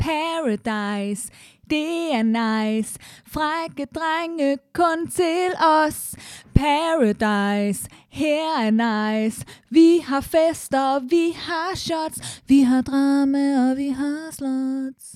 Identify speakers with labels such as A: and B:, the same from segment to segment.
A: Paradise, det er nice. Frække drenge kun til os. Paradise, her er nice. Vi har fester, vi har shots. Vi har drama, og vi har slots.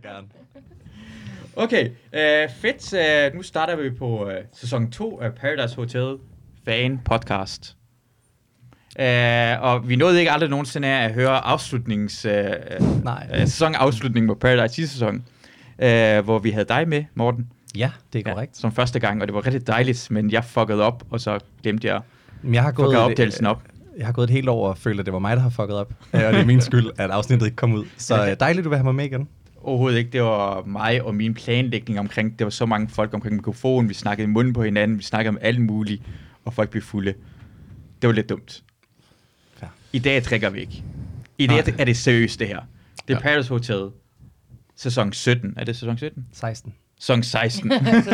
B: Okay, fedt. Nu starter vi på sæson 2 af Paradise Hotel Fan Podcast. Og vi nåede ikke aldrig nogensinde at høre sæsonafslutningen på Paradise sidste sæson, hvor vi havde dig med, Morten.
C: Ja, det er korrekt.
B: Som første gang, og det var rigtig dejligt, men jeg fuckede op, og så glemte jeg opdagelsen op.
C: Jeg har gået et helt år og følt, at det var mig, der har fucket op. Og det er min skyld, at afsnittet ikke kom ud. Så dejligt, du vil have mig med igen.
B: Overhovedet ikke. Det var mig og min planlægning omkring. Det var så mange folk omkring mikrofonen. Vi snakkede i munden på hinanden. Vi snakkede om alt muligt, og folk blev fulde. Det var lidt dumt. Ja. I dag trækker vi ikke. I dag er det seriøst, det her. Det er Paradise Hotel. Sæson 17. Er det sæson 17?
C: 16.
B: Sæson 16.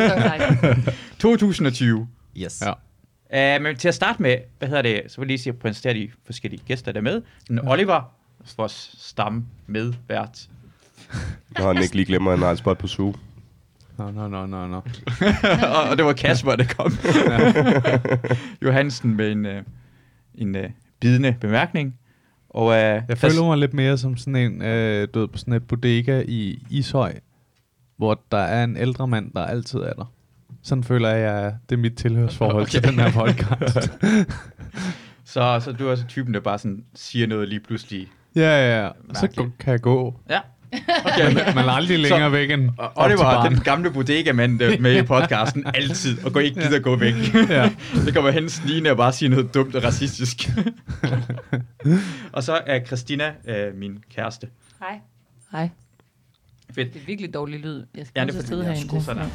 B: 2020.
C: Yes.
B: Ja. Men til at starte med, så vil jeg lige sige at præsentere de forskellige gæster, der er med. Oliver, vores medvært.
D: Når han ikke lige glemmer, at han har et spot på Zoo.
E: No.
B: Og det var Kasper, der kom. Johansen med en bidende bemærkning. Og,
E: jeg føler mig lidt mere som sådan en, på sådan et bodega i Ishøj, hvor der er en ældre mand, der altid er der. Sådan føler jeg, det er mit tilhørsforhold til den her podcast.
B: så du er så typen, der bare sådan siger noget lige pludselig.
E: Ja. Så kan jeg gå.
B: Ja.
E: Okay. Man er aldrig længere væk end
B: Oliver, den gamle bodega-mand med i podcasten, altid, og går ikke gider gå væk. Ja. Det kommer hen snigende og bare sige noget dumt og racistisk. Og så er Christina min kæreste.
A: Hej.
B: Fedt.
A: Det er virkelig dårlig lyd. Jeg skal
B: det
A: sidde herinde.
B: Sådan.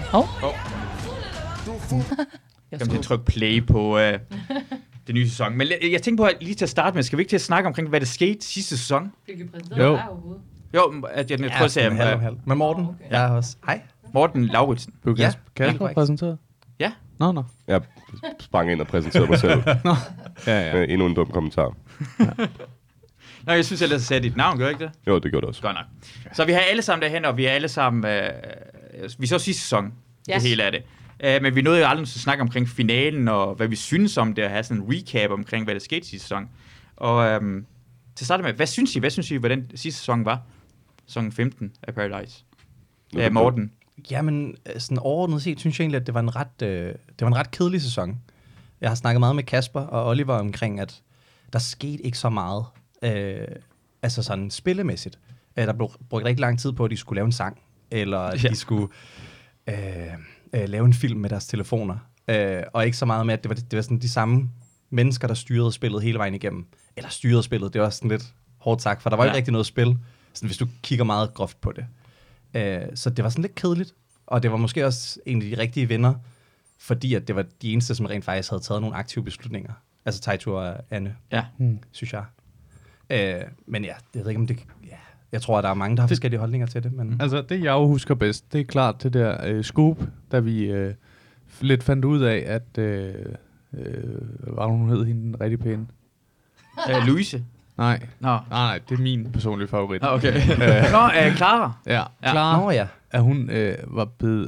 A: Jeg
B: kan trykke play på det nye sæson. Men jeg tænker på, at lige til at starte med, skal vi ikke til at snakke omkring, hvad der skete sidste sæson?
A: Fik vi præsenteret dig overhovedet?
B: Jo, at jeg prøver at se
C: halv. Men Morten, jeg er også. Hej.
B: Morten Lauritsen.
E: Kasper præsenteret?
B: Ja.
E: Nå.
D: Jeg sprang ind og præsenterede mig selv.
E: Nå. Ja.
D: Endnu en dum kommentar.
B: Nå, jeg synes ellers, at jeg sagde dit navn, gør ikke det?
D: Jo, det gjorde det også.
B: Godt nok. Så vi har alle sammen derhen, og vi er alle sammen... vi så sidste sæson, det hele af det. Men vi nåede jo aldrig at snakke omkring finalen, og hvad vi synes om det, at have sådan en recap omkring, hvad der skete sidste sæson. Og til at starte med, hvad synes I, hvordan sidste sæson var? Sæson 15 af Paradise. Morten.
C: Jamen, sådan overordnet set, synes jeg egentlig, at det var en ret kedelig sæson. Jeg har snakket meget med Kasper og Oliver omkring, at der skete ikke så meget, altså sådan spillemæssigt. Der blev brugt rigtig lang tid på, at de skulle lave en sang, eller de skulle lave en film med deres telefoner. Og ikke så meget med, at det var sådan de samme mennesker, der styrede spillet hele vejen igennem. Eller styrede spillet, det var sådan lidt hårdt sagt, for der var ikke rigtig noget spil, sådan, hvis du kigger meget groft på det. Så det var sådan lidt kedeligt, og det var måske også en af de rigtige venner, fordi at det var de eneste, som rent faktisk havde taget nogle aktive beslutninger. Altså Taito og Anne, synes jeg. Men ja, jeg ved ikke om det... Ja, jeg tror, at der er mange, der har forskellige holdninger til det. Men
E: altså, det jeg jo husker bedst, det er klart det der scoop, da vi lidt fandt ud af, at... hvad hun hed hende den rigtig pæne?
B: Louise?
E: Nej, det er min personlige favorit.
B: Okay. Clara?
E: Ja, Clara.
C: Nå ja.
E: At hun var blevet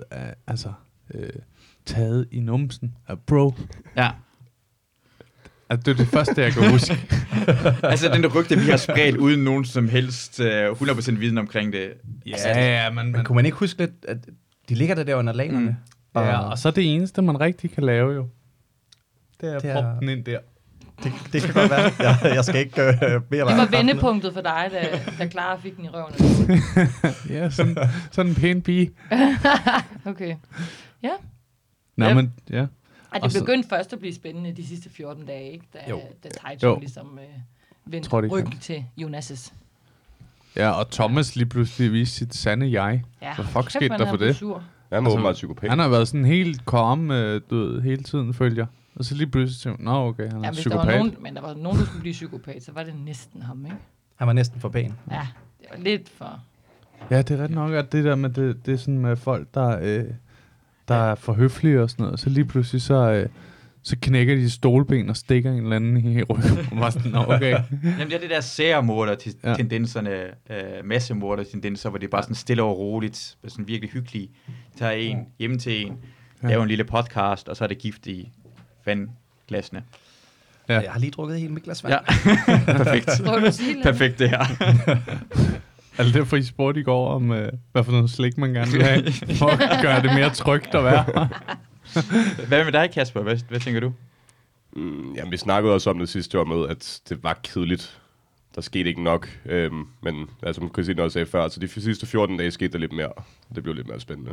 E: taget i numsen af bro.
B: Ja.
E: Altså, det er det første, jeg kan huske.
B: Altså, den der rygte, vi har spredt uden nogen som helst 100% viden omkring det.
C: Ja, men kunne man ikke huske lidt, at de ligger der under lagerne?
E: Ja, og så det eneste, man rigtig kan lave jo, det er at proppe den ind der.
C: Det kan godt være. Jeg skal ikke bede
A: det var vendepunktet for dig, da Clara fik den i røven.
E: Ja, sådan en pæn pige.
A: Okay. Ja.
E: Nå, men, ja.
A: Og det begyndte først at blive spændende de sidste 14 dage, ikke? Da Taito ligesom vendte ryggen til Jonas'.
E: Ja, og Thomas lige pludselig viste sit sande jeg.
A: Ja,
E: hvad fuck skete der for det?
D: Han var åbenbart psykopat.
E: Han har været sådan helt calm, hele tiden, følger. Og så lige pludselig tænkte okay, han er psykopat.
A: Men der var nogen, der skulle blive psykopat, så var det næsten ham, ikke?
C: Han var næsten for pæn.
A: Ja, det var lidt for...
E: Ja, det er ret nok, at det der med, det er sådan med folk, der er for høflige og sådan noget. Så lige pludselig, så så knækker de stolben og stikker en eller anden i ryggen. Var sådan, okay.
B: Jamen, det er det der seriemorder-tendenserne, massemorder-tendenser, hvor det er bare sådan stille og roligt, sådan virkelig hyggeligt. Tager en hjem til en, laver en lille podcast, og så er det gift i vandglasene.
C: Ja. Jeg har lige drukket helt mit glas vand.
B: Ja, perfekt. Perfekt det her.
E: Er det derfor, I spurgte i går om, hvad for noget slik man gerne vil have, for at gøre det mere trygt at være?
B: Hvad med dig, Kasper? Hvad tænker du?
D: Jamen, vi snakkede også om det sidste år med, at det var kedeligt. Der skete ikke nok. Men altså, som Christine også sagde før, så de sidste 14 dage skete der lidt mere. Det blev lidt mere spændende.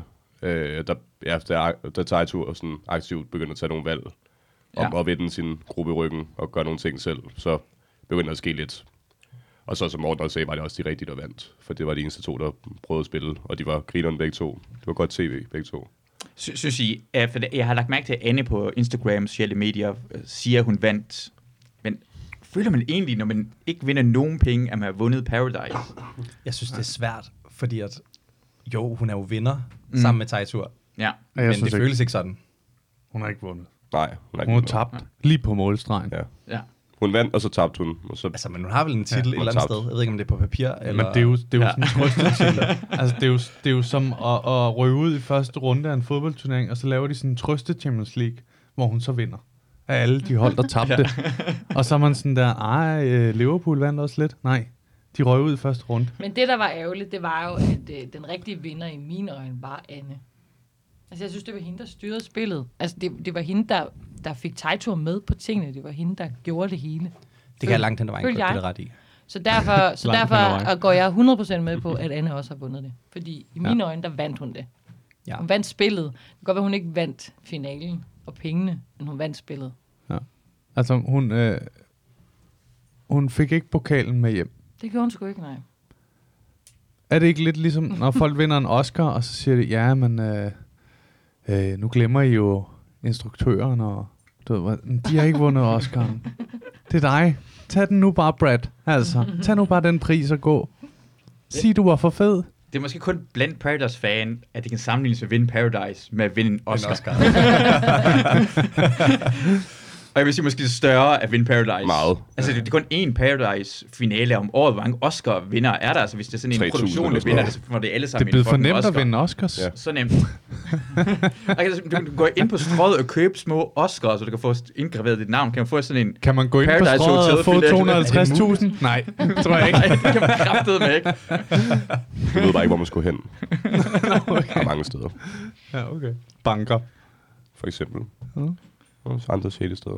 D: Der Taito sådan aktivt begyndte at tage nogle valg om at vende sin gruppe i ryggen og gøre nogle ting selv, så begyndte der at ske lidt. Og så som Morten også sagde, var det også de rigtige, der vandt. For det var de eneste to, der prøvede at spille, og de var grinerne begge to. Det var godt tv, begge to.
B: Synes I, for jeg har lagt mærke til, at Anne på Instagram, sociale medier, siger, at hun vandt. Men føler man egentlig, når man ikke vinder nogen penge, at man har vundet Paradise?
C: Jeg synes, det er svært, fordi at, jo, hun er jo vinder sammen med Teitur.
B: Ja.
C: Men det føles ikke sådan.
E: Hun har ikke vundet.
D: Nej,
E: hun har tabt lige på målstregen.
B: Ja.
D: Hun vandt, og så tabte hun. Og så
C: altså, men hun har vel en titel et eller andet sted. Jeg ved ikke, om det er på papir. Eller...
E: Men det er jo sådan en trøstetitel. Altså, det er jo som at ryge ud i første runde af en fodboldturnering, og så laver de sådan en trøste-Champions League, hvor hun så vinder. Af alle de hold, der tabte. Og så er man sådan der, Liverpool vandt også lidt. Nej, de røg ud i første runde.
F: Men det, der var ærgerligt, det var jo, at den rigtige vinder i mine øjne var Anne. Altså, jeg synes, det var hende, der styrede spillet. Altså, det var hende, der fik Teitur med på tingene. Det var hende, der gjorde det hele.
C: Det kan jeg langt hen ad vejen, det er ret i.
F: Så derfor går jeg 100% med på, at Anne også har vundet det. Fordi i mine øjne, der vandt hun det. Ja. Hun vandt spillet. Det kan godt være, hun ikke vandt finalen og pengene, men hun vandt spillet.
E: Ja. Altså, hun fik ikke pokalen med hjem.
F: Det gjorde hun sgu ikke, nej.
E: Er det ikke lidt ligesom, når folk vinder en Oscar, og så siger de, ja, men nu glemmer I jo instruktøren, og du ved, de har ikke vundet Oscaren. Det er dig. Tag den nu bare, Brad. Altså, tag nu bare den pris og gå. Sig, du var for fed.
B: Det er måske kun blandt Paradise-fan, at det kan sammenlignes med at vinde Paradise med at vinde en Oscar. Og jeg vil sige, måske det er større at vinde Paradise.
D: Meget.
B: Altså, det er kun én Paradise-finale om året. Hvor mange Oscar-vinder er der? Altså, hvis det er sådan en produktion, der vinder det, så får det alle sammen.
E: Det er blevet for nemt at vinde Oscars. Ja.
B: Så nemt. Du kan gå ind på Strøget og købe små Oscars, så du kan få indgraveret dit navn. Kan man få sådan en
E: Kan man gå ind
B: Paradise
E: på Strøget og få 250.000? Nej, tror jeg ikke.
B: Nej, det kan man kraftedeme ikke.
D: Du ved bare ikke, hvor man skulle hen. Der er mange steder.
E: Ja, okay. Banker.
D: For eksempel. Og så andre sjette steder.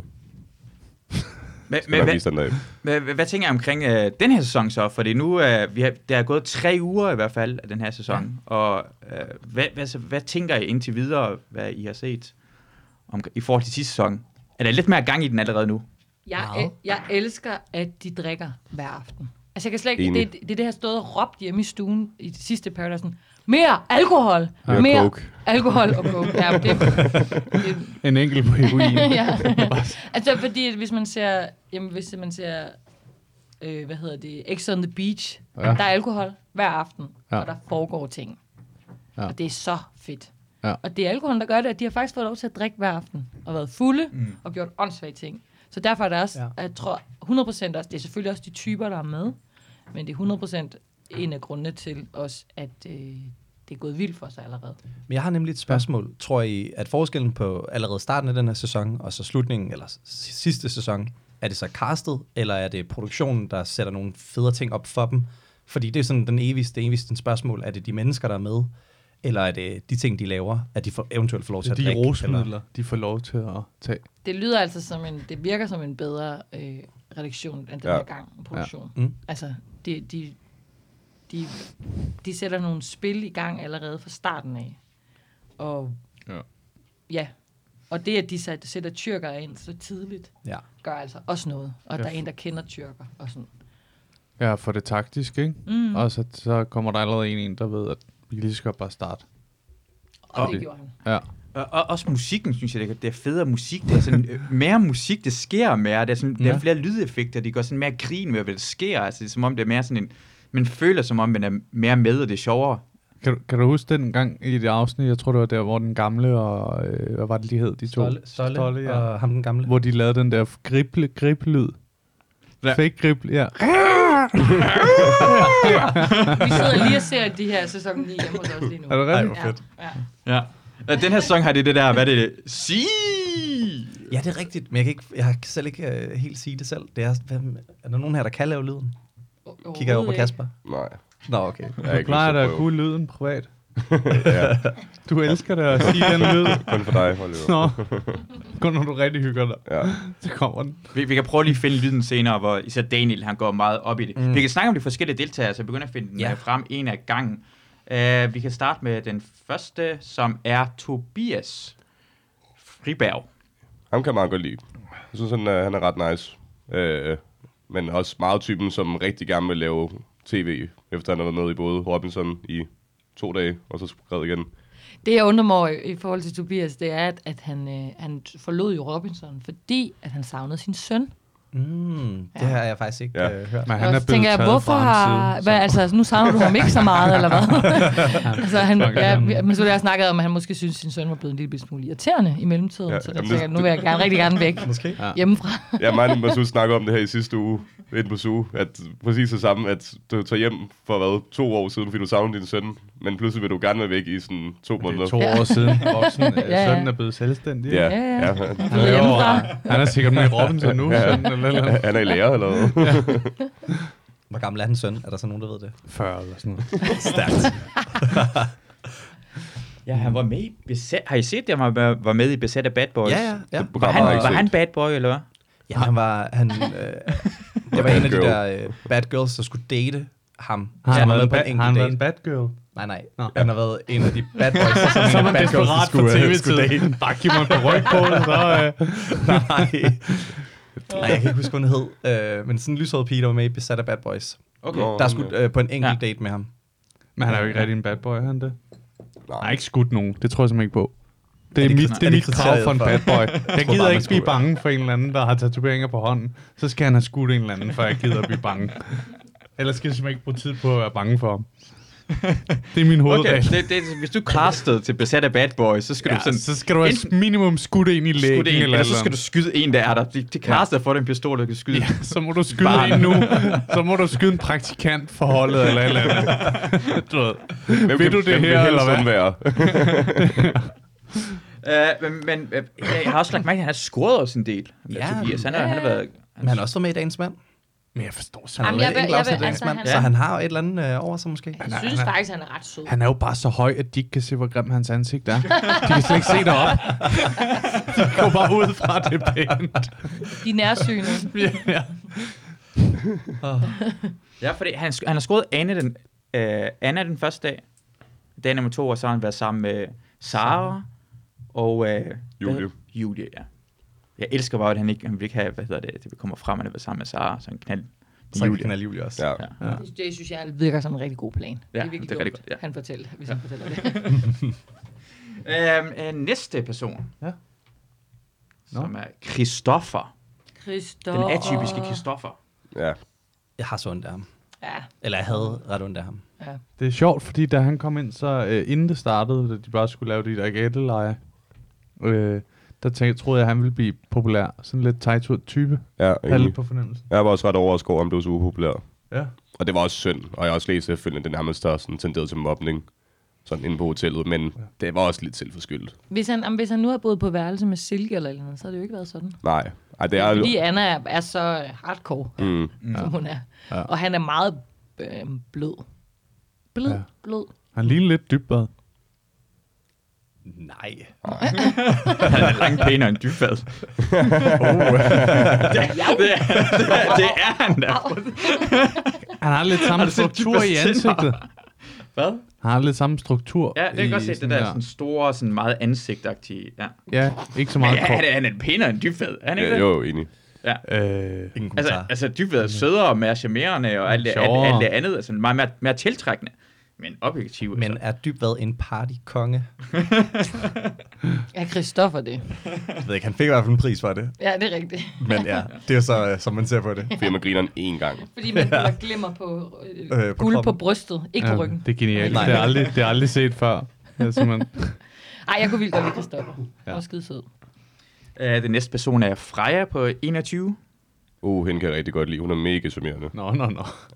B: Hvad tænker jeg omkring den her sæson så? Fordi nu der er gået 3 uger i hvert fald af den her sæson. Ja. Og hvad tænker I indtil videre, hvad I har set i forhold til sidste sæson? Er der lidt mere gang i den allerede nu?
F: Jeg elsker, at de drikker hver aften. Altså jeg kan slet ikke... Det her stået og råbt hjemme i stuen i det sidste Paradise. Mere alkohol!
D: Ja.
F: Mere
D: coke.
F: Alkohol og coke. Ja, det
E: en enkelt på heroin.
F: Ja. Altså fordi hvis man ser X on the Beach, der er alkohol hver aften, og der foregår ting. Ja. Og det er så fedt. Ja. Og det er alkoholen, der gør det, at de har faktisk fået lov til at drikke hver aften, og været fulde, og gjort åndssvage ting. Så derfor er det også, jeg tror 100% også, det er selvfølgelig også de typer, der er med, men det er 100% en af grundene til os, at det er gået vildt for os allerede.
C: Men jeg har nemlig et spørgsmål. Tror I, at forskellen på allerede starten af den her sæson, og så slutningen, eller sidste sæson, er det så castet, eller er det produktionen, der sætter nogle federe ting op for dem? Fordi det er sådan den evigste spørgsmål. Er det de mennesker, der er med, eller er det de ting, de laver, at de eventuelt får lov til at drikke?
E: De rosmidler, de får lov til at tage.
F: Det lyder altså det virker som en bedre redaktion end den her gang produktion. Ja. Altså, de sætter nogle spil i gang allerede fra starten af. Og og det, at de sætter tyrkere ind så tidligt, gør altså også noget. Og der er en, der kender tyrker og sådan.
E: Ja, for det taktisk, ikke? Og så kommer der allerede en, der ved, at vi lige skal bare starte.
F: Og det gjorde han.
B: Ja. Og også musikken, synes jeg, det er federe musik. Det er sådan, mere musik, det sker mere. Det er, sådan, der er flere lydeffekter, de går sådan mere grin med, hvad det sker. Altså, det er som om, det er mere sådan en... Man føler, som om man er mere med, og det er sjovere.
E: Kan du huske den gang i det afsnit, jeg tror det var der, hvor den gamle og, hvad var det de hed, de to?
C: Stolle ja. Og ham den gamle.
E: Hvor de lavede den der grible-lyd. Ja. Fake grible, ja.
F: Vi sidder lige og ser de her sæson 9 hjemme hos os lige nu.
E: Er det rigtigt?
C: Ej, fedt.
B: Ja. Den her sæson har det der, hvad er det? Sig!
C: Ja, det er rigtigt, men jeg kan selv ikke helt sige det selv. Det er der nogen her, der kan lave lyden? Kigger jeg over på Kasper?
D: Nej.
C: Nå, okay.
E: Du plejer da at kunne lyden privat.
D: Ja.
E: Du elsker da at sige den lyd.
D: Kun for dig, Oliver.
E: Nå, kun når du rigtig hygger dig.
D: Ja.
E: Så kommer den.
B: Vi kan prøve lige at finde lyden senere, hvor især Daniel, han går meget op i det. Vi kan snakke om de forskellige deltagere, så jeg begynder at finde den frem en af gangen. Vi kan starte med den første, som er Tobias Friberg.
D: Ham kan jeg meget godt lide. Jeg synes, han er ret nice. Men også meget typen, som rigtig gerne vil lave tv, efter han har været med i både Robinson i 2 dage, og så skrevet igen.
F: Det, jeg undrer mig i forhold til Tobias, det er, at han forlod jo Robinson, fordi at han savnede sin søn.
C: Det har jeg faktisk ikke hørt.
E: Men han er
F: tænker jeg, hvorfor altså, nu savner du ham ikke så meget, eller hvad? Altså, men så har jeg snakket om, at han måske synes, at sin søn var blevet en lille smule irriterende i mellemtiden, så det tænker jeg, nu vil jeg rigtig gerne væk hjemmefra.
D: Ja, mig og Masoud snakkede om det her i sidste uge, inde på Zoo, at præcis det samme, at du tager hjem for 2 år siden, fordi du savner din søn, men pludselig vil du gerne være væk i sådan 2 måneder.
E: 2 år siden. Voksen. Sønnen er blevet selvstændig.
D: Ja.
E: Han er sikkert med i Robinson nu.
D: Han er i lærer, eller hvad?
C: Hvor gammel er hans søn? Er der så nogen, der ved det?
E: 40 eller sådan noget.
C: Stærkt.
B: Ja, han var med i Besat. Har I set det, han var med i Besat af Bad Boys?
C: Ja.
B: Var han bad boy, eller hvad?
C: Ja, det var en af de der bad girls, der skulle date ham.
E: Har han været en bad girl?
C: Nej. Han har været en af de bad boys,
E: så man desperat for tv-tiden. Bare giv mig en ryg på, så...
C: Nej, jeg kan ikke huske, hvad hun hed. Men sådan en lyshåret pige, der var med i Besat af Bad Boys.
B: Okay.
C: Der skulle på en enkelt date med ham.
E: Men han er jo ikke rigtig en bad boy, er han det?
D: Nej.
E: Han har ikke skudt nogen, det tror jeg simpelthen ikke på. Det er mit krav for en bad boy. Jeg gider ikke blive bange for en eller anden, der har tatoveringer på hånden. Så skal han have skudt en eller anden, for jeg gider at blive bange. Ellers skal jeg simpelthen ikke bruge tid på at være bange for ham. Det er min hovedregel.
B: Okay, hvis du castet til Besat af Bad Boys, så skal du sådan...
E: Så skal du have minimum skudt en i lægen.
B: Eller så skal du skyde en, der er der. Det castet for den pistol, der kan skyde.
E: Ja, så må du skyde en nu. Så må du skyde en praktikant for holdet, eller et eller andet. Du ved. Vil du det her, eller hvad?
B: Men jeg har også lagt mærke til, at han har scoret os en del. Tobias. Han har været...
C: Men han har også været med i Dagens Mand.
E: Men jeg forstår
C: så han har et eller andet over sig måske.
F: Jeg synes faktisk, han er ret sød.
E: Han er jo bare så høj, at de ikke kan se, hvor grim hans ansigt er. De kan slet ikke se derop. De går bare ud fra det pænt.
F: De nærsynede.
B: Ja, fordi han har scoret Anna den første dag. Dag nummer 2, og så har han været sammen med Sara og Julie, ja. Jeg elsker bare, at han vil ikke have, det kommer frem, at han vil sammen med Sara, så han knald
C: Julie også.
D: Ja.
F: Det synes jeg virker som en rigtig god plan.
B: Ja,
F: det er virkelig
B: det er
F: dumt,
B: ja.
F: han fortæller, hvis han fortæller det.
B: Næste person, som er Christoffer.
F: Den
B: atypiske Christoffer.
D: Ja.
C: Jeg har så ondt af ham.
F: Ja.
C: Eller jeg havde ret ondt af ham.
E: Ja. Det er sjovt, fordi da han kom ind, så inden det startede, da de bare skulle lave de der gætteleje, der troede jeg, at han ville blive populær. Sådan lidt tight type.
D: Ja,
E: Halv på fornemmelsen.
D: Jeg var også ret overrasket over, om det var så upopulær.
E: Ja.
D: Og det var også synd. Og jeg har også læst efterfølgende, det nærmest der sådan tenderet til mobning. Sådan inde på hotellet. Men det var også lidt selvforskyldt.
F: Hvis han nu har boet på værelse med Silke eller noget, så har det jo ikke været sådan.
D: Nej. Ej, det er
F: fordi Anna er så hardcore, som hun er. Ja. Og han er meget blød. Blød.
E: Han ligner lidt Dybbad.
C: Nej.
B: Han er langt pænere end Dybbad. Det er han da.
E: Han har lidt samme struktur i ansigtet.
B: Hvad?
E: Han har lidt samme struktur.
B: Ja, det kan godt se, det der sådan store, sådan meget ansigtagtige.
E: Ja, ikke så meget kort.
B: Han er pænere end Dybbad, er han ikke det?
D: Jo, enig.
B: Ja.
C: Ingen kommentar.
B: Altså Dybbad er sødere og mere charmerende og alt det andet, altså meget mere tiltrækkende. Men objektiv.
C: Men er Dybvad en partykonge?
F: Ja, Christoffer det.
C: Jeg ved ikke, han fik i hvert fald en pris for det.
F: Ja, det er rigtigt.
C: Men ja, det er så, som man ser på det.
D: Fordi man griner én gang.
F: Fordi man putter glimmer på guld på brystet, ikke på ryggen.
E: Det er genialt.
C: Nej.
E: Det er aldrig set før.
F: Ej, jeg kunne vildt godt lide Christoffer. Ja. Og skide sød.
B: Den næste person er Freja på 21.
D: Hende kan jeg rigtig godt lide. Hun er mega charmerende.
E: Nå.
D: Nej,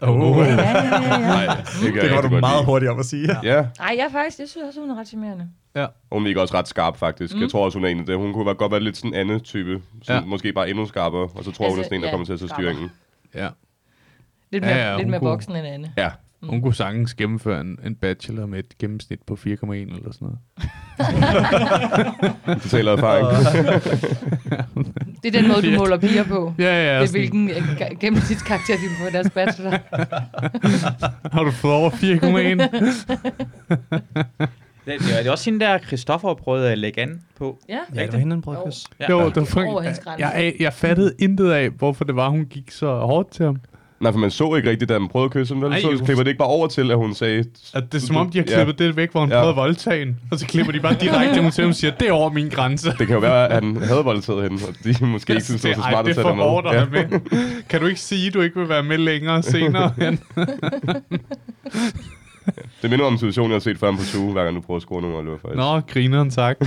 C: Det var du meget hurtigt om at sige.
D: Ja.
F: Ej, jeg synes også, hun er ret charmerende.
E: Ja.
D: Hun virker også ret skarp, faktisk. Jeg tror også, hun er en af det. Hun kunne godt være lidt sådan en anden type. Måske bare endnu skarpere. Og så tror hun er sådan en, der kommer til at tage styringen.
E: Ja.
F: Lidt mere voksen end Anne.
D: Ja.
E: Hun kunne sagtens gennemføre en bachelor med et gennemsnit på 4,1 eller sådan noget.
D: Du taler erfaring.
F: Det er den måde, du måler piger på.
E: Ja.
F: Det er hvilken gennemsnitskarakter de får deres bachelor.
E: Har du fået over 4,1?
B: Det er også hende der, Christoffer prøvede at lægge an på.
F: Ja,
C: det var hende, en brødkys.
E: Jo, det var jeg fattede intet af, hvorfor det var, hun gik så hårdt til ham.
D: Nej, for man så ikke rigtigt, da man prøvede at kysse ham. Så klipper det ikke bare over til, at hun sagde...
E: At det er som om, de har klippet det væk, hvor hun prøvede voldtagen. Og så klipper de bare direkte til, hun siger, hun siger, det er over min grænse.
D: Det kan jo være, at han havde voldtaget hende, og de måske ikke synes, det var så smart at sætte ham med.
E: Det er for hårdt med. Kan du ikke sige, at du ikke vil være med længere senere?
D: Det minder om en situation, jeg har set før på Zoo, hver gang du prøver at score nogen og faktisk.
E: Nå, grineren sagt.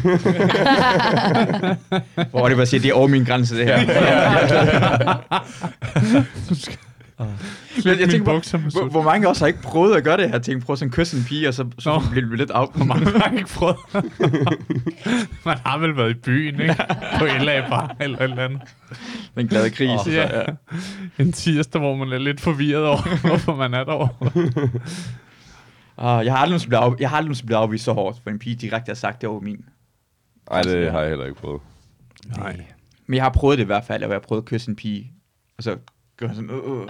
B: Hvor det var at sige, det er over min grænse, det her. Jeg tænker, hvor mange også har ikke prøvet at gøre det her ting? Prøve sådan at kysse en pige, og så bliver det lidt af.
E: Hvor mange har ikke prøvet? Man har vel været i byen, ikke? På LA Bar eller andet.
B: Den glade kris.
E: Ja. En tirsdag, hvor man er lidt forvirret over, hvorfor man er derovre.
B: Jeg har aldrig blevet afvist så hårdt, for en pige direkte har sagt, det over min.
D: Nej, det har jeg heller ikke prøvet.
C: Nej.
B: Men jeg har prøvet det i hvert fald, at jeg prøvet at kysse en pige, og så gør jeg sådan,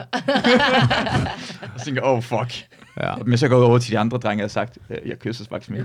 B: og så tænker jeg, fuck. Ja. Men så går jeg over til de andre drenge og har sagt, jeg kysser faktisk med.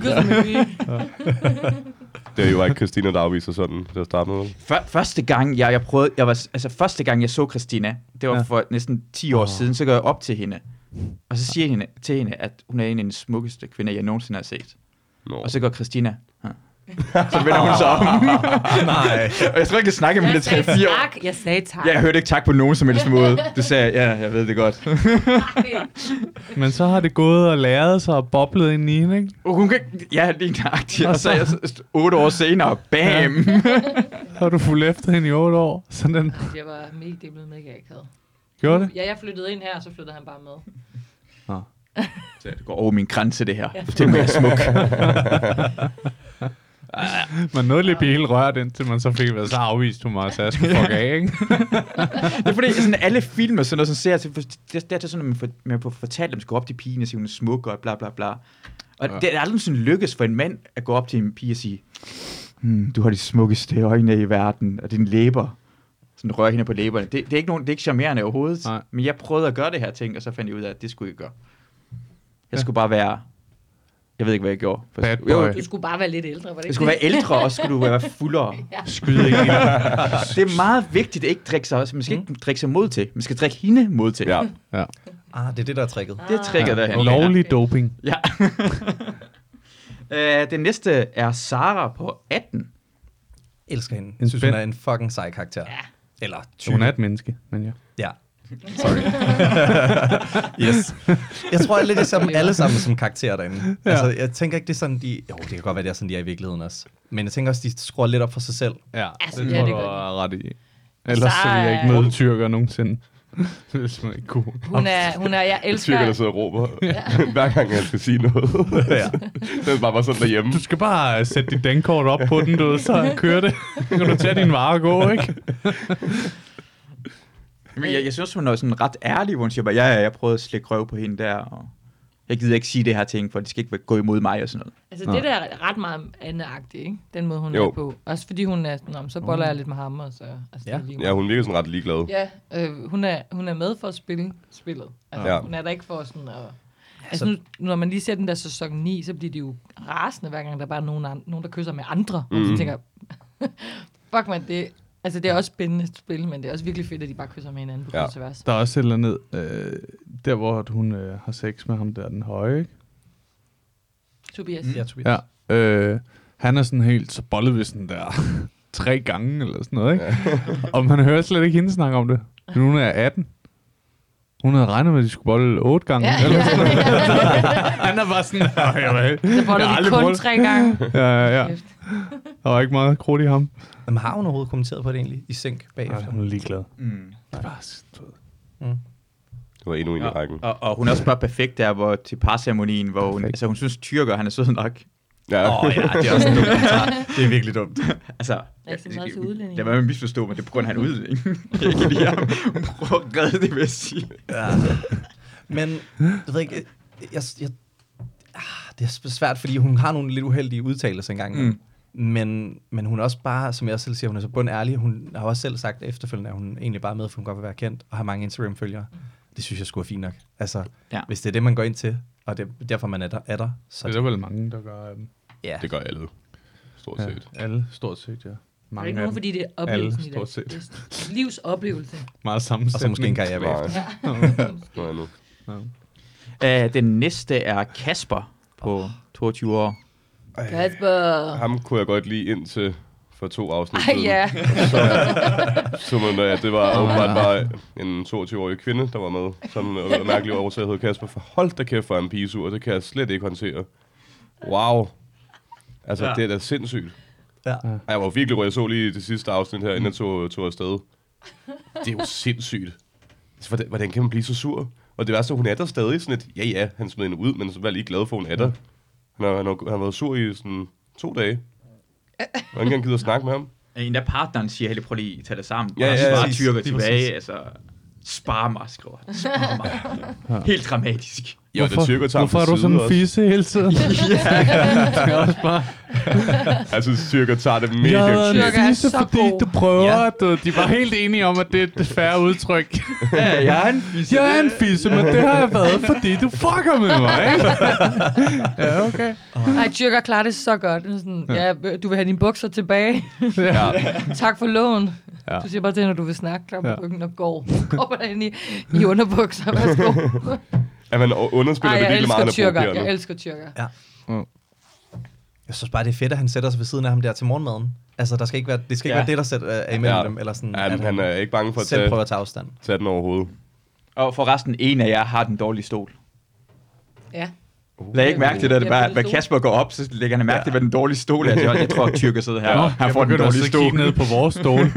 D: Det er jo ikke Christina, der afviser sådan til at starte med.
B: Første gang, jeg prøvede, første gang jeg så Christina, det var for næsten 10 år siden, så går jeg op til hende, og så siger jeg til hende, at hun er en af de smukkeste kvinder, jeg nogensinde har set. Og så går Christina, så vender hun sig om.
C: Nej.
B: Og jeg tror ikke, jeg snakkede med det 3-4 år.
F: Jeg sagde tak.
B: Ja, jeg hørte ikke tak på nogen som helst måde. Det sagde jeg ved det godt.
E: Men så har det gået og læret sig og boblet ind i hende, ikke?
B: Hun kan, ja, det er nøjagtigt. Og så jeg 8 år senere, bam!
E: Har du fulgt efter hende i 8 år? Sådan den.
F: Jeg var det blev mega akavet.
E: Gjorde det?
F: Ja, jeg flyttede ind her, og så flyttede han bare med.
E: Nå.
B: Så det går over min grænse, det her. Det er mere smuk.
E: Man nåede lige blive helt rørt, indtil man så fik været så afvist, hun var, så jeg skulle fuck af, ikke?
B: Det er fordi, sådan alle film og sådan noget, sådan ser det er sådan, at man får fortalt, at man skal gå op til pigen og sige, hun er smuk og bla bla bla. Og det er aldrig sådan lykkes for en mand at gå op til en pige og sige, du har de smukkeste øjne i verden, og dine læber. Sådan rører hende på læberne. Det er ikke charmerende overhovedet. Nej. Men jeg prøvede at gøre det her ting, og så fandt jeg ud af, at det skulle jeg gøre. Jeg skulle bare være... Jeg ved ikke, hvad jeg gjorde.
F: Du skulle bare være lidt ældre, var det ikke?
B: Jeg skulle være ældre, og skulle du være fuldere.
E: Skyde ikke.
B: Det er meget vigtigt at ikke drikke sig. Man skal ikke drikke sig mod til. Man skal drikke hende mod til.
D: Ja.
C: Det er det, der er tricket.
B: Det er tricket derhen.
E: Lovlig doping.
B: Ja. Den næste er Sara på 18.
C: Elsker hende. Jeg synes, hun er en fucking sej karakter. Ja. Eller type.
E: Hun er et menneske, men ja.
C: Ja. Sorry. Yes. Jeg tror lidt, det er alle sammen som karakterer derinde. Ja. Altså, jeg tænker ikke, det er sådan, de... Jo, det kan godt være, det er sådan, de er i virkeligheden også. Men jeg tænker også, de skruer lidt op for sig selv.
E: Ja, altså, det tror du er ret i. Ellers så vil jeg ikke møde tyrker nogensinde. Det er simpelthen ikke cool.
F: Hun er, jeg elsker...
D: Tyrker, der sidder og råber, hver gang han skal sige noget. Ja. Det er bare sådan derhjemme.
E: Du skal bare sætte dit dankort op på den, du, så kører det. Så kan du tage din vare og gå, ikke?
B: Men jeg synes, hun er sådan ret ærlig, hvor hun siger bare, jeg prøvede at slikke røv på hende der, og jeg gider ikke sige det her ting, for de skal ikke gå imod mig og sådan noget.
F: Altså det der er ret meget Anne-agtigt, ikke? Den måde, hun er på. Også fordi hun er sådan, så boller jeg lidt med ham, og så... Altså,
D: ja, hun virker sådan ret ligeglad.
F: Ja, hun er med for at spille spillet. Altså, hun er der ikke for sådan at... Altså nu, når man lige ser den der sæson 9, så bliver de jo rasende, hver gang der bare er nogen, der kysser med andre. Og så tænker fuck man, det... Altså, det er også spændende at spille, men det er også virkelig fedt, at de bare kysser med hinanden på kryds og tværs.
E: Der er også et eller andet, der hvor hun har sex med ham, der den høje, ikke?
F: Tobias.
C: Ja, Tobias.
E: Ja. Han er sådan helt så bollet ved sådan der 3 gange eller sådan noget, ikke? Ja. Og man hører slet ikke hende snakke om det. Hun er 18. Hun havde regnet med, at de skulle bolle 8 gange.
F: Ja.
E: Eller sådan noget. Han er bare sådan...
F: Så bollede vi kun 3 gange.
E: Ja. Der var ikke meget krudt i ham.
C: Men har hun overhovedet kommenteret på det egentlig i synk bagefter?
E: Hun er ligeglad.
C: Det
D: var endnu en i rækken.
B: Og hun er også bare perfekt der, hvor til parceremonien, hvor hun synes, Tyrker, han er sød nok.
D: Ja.
B: Det er også en dum kommentar. Det er virkelig dumt. Altså, det var jo misforstå, men det er på grund af han udlænding. Jeg kan ikke lide ham. Hun prøver at redde det, vil jeg sige.
C: Ja. Men, jeg ved ikke, det er svært, fordi hun har nogle lidt uheldige udtalelser engang. Men hun er også bare, som jeg selv siger, hun er så bundærlig. Hun har også selv sagt efterfølgende, at hun egentlig bare er med, for hun godt vil være kendt, og har mange Instagram-følgere. Det synes jeg sgu er fint nok. Altså, hvis det er det, man går ind til, og det er derfor, man er der. Så
E: det er vel mange, der gør dem.
D: Ja. Det gør alle. Stort set.
E: Ja, alle, stort set, ja.
F: Mange det er ikke nogen, fordi det er oplevelsen i det. Det er livsoplevelse.
E: Meget sammensætning.
C: Og så måske en karriere bagefter.
B: Den næste er Kasper på 22 år.
F: Kasper.
D: Ham kunne jeg godt lide indtil for 2 afsnit siden.
F: Ja.
D: Så det var åbenbart bare en 22-årig kvinde, der var med. Sådan en mærkelig årsag hed Kasper. For hold da kæft for en pigesur, det kan jeg slet ikke håndtere. Wow. Altså, det er da sindssygt.
C: Ja.
D: Jeg var virkelig rød. Jeg så lige det sidste afsnit her, inden jeg tog afsted. Det er jo sindssygt. Altså, hvordan kan man blive så sur? Og det værste, hun er der stadig sådan et, ja, han smed hende ud, men så var lige glad for, hun er der. Han har været sur i sådan 2 dage. Og ikke engang gider at snakke med ham.
B: En af partneren siger, prøv lige at tage det sammen.
D: Ja,
B: og så bare Tyrker tilbage, altså... Spar mig, skriver han. Spar mig. Helt dramatisk.
E: Hvorfor er du sådan en fisse hele tiden? Ja, også bare...
D: Altså, Tyrker tager det mega.
E: Jeg er en fisse, fordi du prøver. De var helt enige om, at det er et færre udtryk.
B: Ja, jeg er en fisse.
E: Jeg er en fisse, men det har jeg været, fordi du fucker med mig, ikke? Ja, okay.
F: Ej, Tyrker klarer det så godt. Sådan, du vil have dine bukser tilbage. Tak for lån. Ja. Du siger bare til, når du vil snakke, klap på ryggen og går derinde i underbukser. Værsgo.
D: Ja, man underspiller det virkelig meget,
F: Jeg elsker Tyrker.
C: Ja. Jeg synes bare, det er fedt, at han sætter sig ved siden af ham der til morgenmaden. Altså, det skal ikke være det, der sætter imellem dem. Eller sådan,
D: at han er ikke bange for at
C: selv prøver at tage afstand.
D: Tage den overhovedet.
B: Og forresten, en af jer har den dårlige stol.
F: Ja.
B: Lad ikke mærke til det, hvad Kasper går op, så lægger han mærke til, hvad den dårlige stol er. Jeg tror, at Tyrker sidder her. Han får den dårlige stol.
E: Jeg ned på vores stol.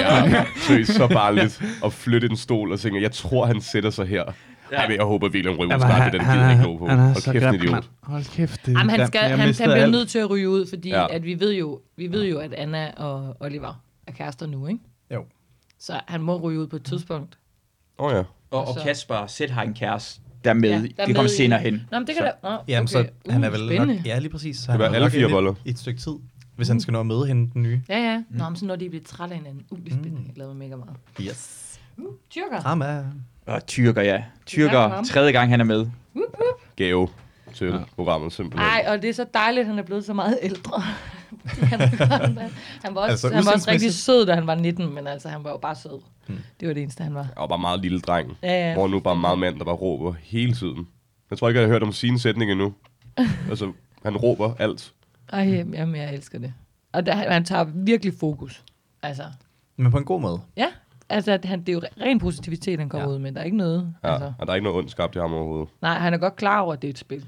D: Så bare lidt at flytte en stol og tænke, jeg tror, han sætter sig her. Ja. Jeg håber virkelig, at ryger snart, den gider ikke nå på.
E: Hold kæft, en idiot. Hold kæft, det
F: han bliver nødt til at ryge ud, fordi at vi ved jo, at Anna og Oliver er kærester nu, ikke?
C: Jo.
F: Så han må ryge ud på et tidspunkt.
D: Ja.
B: Og Kasper selv har en kæreste. Dermed, det kommer senere hen.
F: Nå, men det kan da...
C: Jamen, så han er vel nok... Ja, lige præcis.
D: Det var alle 4 boller.
C: I et stykke tid, hvis han skal nå at møde hende, den nye.
F: Ja. Nå, men så når de bliver trætte af hinanden. Det er spændende. Jeg glæder mig mega meget.
C: Yes.
F: Tyrker.
C: Drama.
B: Og Tyrker, ja. Tyrker, 3. gang han er med.
D: Gave til programmet, simpelthen.
F: Nej, og det er så dejligt, at han er blevet så meget ældre. han var også rigtig sød, da han var 19, men altså, han var jo bare sød. Det var det eneste, han var.
D: Og bare meget lille dreng.
F: Ja.
D: Hvor nu bare meget mand, der bare råber hele tiden. Jeg tror ikke, jeg har hørt om sine sætninger endnu. Altså, han råber alt.
F: Jamen, jeg elsker det. Og han tager virkelig fokus. Altså.
C: Men på en god måde.
F: Ja. Altså, det er jo ren positivitet, han kommer ud med. Der er ikke noget...
D: Ja,
F: altså.
D: og der er ikke noget ondt skabt i ham overhovedet.
F: Nej, han er godt klar over, at det er et spil.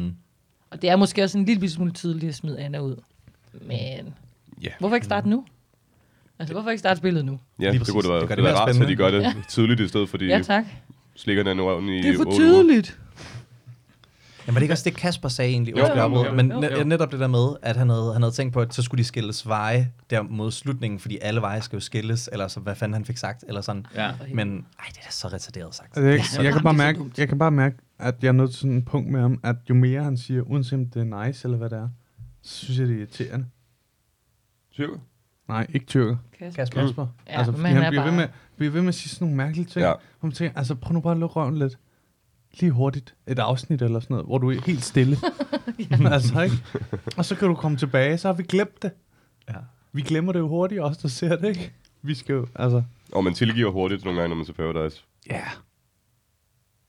F: Og det er måske også en lille smule tidligt at smide Anna ud. Men hvorfor ikke starte nu? Altså, hvorfor ikke starte spillet nu?
D: Ja, det kunne det være rart, at de gør det tidligt i stedet, fordi slikker den røven i 8 uger.
F: Det er for tidligt.
C: Jamen, var det ikke også det, Kasper sagde egentlig? Men netop det der med, at han havde tænkt på, at så skulle de skilles veje der mod slutningen, fordi alle veje skal jo skilles, eller så hvad fanden han fik sagt, eller sådan. Ja. Men det er så retarderet sagt.
E: Jeg kan bare mærke, at jeg er nået til sådan en punkt med ham, at jo mere han siger, uanset om det er nice, eller hvad det er, så synes jeg, det er irriterende.
D: Tyrker?
E: Nej, ikke Tyrker. Kasper.
F: Ja,
E: altså, han bliver ved med at sige sådan nogle mærkelige ting. Ja. Hvor man tænker, altså prøv nu bare at lukke røven lidt. Lige hurtigt. Et afsnit eller sådan noget, hvor du er helt stille. Altså, ikke? Og så kan du komme tilbage, så har vi glemt det. Ja. Vi glemmer det jo hurtigt også, der ser det, ikke? Vi skal jo, altså...
D: Og man tilgiver hurtigt nogle gange, når man ser Paradise.
E: Ja.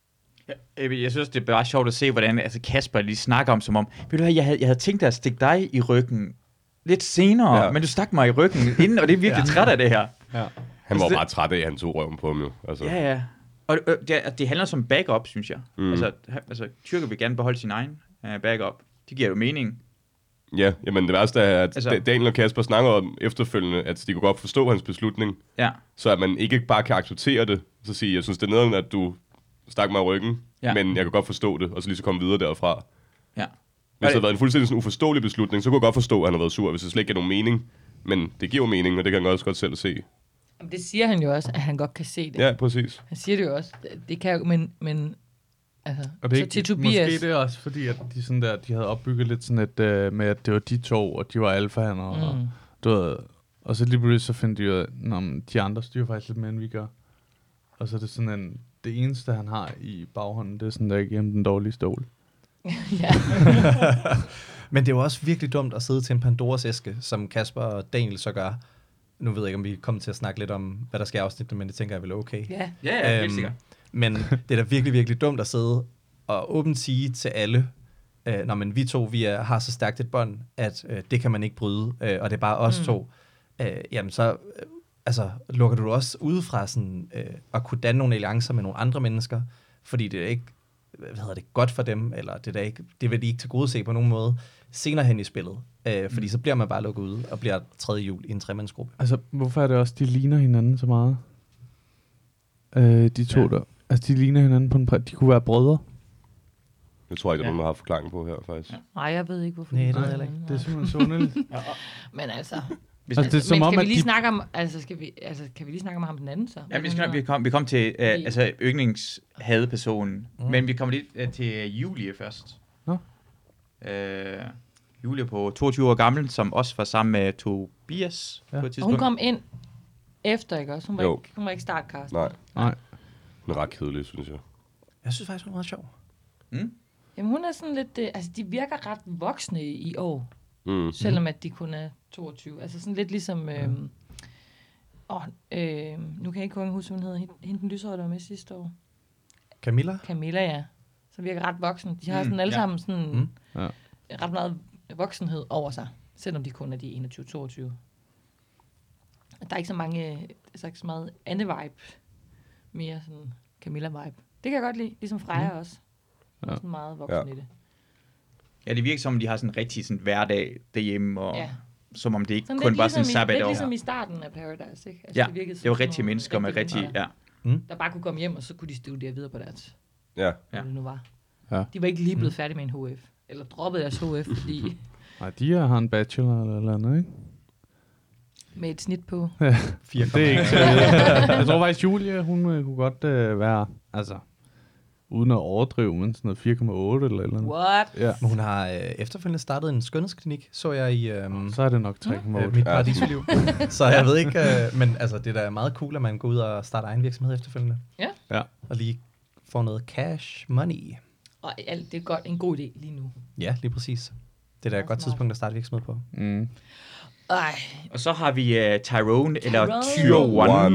B: Jeg synes, det er bare sjovt at se, hvordan Kasper lige snakker om, som om, ved du hvad, jeg havde tænkt dig at stikke dig i ryggen lidt senere, men du stak mig i ryggen inden, og det er virkelig træt af det her.
E: Ja.
D: Han var bare træt af, at han tog røven på ham jo. Altså.
B: Ja. Og det handler som backup, synes jeg. Altså, Tyrker vil gerne beholde sin egen backup. Det giver jo mening.
D: Ja, jamen det værste er, at Daniel og Kasper snakker om efterfølgende, at de kunne godt forstå hans beslutning, så at man ikke bare kan acceptere det, så sige, jeg synes det er nederen, at du stak mig i ryggen, men jeg kan godt forstå det, og så lige så komme videre derfra. Ja. Hvis det havde været en fuldstændig sådan uforståelig beslutning, så kunne jeg godt forstå, at han har været sur, hvis det slet ikke giver nogen mening. Men det giver jo mening, og det kan han også godt selv se.
F: Jamen, det siger han jo også, at han godt kan se det.
D: Ja, præcis.
F: Han siger det jo også. Det kan jo, men altså,
E: og det
F: så til Tobias...
E: Måske det er også, fordi at de, sådan der, de havde opbygget lidt sådan et, med, at det var de to, og de var alfahander, og så lige pludselig så finder de jo, at de andre styrer faktisk lidt mere, end vi gør. Og så er det sådan det eneste, han har i baghånden, det er sådan der igennem den dårlige stol.
F: Ja.
C: Men det er jo også virkelig dumt at sidde til en Pandoras æske, som Kasper og Daniel så gør. Nu ved jeg ikke, om vi kommer til at snakke lidt om, hvad der skal i afsnittet, men det tænker jeg vel okay.
B: Ja, helt sikkert.
C: Men det er da virkelig, virkelig dumt at sidde og åbent sige til alle, men vi to har så stærkt et bånd, at det kan man ikke bryde, og det er bare os to. Jamen så lukker du også udefra sådan, at kunne danne nogle alliancer med nogle andre mennesker, fordi det er ikke godt for dem, eller det vil de ikke til gode se på nogen måde senere hen i spillet. Fordi så bliver man bare lukket ud, og bliver tredje hjul i en tremandsgruppe.
E: Altså, hvorfor er det også, de ligner hinanden så meget? De to der. Altså, de ligner hinanden på de kunne være brødre.
D: Det tror jeg ikke, der er nogen, der har forklaring på her, faktisk.
F: Nej, jeg ved ikke, hvorfor.
C: Nej, det ved jeg ikke.
E: Det er simpelthen så underligt.
F: Men altså...
E: det er som om,
F: skal vi lige snakke om... kan vi lige snakke om ham den anden, så?
B: Ja, vi kom til yndlingshadepersonen, men vi kommer lidt til Julie først. Julie på 22 år gammel, som også var sammen med Tobias på et tidspunkt.
F: Hun kom ind efter, ikke også? Hun var ikke startcast.
D: Nej. Hun er ret kedelig, synes jeg.
C: Jeg synes faktisk, hun er meget sjov.
F: Jamen hun er sådan lidt... de virker ret voksne i år. Selvom at de kun er 22. Altså sådan lidt ligesom... nu kan jeg ikke huske, hvad hun hedder. Hende den lyshårede, der var med sidste år. Camilla, ja. Så virker ret voksen. De har sådan alle sammen sådan... ret meget voksenhed over sig. Selvom de kun er de 21-22. Der er ikke så mange... så ikke så meget Anne-vibe. Mere sådan Camilla-vibe. Det kan jeg godt lide. Ligesom Freja også. Sådan meget voksen i det.
B: Ja, det virker som, de har sådan en rigtig sådan hverdag derhjemme, og som om det ikke
F: sådan
B: kun var sådan en sabbatår.
F: Lidt ligesom i starten af Paradise, ikke? Altså,
B: det var rigtige mennesker med rigtige...
F: Der bare kunne komme hjem, og så kunne de studere videre på deres...
D: Ja.
F: Hvad det nu var.
E: Ja.
F: De var ikke lige blevet færdige med en HF. Eller droppet deres HF, fordi...
E: Nej, de har en bachelor eller andet, ikke?
F: Med et snit på...
E: Ja, det er ikke så jeg tror faktisk, Julie, hun kunne godt være... Altså... Uden at overdrive, men sådan noget 4,8 eller noget.
F: What?
C: Ja. Men hun har efterfølgende startet en skønhedsklinik, så jeg i...
E: så er det nok 3,8.
C: Mit paradisliv. Så jeg ved ikke, men altså, det er da meget cool, at man går ud og starter egen virksomhed efterfølgende.
F: Ja.
C: Og lige får noget cash money.
F: Og alt, det er godt en god idé lige nu.
C: Ja, lige præcis. Det er da et godt tidspunkt at starte virksomhed på.
B: Og så har vi Tyrone, eller Tyrone.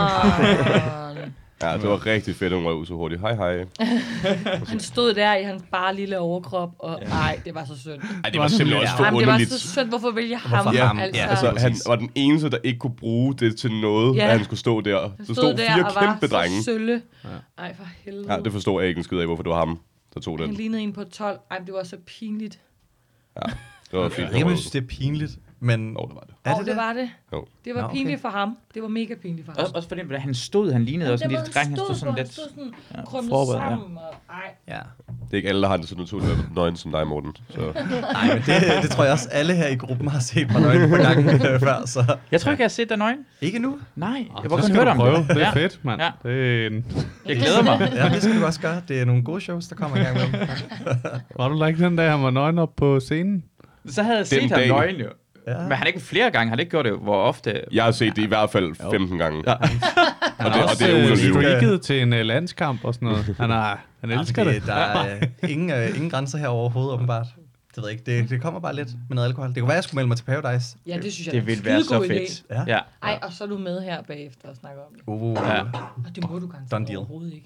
D: Ja, det var rigtig fedt, hun var ud så hurtigt. Hej.
F: Han stod der i hans bare lille overkrop, og det var så synd.
D: Ej, det var simpelthen også for underligt.
F: Det var så synd, hvorfor vælger ham?
C: Ham?
D: Altså, han var den eneste, der ikke kunne bruge det til noget, at han skulle stå der. Der stod 4 kæmpe drenge.
F: Så sølle. Ej, for helvede.
D: Ja, det forstod jeg ikke en skid af, hvorfor det var ham, der tog den.
F: Han lignede en på 12. Ej, det var så pinligt.
D: Ja, det var fint.
C: Jeg synes, det er pinligt, men...
D: Det var det.
C: Er det
F: det var det.
D: Jo.
F: Det var pinligt for ham. Det var mega pinligt for ham.
B: Også fordi, hvordan han stod, han lignede også en lille dreng. Han stod sådan lidt...
F: Han stod sådan krummet sammen, og
C: Ja.
D: Det er ikke alle, der har det så naturligt nøgen som dig, Morten. Så.
C: Nej, men det tror jeg også, alle her i gruppen har set på nøgen på gangen før, så...
B: Jeg tror ikke, jeg har set dig nøgen.
C: Ikke nu?
B: Nej, jeg
E: så
B: var kun
E: skal
B: hørt
E: du
B: om
E: prøve.
B: det.
E: Det er fedt, mand.
B: Ja.
E: Jeg
B: glæder mig.
C: Ja, det skal du også gøre. Det er nogle gode shows, der kommer i gang med.
E: Var du ikke den dag, han var nøgen op på scenen?
B: Så havde jeg set ham nøgen jo. Ja. Men han har ikke flere gange, han har ikke gjort det, hvor ofte...
D: Jeg har set det i hvert fald 15 gange.
B: Ja.
E: Han har også streaket til en landskamp og sådan noget. Han elsker det.
C: Der er ingen grænser her overhovedet, åbenbart. Det ved jeg ikke. Det kommer bare lidt med noget alkohol. Det kunne være, jeg skulle melde mig til Paradise.
F: Ja, det synes jeg
B: det ville være så fedt.
F: Ja. Ej, og så er du med her bagefter og snakker om det.
C: Ja.
F: Og det må du garanteret overhovedet ikke.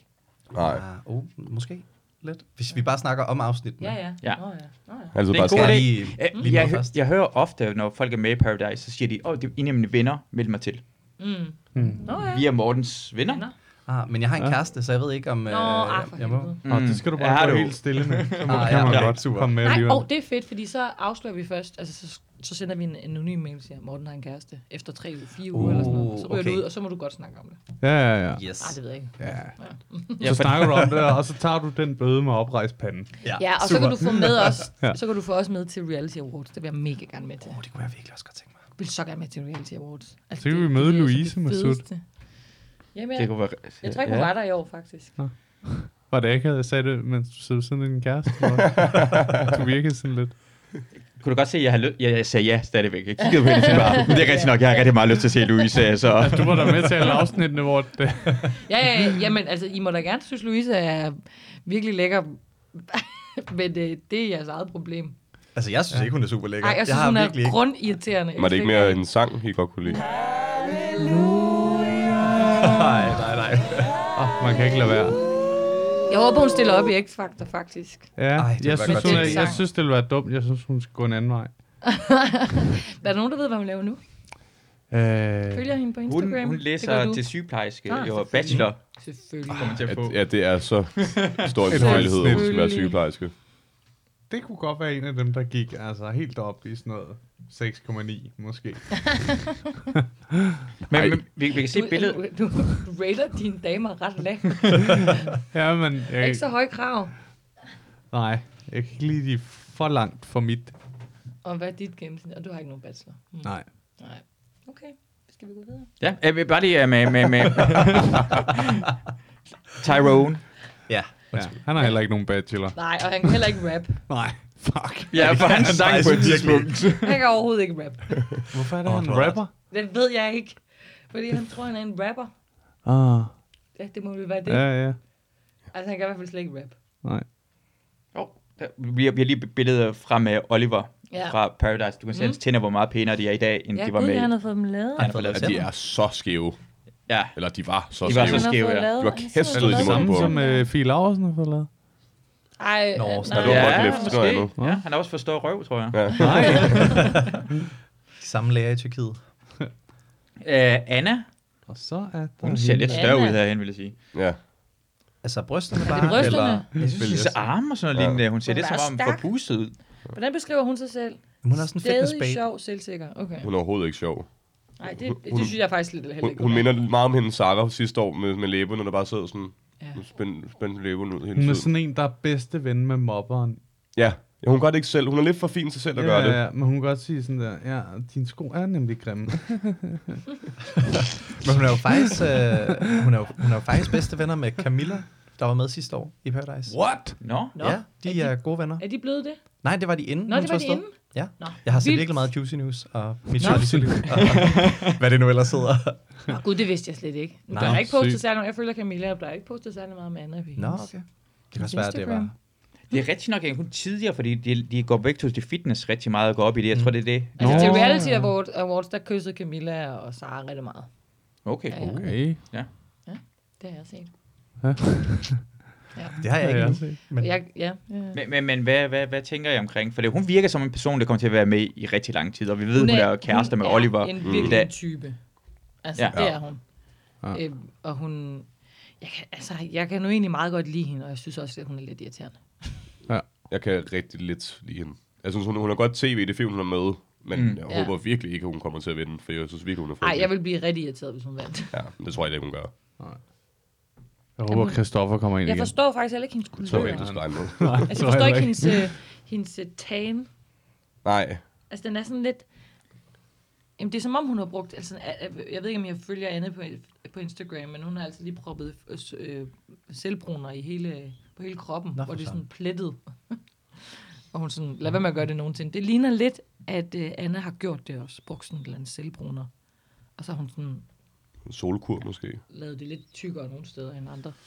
D: Nej.
C: Måske lidt. Hvis vi bare snakker om afsnittene.
F: Ja.
D: Altså
B: Det er
D: bare
B: en god idé. Jeg hører ofte, når folk er med i Paradise, så siger de, det er en af mine venner, meld mig til. Vi er Mortens venner.
C: Men jeg har en kæreste, så jeg ved ikke, om jeg må.
E: Det skal du bare gå helt stille med. Så kan man godt komme med alligevel.
F: Det er fedt, fordi så afslører vi først, altså så sender vi en anonym mail, og siger, Morten har en kæreste, efter 3-4 uger eller sådan noget. Så ryger du ud, og så må du godt snakke om det.
E: Ja.
C: Yes.
F: Det ved jeg ikke.
E: Så snakker du om det, og så tager du den bøde med oprejst panden.
F: Ja, og så kan du få med os, så kan du få os med til Reality Awards. Det vil jeg mega gerne med til.
C: Det kunne jeg virkelig også godt tænke mig.
F: Jeg vil så gerne med til Reality Awards.
E: Altså, så kan vi møde Louise Masud.
F: Jamen,
B: Det kunne være,
F: jeg tror ikke, hun var der i år, faktisk.
E: Var det ikke, at jeg sagde det, mens du sidder sådan en kæreste? Du virkede sådan lidt.
B: Kunne du godt se, at jeg sagde ja stadigvæk. Jeg kiggede på hende og bare, men det er rigtigt nok, jeg har rigtig meget lyst til at se Louise. Så.
E: Altså, du var da med til alle afsnittene, hvor det...
F: Jamen, altså, I må da gerne synes, Louise er virkelig lækker. Men det er jeres eget problem.
C: Altså, jeg synes ikke, hun er super lækker.
F: Nej, jeg synes, hun er grundirriterende.
D: Var det ikke mere en sang, I godt kunne lide?
C: Nej.
E: Man kan ikke lade være.
F: Jeg håber, hun stiller op i X-Factor, faktisk.
E: Ja, jeg synes, det ville være dumt. Jeg synes, hun skal gå en anden vej.
F: Er der nogen, der ved, hvad hun laver nu? Følger hende på Instagram?
B: Hun læser til sygeplejerske, bachelor.
F: Selvfølgelig.
D: Ja, det er så stor en mulighed, at hun skal være sygeplejerske.
E: Det kunne godt være en af dem, der gik altså helt op i sådan noget 6,9 måske.
B: Men vi kan se billedet.
F: Du rater dine damer ret lavt.
E: Ja, men...
F: Ikke så høje krav.
E: Nej, jeg kan ikke lide de for langt for mit.
F: Og hvad er dit gennemsnit? Og du har ikke nogen bachelor?
E: Nej.
F: Okay, skal vi gå videre?
B: Ja, jeg vil bare lige med Tyrone.
C: Ja.
E: Han har heller ikke nogen bachelor.
F: Nej, og han kan heller ikke rap.
E: Nej, fuck.
B: Ja, for han sang på et tidspunkt.
F: Han kan overhovedet ikke rap.
E: Hvorfor er det, han rapper?
F: Det ved jeg ikke. Fordi han tror, han er en rapper. Ja, det må jo være det.
E: Ja.
F: Altså, han kan i hvert fald slet ikke rap.
E: Nej.
B: Vi har lige billedet fra med Oliver fra Paradise. Du kan se hans tænder, hvor meget pænere de er i dag, end de var med.
F: Han har fået dem lavet.
D: De er så skæve.
B: Ja.
D: Eller de var så
B: skæve.
D: De var kæstret i munden på ham.
E: Som Fie Laursen har fået lavet.
F: Ej,
B: Ja, han har også fået større røv, tror jeg.
D: Ja.
C: De samme lærer i Tyrkiet.
B: Anna.
E: Og så er
B: hun ser lidt større ud herhen, vil jeg sige.
D: Ja.
C: Altså brysterne bare?
F: Er det brysterne?
C: Eller?
B: Jeg synes, hendes arme og sådan noget lignende. Hun ser lidt som om forpustet ud.
F: Hvordan beskriver hun sig selv?
C: Hun er sådan en fitnessbabe.
F: Sjov, selvsikker. Okay.
D: Hun er overhovedet ikke sjov.
F: Nej, det synes jeg faktisk lidt heller ikke.
D: Hun minder meget om hende Sarah sidste år med læberne, der bare sad sådan... Spændt læberne ud hele tiden.
E: Hun er sådan en, der er bedste ven med mobberen.
D: Ja, hun gør det ikke selv. Hun er lidt for fin til selv at gøre det.
E: Ja, men hun kan godt sige sådan der, ja, dine sko er nemlig grimme.
C: Men hun er jo faktisk, hun er jo faktisk bedste venner med Camilla, der var med sidste år i Paradise.
E: What?
B: Nå?
C: Ja, de er gode venner.
F: Er de blevet det?
C: Nej, det var de inden.
F: Nå, det var de inden?
C: Ja.
F: Nå.
C: Jeg har set virkelig meget Juicy News og mit liv. Hvad det nu ellers hedder.
F: Gud, det vidste jeg slet ikke. Der er ikke postet særlig meget. Jeg føler Camilla, der er ikke postet særlig meget med Anna.
C: Nå, okay. Det kan også være, det var...
B: Det er rigtig nok, at hun tidligere, fordi de går væk til fitness rigtig meget og går op i det. Jeg tror, det er det.
F: Altså til Reality Awards, der kyssede Camilla og Sara rigtig meget.
B: Okay.
F: Ja, det har jeg set.
C: Ja. Det har jeg ikke set.
B: Men hvad tænker jeg omkring? For hun virker som en person, der kommer til at være med i rigtig lang tid, og vi ved, hun er kærester med Oliver.
F: Hun er en virkelig type. Altså, det er hun. Og hun... Jeg kan nu egentlig meget godt lide hende, og jeg synes også, at hun er lidt irriterende.
D: Ja. Jeg kan rigtig lidt lide hende. Jeg synes, hun har godt tv i det film, hun er med, men jeg håber virkelig ikke, at hun kommer til at vinde, for jeg synes virkelig, hun er frygtelig.
F: Nej, jeg vil blive rigtig irriteret, hvis hun vandt.
D: Ja, det tror jeg ikke, hun gør.
E: Nej. Jeg håber, Christoffer kommer ind igen.
F: Jeg forstår faktisk heller ikke hendes kulør.
D: Jeg
F: forstår ikke hendes tan.
D: Nej.
F: Altså, den er sådan lidt... Jamen, det er som om, hun har brugt... Altså, jeg ved ikke, om jeg følger Anne på Instagram, men hun har altså lige proppet selvbruner på hele kroppen, hvor det er sådan plettet. Og hun sådan, lad være med at gøre det nogensinde. Det ligner lidt, at Anne har gjort det også. Brugt sådan en eller anden selvbruner. Og så har hun sådan...
D: Solkur måske.
F: Lavet det lidt tykkere nogle steder end andre.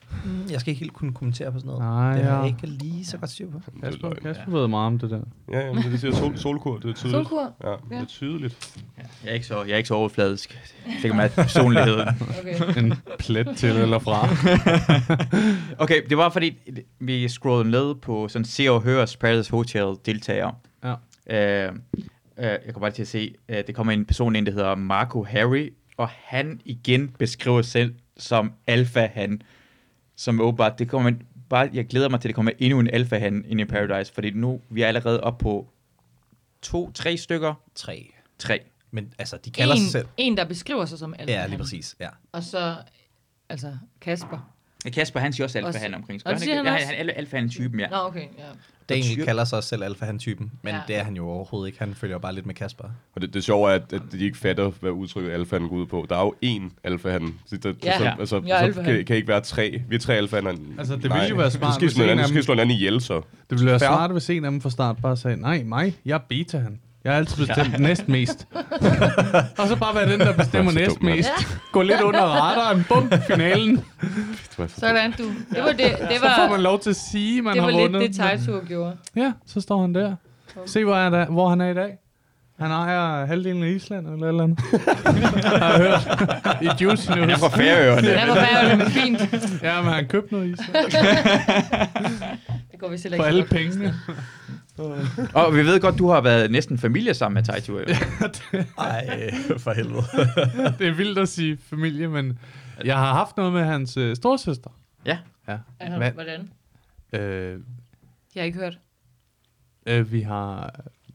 C: Jeg skal ikke helt kunne kommentere på sådan noget.
E: Nej,
C: det har jeg ikke lige så godt styr på.
E: Kasper ved meget om det der.
D: Ja, men det siger solkur, det er tydeligt.
F: Solkur?
D: Ja, det er tydeligt.
B: Ja, jeg er ikke så overfladisk. Det kan man personligheden.
F: Okay.
E: En plet til eller fra.
B: Okay, det var fordi, vi scrollede ned på sådan Se og Høres Paradise Hotel deltagere.
E: Ja.
B: Jeg kan bare til at se, det kommer en person ind, der hedder Marco Harry, og han igen beskriver selv som alfa-han, som åbenbart, det kommer bare, jeg glæder mig til, at det kommer endnu en alfa-han ind i Paradise, fordi nu vi er allerede oppe på 2-3 stykker. 3.
C: Men altså, de kalder sig selv.
F: En, der beskriver sig som alfa.
C: Ja, lige præcis. Ja.
F: Og så, altså, Kasper.
B: Kasper, han siger også alfa-han omkring.
F: Og siger han også?
B: Han er alfa-han-typen, ja.
F: Nå, okay, ja.
C: Daniel kalder sig også selv alfa-han-typen, men
F: Ja.
C: det er han jo overhovedet ikke. Han følger bare lidt med Kasper.
D: Og det sjove er, at de ikke fatter, hvad udtrykket alfahan går ud på. Der er jo én alfahan. Altså,
F: jeg er
D: så kan ikke være 3. Vi er 3 alfahaner.
E: Altså, det ville jo være smart,
D: hvis en anden slå en anden ihjel, så.
E: Det ville være smart, hvis en af dem fra start bare sagde, nej, mig, jeg er beta-han. Jeg har altid bestemt næstmest. Og så bare være den, der bestemmer næstmest. Gå lidt under radaren. Bum, finalen.
F: Sådan, du. Det var det. Det
E: Så får
F: var,
E: man lov til at sige, man
F: det
E: har
F: var
E: vundet.
F: lidt det, Tejtur gjorde.
E: Ja, så står han der. Se, hvor han er i dag. Han ejer halvdelen af Island, eller et eller andet. Har jeg hørt. I Juicy News.
B: Han er fra Færøerne.
F: Han var færdig med fint.
E: Ja, men han købte noget Island.
F: Det går vi selv
E: For
F: ikke.
E: alle pengene.
B: Og vi ved godt, du har været næsten familie sammen med Tejtur.
C: Ej, for helvede.
E: Det er vildt at sige familie, men jeg har haft noget med hans storsøster.
B: Ja.
E: Ja.
F: Altså, hvordan?
E: Øh,
F: Jeg har ikke hørt.
E: vi har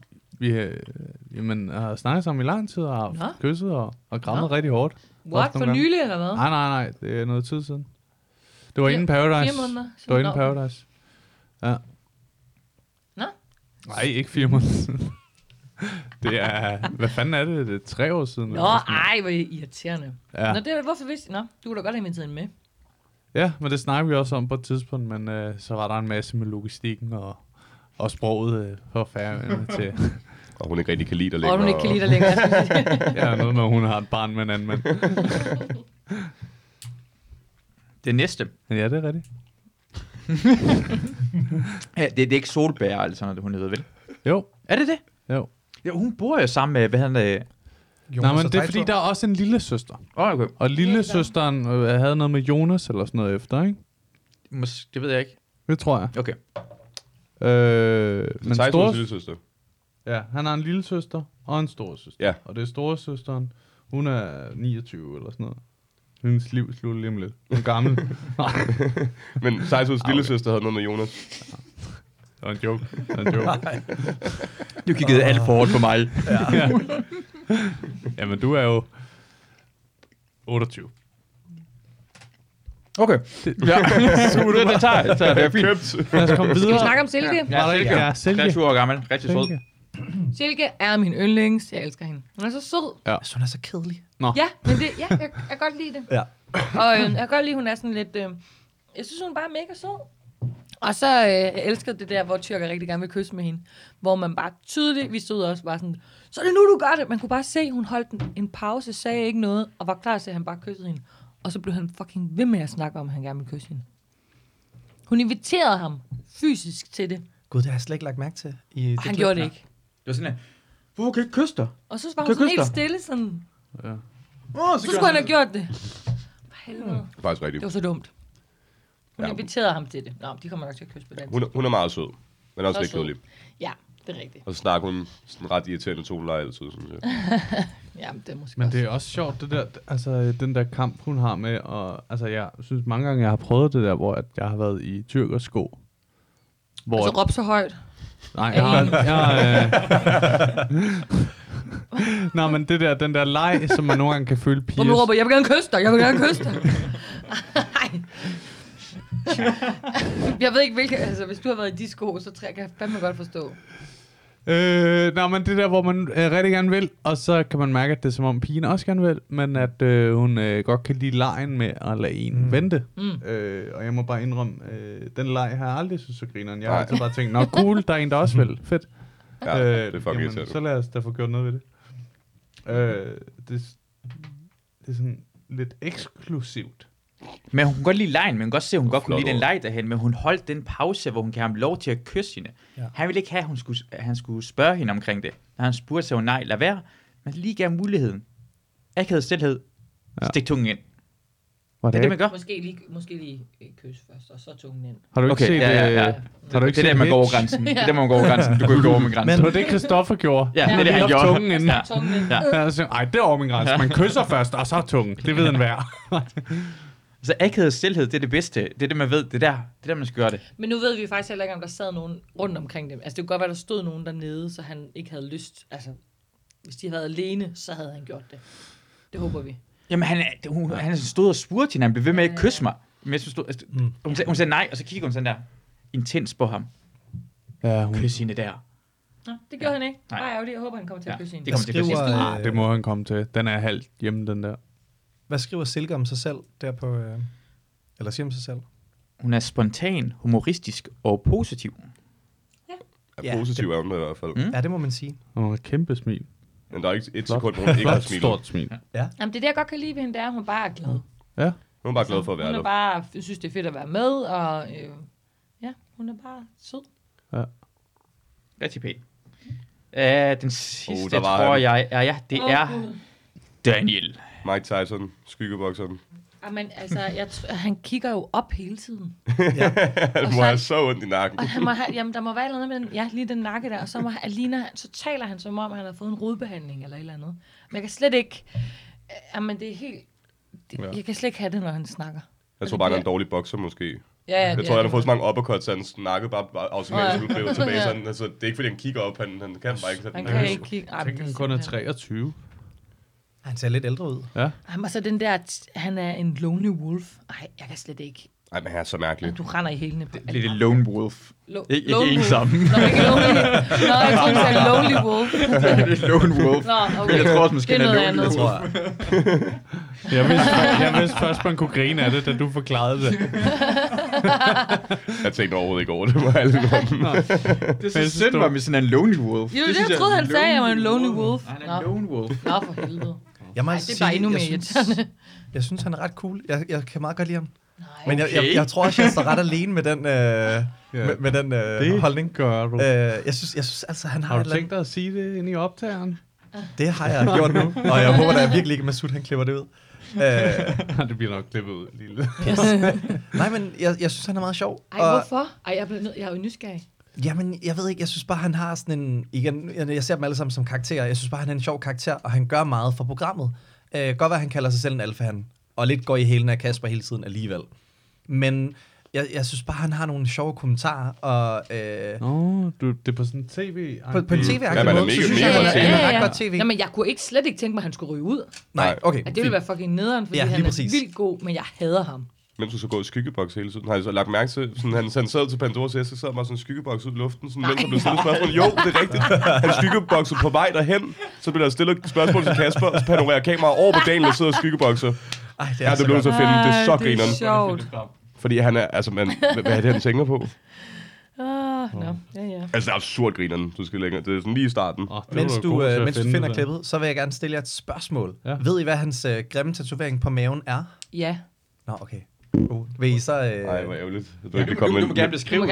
E: har snakket sammen i lang tid og
F: Nå.
E: haft kysset og krammet rigtig hårdt.
F: What?
E: Også
F: For
E: nogle
F: nylig, eller hvad?
E: Nej, det er noget tid siden. Det var inden Paradise.
F: 4 måneder?
E: Det var inden Paradise. Ja.
F: Nå?
E: Nej, ikke 4 måneder siden. Det er, hvad fanden er det? Det er 3 år siden.
F: Nå,
E: eller sådan noget.
F: ej, hvor irriterende.
E: Ja.
F: Nå, det er, hvorfor vidste Nå, du kunne da godt have inviteret hende med.
E: Ja, men det snakker vi også om på et tidspunkt, men så var der en masse med logistikken og sproget for Færøerne til.
D: Og hun ikke rigtig kan lide dig
F: Og
D: længere.
F: hun ikke kan lide dig længere.
E: Ja, noget med, at hun har et barn med en anden mand.
B: Det næste.
E: Ja, det er rigtigt.
B: Ja, det er ikke Solbær, altså, når hun hedder, vel?
E: Jo.
B: Er det det?
E: Jo.
B: Ja, hun bor jo sammen med, hvad han
E: Nej, men det er fordi, der er også en lille søster.
B: okay.
E: Og lillesøsteren havde noget med Jonas eller sådan noget efter, ikke?
B: Det ved jeg ikke.
E: Det tror jeg.
B: Okay.
E: Men
D: Tejturs lille søster.
E: Ja, han har en lille søster og en stor søster.
D: Ja.
E: Og det er storesøsteren. Hun er 29 eller sådan noget. Hendes liv slutter lige om lidt. Hun er gammel.
D: Men Tejturs lille søster havde noget med Jonas.
E: Det var en joke. Det var en joke.
B: Du kiggede alt for hårdt på mig.
E: Ja. Jamen, du er jo 28.
B: Okay. Ja. det tager det er fint.
E: Lad os komme videre.
F: Skal vi snakke om Silke?
B: Ja, Silke.
E: Ja, Silke.
B: 23 år gammel. Rigtig sød.
E: Silke.
F: Silke er min yndlings. Jeg elsker hende. Hun er så sød.
C: Jeg synes, hun er så kedelig.
F: Ja, men det, jeg kan godt lide det.
C: Ja.
F: Og jeg kan godt lide, hun er sådan lidt... jeg synes, hun er bare mega sød. Og så jeg elsker det der, hvor tyrker rigtig gerne vil kysse med hende. Hvor man bare tydeligt, vi stod også bare sådan, så er det nu, du gør det. Man kunne bare se, hun holdt en pause, sagde ikke noget, og var klar til, at han bare kyssede hende. Og så blev han fucking ved med at snakke om, at han gerne ville kysse hende. Hun inviterede ham fysisk til det,
C: Gud, det har jeg slet ikke lagt mærke til.
F: og han gjorde det ikke.
B: Det var sådan her, hvorfor kan jeg ikke kysse dig?
F: Og så var hun sådan helt stille, sådan,
E: Ja.
F: så skulle han have gjort det. For helvede.
D: Faktisk rigtigt.
F: Det var så dumt. Hun
D: Ja.
F: inviterede ham til det. Nå, de kommer nok til at kysse på den.
D: Hun er meget sød, men også
F: Så
D: lidt
F: sød.
D: kedelig.
F: Ja, det er rigtigt.
D: Og så snakker hun sådan ret irriterende toneleje altid, synes jeg.
F: Ja, det er måske
E: Men
F: også.
E: det er også sjovt, det der, altså den der kamp, hun har med, og altså jeg synes mange gange, jeg har prøvet det der, hvor at jeg har været i tyrkers sko. Hvor
F: Altså råb så højt.
E: nej, Nå, men det der, den der leg, som man nogle gange kan føle
F: Hvor man råber, jeg vil gerne kysse dig, jeg vil gerne kysse dig. Ej. Jeg ved ikke, hvilke... Altså, hvis du har været i de sko, så kan jeg fandme godt forstå.
E: Nå, men det der, hvor man rigtig gerne vil, og så kan man mærke, at det er som om pigen også gerne vil, men at hun godt kan lide lejen med at lade en vente. Og jeg må bare indrømme, den leg har jeg aldrig synes så grineren. Jeg har altid bare tænkt, nå cool, der er en, der også vil. Fedt.
D: Ja, det er fucking
E: jamen,
D: irriterende.
E: så lad os da få gjort noget ved det. Det er sådan lidt eksklusivt.
B: Men hun kunne godt lide lejen, men hun kan godt se, at hun godt kunne lide den leg derhen, men hun holdt den pause, hvor hun kan have lov til at kysse hende. Ja. Han ville ikke have, at han skulle spørge hende omkring det. Når han spurgte, så hun nej, lad være. Men lige gav muligheden. Akavet stilhed. Stik tungen ind.
E: Det
B: er det, man gør.
F: Måske lige kys først, og så tungen ind.
E: Har du ikke set det?
B: Ja. Har du ikke set det, man går over grænsen. Det er det, man går over grænsen. Du kan ikke gå over min grænse.
E: Men det Christoffer gjorde.
B: Ja, det er det, han gjorde.
E: Tungen ind.
F: Ja.
E: Ej, det er over min grænse. Man kysser først, og så tungen. Det ved en hver.
B: Så akavet stilhed, det er det bedste. Det er det, man ved. Det er der, man skal gøre det.
F: Men nu ved vi faktisk heller ikke, om der sad nogen rundt omkring dem. Altså, det kunne godt være, der stod nogen dernede, så han ikke havde lyst. Altså, hvis de havde været alene, så havde han gjort det. Det håber vi.
B: Jamen, han stod og spurgte hende, han blev ved med at kysse mig. Men hun sagde nej, og så kiggede hun sådan der intens på ham.
E: Ja,
B: Kysse hende der.
F: Nå, det gjorde han ikke. Bare ærgerligt. Jeg håber, han kommer til at kysse hende.
B: Det kommer til at kysse.
E: Det må han komme til. Den er halvt hjemme, den der.
C: Hvad skriver Silke om sig selv der på... Eller siger om sig selv?
B: Hun er spontan, humoristisk og positiv.
D: Ja, positiv er hun i hvert fald.
C: Ja, det må man sige.
E: Hun har et kæmpe smil.
D: Men der er ikke et sekund, hvor hun ikke har smilet.
E: Stort smil.
C: Ja.
F: Jamen, det er det, jeg godt kan lide ved hende, det er, at hun bare er glad.
E: Ja.
D: Hun er bare glad for at være der.
F: Hun er bare, synes, det er fedt at være med, og hun er bare sød.
E: Ja.
B: Rigtig pænt. Den sidste, tror jeg, det er Daniel.
D: Mike Tyson, skyggebokseren.
F: Jamen, altså, han kigger jo op hele tiden.
D: Han må have så ondt i nakken.
F: Og han må der må være noget med lige den nakke der, og så taler han som om, han har fået en rodbehandling eller et eller andet. Men jeg kan slet ikke... Jamen, det er helt... Jeg kan slet ikke have det, når han snakker.
D: Jeg tror bare, han er en dårlig bokser, måske.
F: Ja,
D: jeg tror, han har fået så mange uppercuts, at hans nakke bare automatisk blev tilbage. Sådan, altså, det er ikke, fordi han kigger op. Han kan bare ikke.
F: Han kan ikke kigge.
E: Jeg tænker, han kun er 23.
C: Han ser lidt ældre ud.
E: Ja.
F: Jamen, så den der, han er en lonely wolf. Ej, jeg kan slet ikke.
D: Ej, men han er så mærkelig.
F: Du render i hælene på.
B: Det er lone wolf. Ikke en sammen.
F: Nå, ikke lonely. Nå, jeg tror, du sagde lonely wolf.
B: Det er lone wolf.
F: Nå, okay.
B: Jeg tror også, måske,
F: det er noget andet.
E: Jeg vidste først, man kunne grine af det, da du forklarede det.
D: Jeg tænkte overhovedet ikke over det. Det
B: er så synd, var med sådan en lonely wolf.
F: Jo, det troede han sagde, at jeg var en lonely wolf.
B: Han er en lone wolf.
F: Nå, for helvede.
C: Jeg må
F: det er bare endnu mere irriterende.
C: Jeg synes, han er ret cool. Jeg kan meget godt lide ham.
F: Nej.
C: Men jeg tror også, jeg står ret alene med den, med den holdning.
E: Gør du.
C: Jeg synes altså, han har...
E: Har du tænkt dig at sige det inde i optageren?
C: Det har jeg gjort nu, og jeg håber da virkelig ikke, at Masud han klipper det ud.
E: Det bliver nok klippet ud, lille.
C: Nej, men jeg synes, han er meget sjov.
F: Ej, hvorfor? Ej, jeg er jo nysgerrig.
C: Jamen, jeg ved ikke, jeg synes bare, han har sådan en... Igen, jeg ser dem alle sammen som karakterer. Jeg synes bare, han er en sjov karakter, og han gør meget for programmet. Godt være, han kalder sig selv en alfahan, og lidt går i hælene af Kasper hele tiden alligevel. Men jeg synes bare, han har nogle sjove kommentarer, og...
E: det er på sådan en tv...
C: På en tv-agtig
D: måde, så synes jeg,
C: han er ret godt tv.
F: Jamen, jeg kunne slet ikke tænke mig, at han skulle ryge ud.
C: Nej, okay.
F: At det ville være fucking nederen, fordi han er vildt god, men jeg hader ham.
D: Mens du så går i skyggeboks hele tiden, har jeg så lagt mærke til, sådan, han sad til Pandoras æske, så sad bare sådan en skyggeboks ud i luften, sådan, mens der blev stillet spørgsmål. Jo, det er rigtigt. Han skyggebokser på vej derhen, så bliver der stillet spørgsmål til Kasper, og så panorerer kameraet over på Daniel, og sidder og skyggebokser. Det blev så fedt. Det er så grineren.
F: Det er sjovt.
D: Fordi han er, altså, hvad er det, han tænker på?
F: Ja.
D: Altså, det er absurd grineren, du skal længere. Det er sådan lige i starten.
C: Mens du finder klippet, så vil jeg gerne stille jer et spørgsmål. Ja. Ved I, hvad hans grimme tatovering på maven er?
F: Ja.
C: Nå, okay. Vil I så...
D: Nej, hvor ærgerligt.
B: Du må gerne beskrive,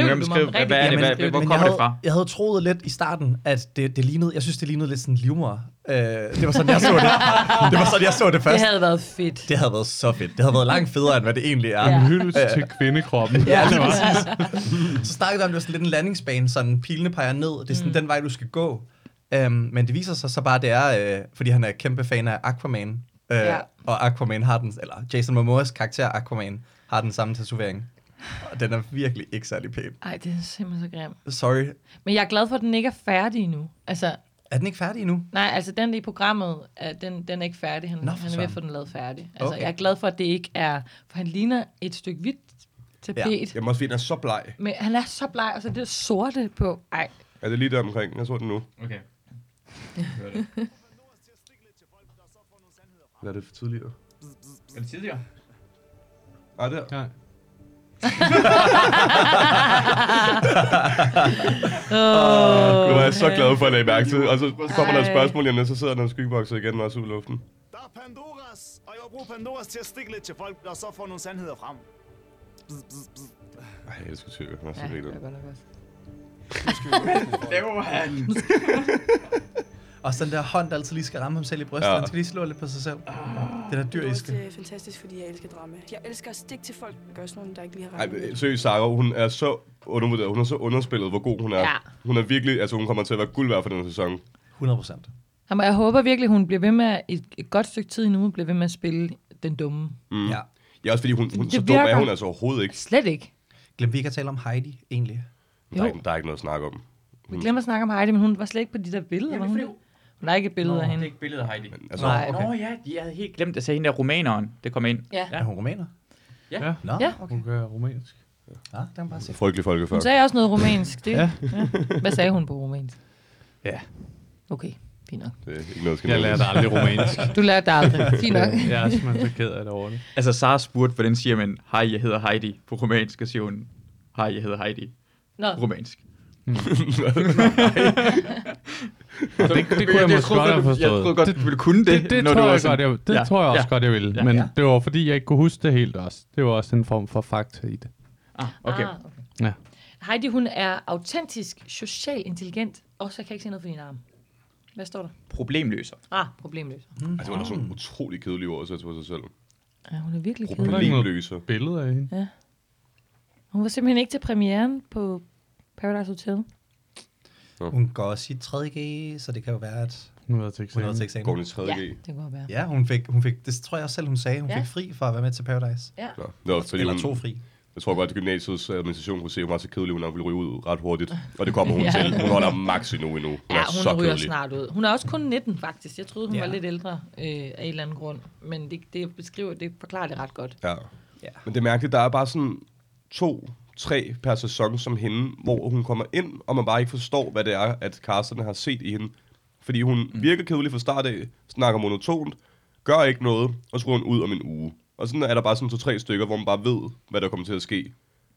B: hvor kommer det fra?
C: Jeg havde troet lidt i starten, at det lignede... Jeg synes, det lignede lidt sådan livmor. Det var sådan, jeg så det. Det var sådan, jeg så det først.
F: Det havde været fedt.
C: Det havde været så fedt. Det havde været langt federe, end hvad det egentlig er.
E: En hyldest til kvindekroppen.
C: Ja, det var. Så snakkede vi om, det var sådan lidt en landingsbane, sådan pilene peger ned. Det er sådan den vej, du skal gå. Men det viser sig så bare, det er, fordi han er kæmpe fan af Aquaman. Og Aquaman har den, eller Jason Momoas karakter Aquaman har den samme tatovering. Og den er virkelig ikke særlig pæn.
F: Ej, det er simpelthen så grim.
C: Sorry.
F: Men jeg er glad for, at den ikke er færdig endnu. Altså,
C: er den ikke færdig endnu?
F: Nej, altså den i programmet, den er ikke færdig. Han er ved at få den lavet færdig. Altså, okay. Jeg er glad for, at det ikke er... For han ligner et stykke hvidt tapet.
D: Ja. Jeg må også finde, han er så bleg.
F: Men han er så bleg, og så det sorte på... Ej.
D: Er det lige der omkring? Jeg så det nu.
B: Okay.
D: Hvad er det for tidligere?
B: Er det tidligere?
D: Nej, der.
E: Nej.
D: Nu er jeg så glad for at lade mærke til. Og så kommer der et spørgsmål, og så sidder der en skyggebokser igen også ud i luften.
G: Pandoras, og jeg vil bruge Pandoras til at stikke lidt til folk, og så få nogle sandheder frem.
D: Ej, jeg elsker tyrker.
F: Ja, det er godt nok også.
B: Det var han.
C: Også den der hånd, der altid lige skal ramme ham selv i brystet. Han skal lige slå lidt på sig selv. Det der dyriske.
H: Det er fantastisk, fordi jeg elsker drama. Jeg elsker at stikke til folk, der gør sådan noget, der ikke lige har ret.
D: Ej, seriøst, Sarah, hun er så undervurderet. Hun er så underspillet, hvor god hun er.
F: Ja.
D: Hun er virkelig, altså hun kommer til at være guld værd for den sæson.
C: 100%.
F: Jamen, jeg håber virkelig, hun bliver ved med et godt stykke tid endnu, bliver ved med at spille den dumme.
D: Mm.
C: Ja.
D: Ja, også fordi hun så dum
F: virker.
D: er hun altså overhovedet ikke.
F: Slet ikke.
C: Glemte vi ikke at tale om Heidi, egentlig?
D: Der er ikke noget at snakke om.
F: Vi glemmer at snakke om Heidi, men hun var slet ikke på de der billeder.
B: Jamen,
F: Hun har ikke et billede af
B: Det
F: hende.
B: er ikke billedet af Heidi.
D: Altså,
F: Nej.
C: Okay.
B: Nå ja, jeg havde helt glemt at se hende der romaneren, det kom ind.
F: Ja.
C: Er hun rumæner?
B: Ja.
C: Nå,
F: Ja.
C: okay.
E: Hun gør rumænsk.
C: Ja, det kan man bare se.
D: frygtelig folkefærd.
F: Hun sagde også noget rumænsk. Det.
E: Ja.
F: Ja. Hvad sagde hun på rumænsk?
E: Ja.
F: Okay, fint nok.
D: Det er ikke noget, skal
E: Jeg lærte aldrig rumænsk.
F: Du lærte det aldrig. Fint nok.
E: Jeg er simpelthen så ked af det over det.
B: Altså, Sara spurgte, hvordan siger man, hej, jeg hedder Heidi på romansk, og siger hun, hej, jeg hedder Heidi
F: Nå,
B: på romansk.
E: Det kunne jeg måske godt have forstået.
B: Jeg troede godt, du ville kunne det.
E: Det
B: når
E: tror
B: du var
E: jeg
B: sådan-
E: godt, det tror jeg også godt, jeg ville.
B: Ja.
E: Men
B: Ja.
E: det var fordi, jeg ikke kunne huske det helt også. Det var også en form for fakta i det.
B: Okay.
E: Ja.
F: Heidi, hun er autentisk, social intelligent, og så kan jeg ikke se noget for din arm. Hvad står der?
B: Problemløser.
F: Problemløs.
D: Altså, hun er sådan utrolig kedelig ord at sætte på sig selv.
F: Ja, hun er virkelig kedelig.
D: Problemløser.
E: Billeder af hende.
F: Hun var simpelthen ikke til premieren på Paradise Hotel.
C: Hun går også i 3.G, så det kan jo være, at
E: Nu er jeg til
C: hun har
E: eksamen.
C: til eksamen.
D: Går hun i 3.G?
F: Ja, det kan godt være.
C: Ja, hun fik, det tror jeg også selv, hun sagde. Hun fik fri for at være med til Paradise.
F: Ja.
D: Nå, det var fordi
C: Eller
D: hun,
C: 2 fri.
D: jeg tror godt, at gymnasiets administration kunne se, at hun var så kedelig, hun nok ville ryge ud ret hurtigt. Og det kommer hun
F: Ja.
D: til. Hun holder max endnu. Hun
F: Ja,
D: er så
F: hun ryger
D: kedelig.
F: snart ud. Hun er også kun 19, faktisk. Jeg troede, hun
C: Ja.
F: var lidt ældre af en eller anden grund. Men det forklarer det ret godt.
D: Ja.
C: Ja.
D: Men det er mærkeligt, der er bare sådan 2-3 per sæson som hende, hvor hun kommer ind, og man bare ikke forstår, hvad det er, at casterne har set i hende. Fordi hun virker kedelig fra start af, snakker monotont, gør ikke noget, og så ryger hun ud om en uge. Og sådan er der bare sådan 2-3 stykker, hvor man bare ved, hvad der kommer til at ske.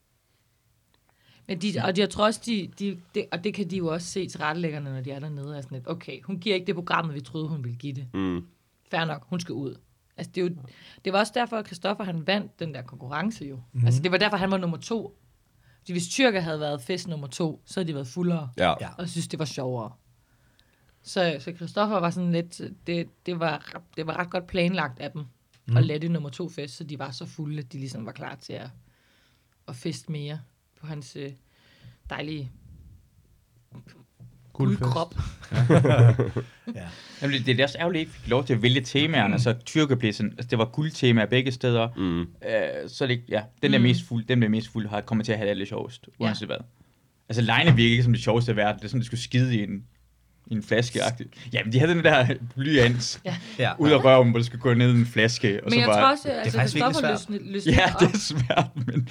F: Men jeg tror også, og det kan de jo også se til rettelæggerne, når de er dernede, er sådan lidt, okay, hun giver ikke det programmet, vi troede, hun ville give det.
D: Mm.
F: Fair nok, hun skal ud. Altså, det var også derfor, at Christoffer, han vandt den der konkurrence jo. Mm-hmm. Altså, det var derfor, han var nummer 2. Fordi hvis tyrker havde været fest nummer 2, så havde de været fuldere.
D: Ja.
C: Ja.
F: Og synes, det var sjovere. Så Christoffer var sådan lidt, det var ret godt planlagt af dem, at lade det nummer 2 fest, så de var så fulde, at de ligesom var klar til at feste mere på hans dejlige guldkrop.
C: Ja.
B: Jamen, det er også ærgerligt, ikke fik lov til at vælge temaerne, så tyrkerpladsen, altså det var guldtemaer begge steder. Så det, ja, den der mest fuld har kommer til at have det lidt sjovest, uanset hvad. Altså, Leine virker ikke som det sjoveste af verden. Det er sådan, det skulle skide i en flaske-agtigt. Jamen, de havde den der blyant ud af røven, hvor det skulle gå ned i en flaske. Og
F: Men
B: så
F: jeg
B: bare,
F: tror også, at
C: Det er faktisk virkelig svært.
F: løsne
B: ja, det er svært, men...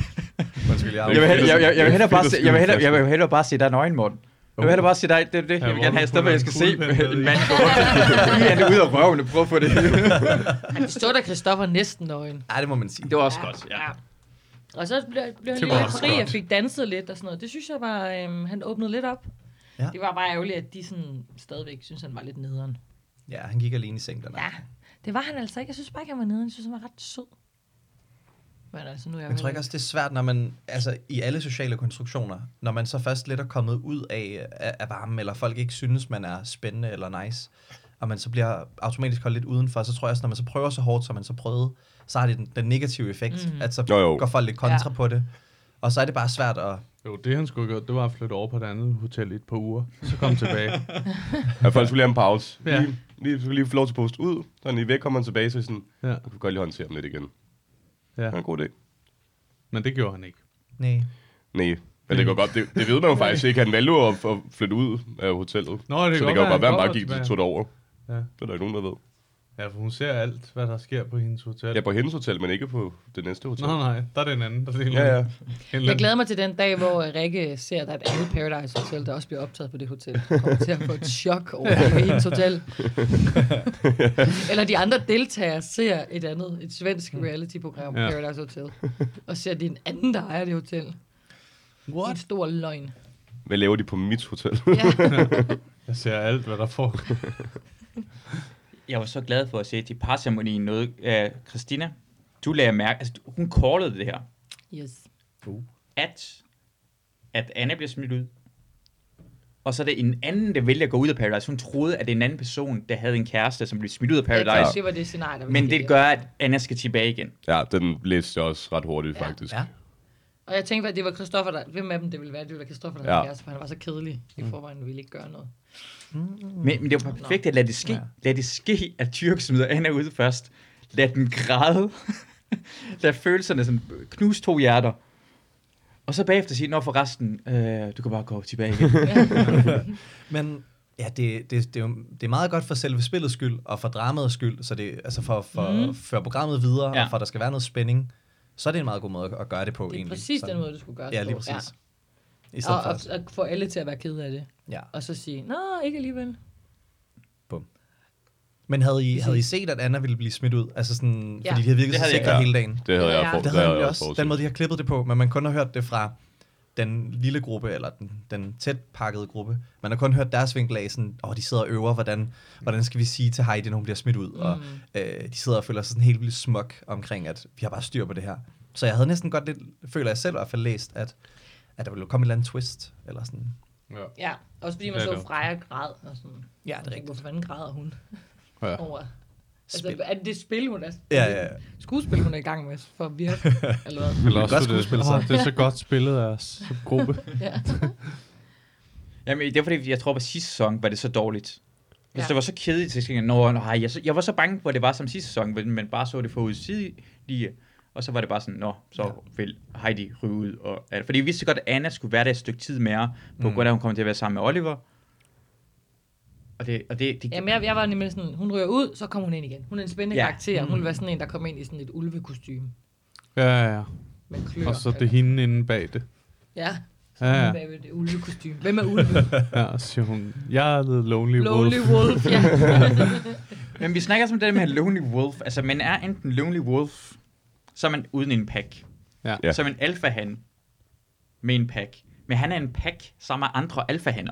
C: Jeg
B: Jeg vil hellere bare se dig nøgen, Morten. Jeg vil hellere bare se dig, det er det. Jeg vil gerne have et sted, hvor jeg skal se en mand gå rundt. Lige ud af røven og prøve at få det.
F: Han stod der Christoffer næsten nøgen.
C: Ja, det må man sige.
B: Det var også godt, ja.
F: Og så blev han lige lidt fri og fik danset lidt og sådan noget. Det synes jeg var, han åbnede lidt op.
C: Ja.
F: Det var bare ærgerligt, at de sådan stadigvæk synes han var lidt nederen.
C: Ja, han gik alene i seng dernede.
F: Ja, det var han altså ikke. Jeg synes bare ikke, han var nederen. Jeg synes, han var ret sød. Men altså, nu er
C: Jeg tror ikke også, det er svært, når man, altså i alle sociale konstruktioner, når man så først lidt er kommet ud af varmen, eller folk ikke synes, man er spændende eller nice, og man så bliver automatisk holdt lidt udenfor, så tror jeg også, når man så prøver så hårdt, som man så prøvede, så har det den negative effekt, at så går folk lidt kontra på det. Og så er det bare svært at...
E: Jo, det han skulle gøre, det var at flytte over på et andet hotel i et par uger, så kom tilbage.
D: Ja, folk skulle lige have en pause.
E: Ja.
D: Lige få lov til at poste ud, så når I væk kommer man tilbage, så sådan,
E: Ja.
D: jeg kunne godt lige håndtere dem lidt igen.
E: Ja.
D: Det er en god idé.
E: Men det gjorde han ikke.
C: Nej.
D: Nej, men det går godt. Det ved man jo faktisk ikke. Han valgte jo at flytte ud af hotellet.
E: Nå, det
D: så
E: kan
D: det kan jo godt være, han bare
E: han
D: gik
E: kommer
D: til det over.
E: Ja.
D: Det er der ikke nogen, der ved.
E: Ja, for hun ser alt, hvad der sker på hendes hotel.
D: Ja, på hendes hotel, men ikke på det næste hotel.
E: Nej, der er den anden. Der er
D: Ja, ja.
F: Jeg glæder mig til den dag, hvor Rikke ser, at der er et andet Paradise Hotel, der også bliver optaget på det hotel. Hun kommer til at få et chok over hendes hotel. Eller de andre deltagere ser et svensk reality-program på Paradise Hotel, og ser, at det er en anden, der ejer det hotel.
C: What?
F: En stor løgn.
D: Hvad laver de på mit hotel?
F: Ja.
E: Jeg ser alt, hvad der får.
B: Jeg var så glad for at se til parceremonien noget. Christina, du lagde mærke, altså hun callede det her.
F: Yes.
B: At Anna bliver smidt ud. Og så er det en anden, der vælger at gå ud af Paradise. Hun troede, at det er en anden person, der havde en kæreste, som blev smidt ud af Paradise.
F: Det var det scenarie,
B: men det gør, at Anna skal tilbage igen.
D: Ja, den læste jeg også ret hurtigt, faktisk.
F: Ja. Og jeg tænkte, at det var Christoffer, der... Hvem af dem det ville være? Det ville være Christoffer, der havde kæreste, for han var så kedelig i forvejen, ville ikke gøre noget.
B: Men det var perfekt at lade det ske. Lad det ske, at Tyrk smider Anna ud først. Lad den græde. Lad følelserne sådan knuse 2 hjerter. Og så bagefter sige, når for resten, du kan bare gå tilbage igen.
C: Men ja, det er meget godt for selve spillets skyld, og for dramaets skyld, så det altså for at føre programmet videre, og for at der skal være noget spænding, så er det en meget god måde at gøre det på.
F: Det er præcis den måde, du skulle gøre det på.
C: Ja, lige præcis.
F: Ja. Og at få alle til at være ked af det.
C: Ja.
F: Og så sige, nå, ikke alligevel.
C: Bum. Men havde I set, at Anna ville blive smidt ud? Altså sådan, fordi de havde virket så sikre hele dagen.
D: Det havde jeg
C: Det havde jeg også. Den måde, de har klippet det på, men man kun har hørt det fra den lille gruppe, eller den tæt pakkede gruppe. Man har kun hørt deres vinkel af, sådan, de sidder og øver, hvordan skal vi sige til Heidi, når hun bliver smidt ud. Og de sidder og føler sig sådan helt vildt smuk omkring, at vi har bare styr på det her. Så jeg havde næsten godt lidt, føler jeg selv i hvert fald læst, at der ville komme et eller andet twist, eller sådan.
F: Ja, også fordi man så Freja græd, og sådan.
C: Ja, det er rigtigt.
F: Hvorfor fanden græder hun? Over...
C: Altså,
F: er det spil, hun er...
C: Ja.
F: Skuespil, hun er i gang med, for at virke, eller hvad?
E: Eller også det er så godt spillet af os som gruppe.
B: Jamen, det er fordi, jeg tror på sidste sæson var det så dårligt. Altså, det var så kedeligt til at jeg var så bange for, at det var som sidste sæson, men bare så det forudsigelige. Og så var det bare sådan, så vil Heidi ryge ud. Fordi vi vidste godt, at Anna skulle være der et stykke tid mere, på grund af, at hun kommer til at være sammen med Oliver.
F: Jamen, jeg var nemlig sådan, hun ryger ud, så kommer hun ind igen. Hun er en spændende karakter. Hun vil være sådan en, der kommer ind i sådan et ulvekostyme.
E: Ja.
F: Med klør.
E: Og så det hende inde bag det.
F: Ja. Ja. Bagved det ulvekostyme. Hvem er ulve?
E: Ja, siger hun. Jeg er the lonely wolf.
F: Lonely wolf, ja.
B: Men vi snakker om det med lonely wolf. Altså, man er enten lonely wolf, så er man uden en pack.
E: Ja.
B: Så er man alfahan med en pack. Men han er en pack sammen med andre alfahander.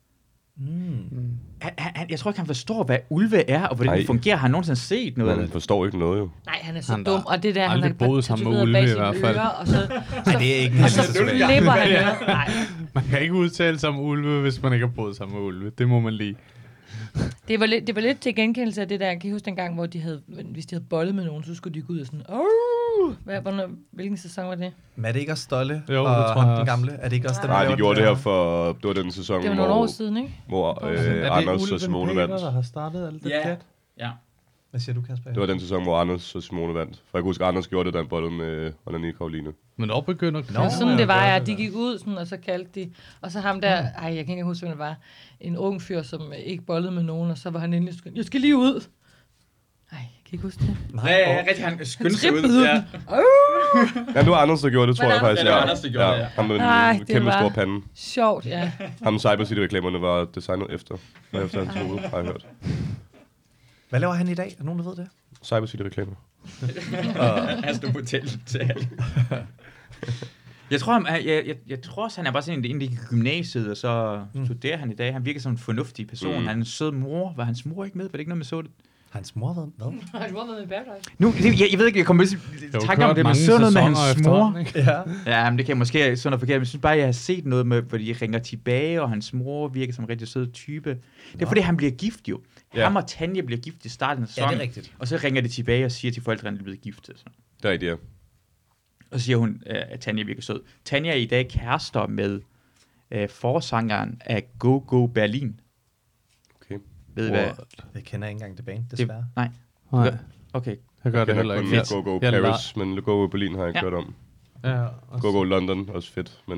B: Jeg tror ikke, han forstår, hvad ulve er, og hvordan det fungerer. Har han nogensinde set noget?
D: Han forstår ikke noget, jo.
F: Nej, han er så dum, og det der, han har
E: boet sammen med ulve i hvert fald.
F: Og så
C: det er ikke
F: og så slipper han. Nej.
E: Man kan ikke udtale sig om ulve, hvis man ikke har boet sammen med ulve. Det må man lige.
F: Det var lidt til genkendelse af det der. Kan I huske dengang, hvor hvis de havde bollet med nogen, så skulle de gå ud og sådan... hvilken sæson var det?
C: Men er det ikke også Stolle
E: jo,
C: og den gamle? Er det ikke også den,
D: Nej, de gjorde det her for... Det var den sæson,
F: det var nogle år siden, ikke?
D: Hvor Anders og Simone vandt.
E: Der har startet alt det pjat?
B: Ja.
C: Hvad siger du, Kasper?
D: Det var den sæson, hvor Anders og Simone vandt. For jeg kan huske, Anders gjorde det, da han bollede med Onani Karoline.
E: Men der begynder...
F: Sådan det var, at de gik ud, sådan, og så kaldte de... Og så ham der... jeg kan ikke huske, hvem det var. En ung fyr, som ikke bollede med nogen, og så var han endelig... Jeg skal lige ud! Jeg kan ikke huske det.
B: Nej, rigtig, han skyndte sig ud.
D: Ja, det var Anders, der gjorde det, tror jeg faktisk.
B: Ja, det var Anders, der gjorde det,
D: ham med en kæmpe stor pande.
F: Sjovt, ja.
D: Ham Cyber City-reklamerne var designet efter han tog ud, har jeg hørt.
C: Hvad laver han i dag? Er nogen, der ved det?
D: Cyber City-reklamer.
B: Han stod på til alt. Jeg tror også, han er bare sådan en, der gik i gymnasiet, og så studerer han i dag. Han virker som en fornuftig person. Han er en sød mor. Var hans mor ikke med? Var det ikke noget med så det?
C: Hans mor hvad?
F: Har hans mor været med i Paradise?
B: Nu, jeg ved ikke, jeg kommer til tanke om det, men så noget med hans mor. Ja, men det kan måske sådan noget forkert, men jeg synes bare, jeg har set noget med, hvor de ringer tilbage, og hans mor virker som en rigtig sød type. Det er fordi, han bliver gift jo. Ham og Tanja bliver gift i starten af sæsonen.
C: Ja, det er rigtigt.
B: Og så ringer de tilbage og siger til forældrene, at de er blevet gift. Så.
D: Det er rigtigt, ja.
B: Og så siger hun, at Tanja virker sød. Tanja er i dag kærester med forsangeren af Go Go Berlin.
D: Okay.
B: Ved hvad?
C: Jeg kender ikke engang det band, desværre.
B: Nej. Okay.
E: Jeg gør det heller ikke.
D: Go Go Paris, men Go Go Berlin har jeg ikke hørt om.
E: Ja,
D: Go Go London, også fedt, men...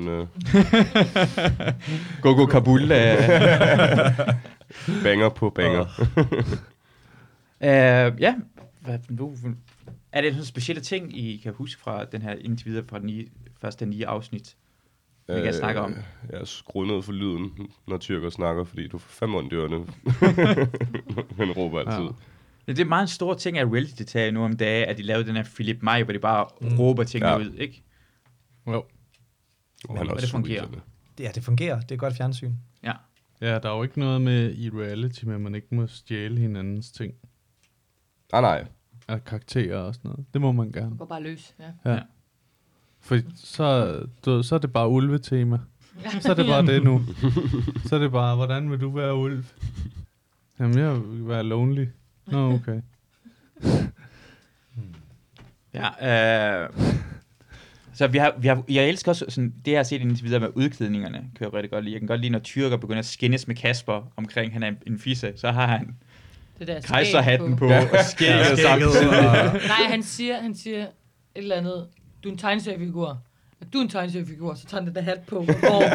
B: Go Go Kabul.
D: Banger på banger.
B: Ja. Er det en specielle ting, I kan huske fra den her indtil videre fra første 9 afsnit, vi kan snakke om?
D: Jeg skruer ned for lyden, når tyrker snakker, fordi du får fandme ondt i ørerne. Han råber altid.
B: Ja. Det er meget en stor ting af reality-deltagere nu om dagen, at de lavede den her Philip May, hvor de bare råber ting ud, ikke?
E: Jo.
D: Og
B: det fungerer.
C: Ja, det fungerer. Det er godt fjernsyn.
B: Ja.
E: Ja, der er jo ikke noget med i reality, men man ikke må stjæle hinandens ting.
D: Nej.
E: Af karakterer og sådan noget. Det må man gerne.
F: Du går bare løs, ja.
E: Ja. For så er det bare ulvetema. Så er det bare det nu. Så er det bare, hvordan vil du være ulv? Jamen, jeg vil være lonely. Nå, okay.
B: Ja, så jeg elsker også sådan, det jeg har set indtil videre med udklædningerne, kan jeg rigtig godt lide. Jeg kan godt lide, når tyrker begynder at skændes med Kasper omkring, han er en fisse, så har han kejserhatten på og skægget samtidig.
F: Nej, han siger et eller andet, du er en tegneseriefigur. Du er en tegneseriefigur, så tager han det der hat på.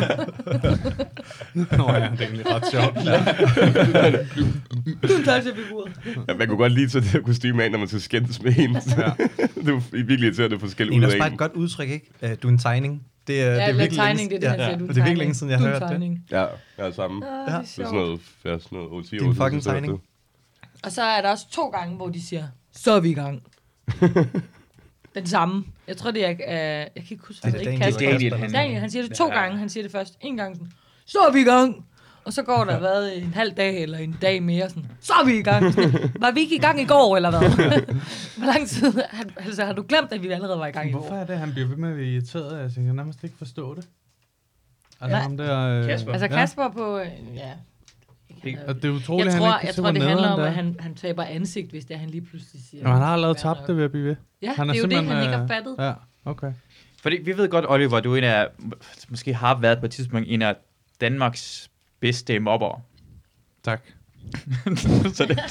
E: Nå ja, det er egentlig ret sjovt.
F: Du er en tegneseriefigur.
D: Ja, man kunne godt lide til det her kostyme af, når man skal skændes med en. Ja. Det er virkelig irriterende forskellige ud af en.
C: Det er bare et godt udtryk, ikke? Du er en tegning. Det er virkelig
F: tegning, det er det, han siger. Du er
C: det er virkelig længe siden, jeg har hørt det.
D: Ja, jeg er samme.
F: Det er
D: sådan noget 8-10 år.
C: Det er en fucking tegning.
F: Og så er der også 2 gange, hvor de siger, så er vi i gang. Den samme. Jeg tror, det er... jeg kan ikke huske, det er ikke Kasper. Daniel, han siger det 2 gange. Han siger det først 1 gang sådan, så er vi i gang. Og så går der været en halv dag eller en dag mere sådan, så er vi i gang. Var vi ikke i gang i går, eller hvad? Hvor lang tid? Altså, har du glemt, at vi allerede var i gang i går?
E: Hvorfor er det, han bliver ved med at være irriteret? Altså, jeg kan nærmest ikke forstå det. Altså, ham der...
B: Kasper.
F: Altså, Kasper på...
E: Og det er utroligt,
F: jeg tror, det handler om, at han taber ansigt, hvis det han lige pludselig siger.
E: Men han har allerede tabt det ved at blive ved.
F: Ja, han det er jo det, han ikke har fattet.
E: Ja, okay.
B: Fordi vi ved godt, Oliver, du er en af, måske har været på et tidspunkt en af Danmarks bedste mobber.
E: Tak.
B: Så det...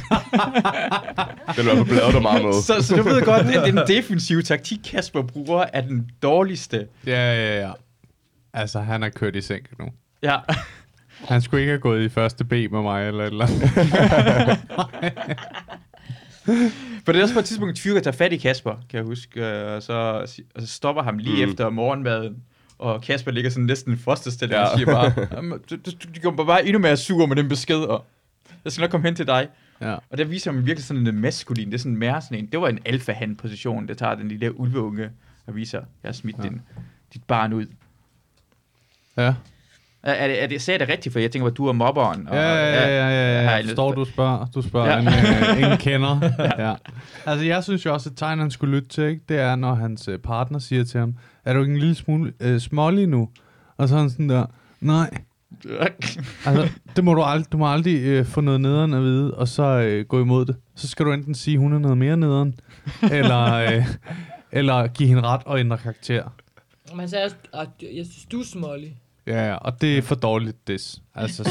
D: Den var bladet der meget noget.
B: Så du ved godt, at den defensive taktik, Kasper bruger, er den dårligste.
E: Ja. Altså, han har kørt i sænk nu.
B: Ja.
E: Han skulle ikke have gået i første B med mig, eller et eller andet.
B: For det er også på et tidspunkt, tyrker tager fat i Kasper, kan jeg huske, og så stopper ham lige efter morgenmaden, og Kasper ligger sådan næsten fosterstilling og siger bare, du kommer bare endnu mere sur med den besked, og jeg skal nok komme hen til dig.
E: Ja.
B: Og der viser man virkelig sådan en maskulin, det er sådan mere sådan en, det var en alfa-han-position, der tager den lille ulveunge og viser, jeg har smidt dit barn ud.
E: Ja.
B: Er det, sagde jeg det rigtigt, for jeg tænker, at du er mobberen? Og,
E: ja. Forstår, du spørger ingen kender. Ja. Altså, jeg synes jo også, at tegn, han skulle lytte til, ikke? Det er, når hans partner siger til ham, er du ikke en lille smule smålig nu? Og så er han sådan der, nej. Altså, det må du må aldrig få noget nederen at vide, og så gå imod det. Så skal du enten sige, hun er noget mere nederen, eller give hende ret og ændre karakter.
F: Man sagde også, at jeg synes, du er smålig.
E: Ja, og det er for dårligt, des. Altså,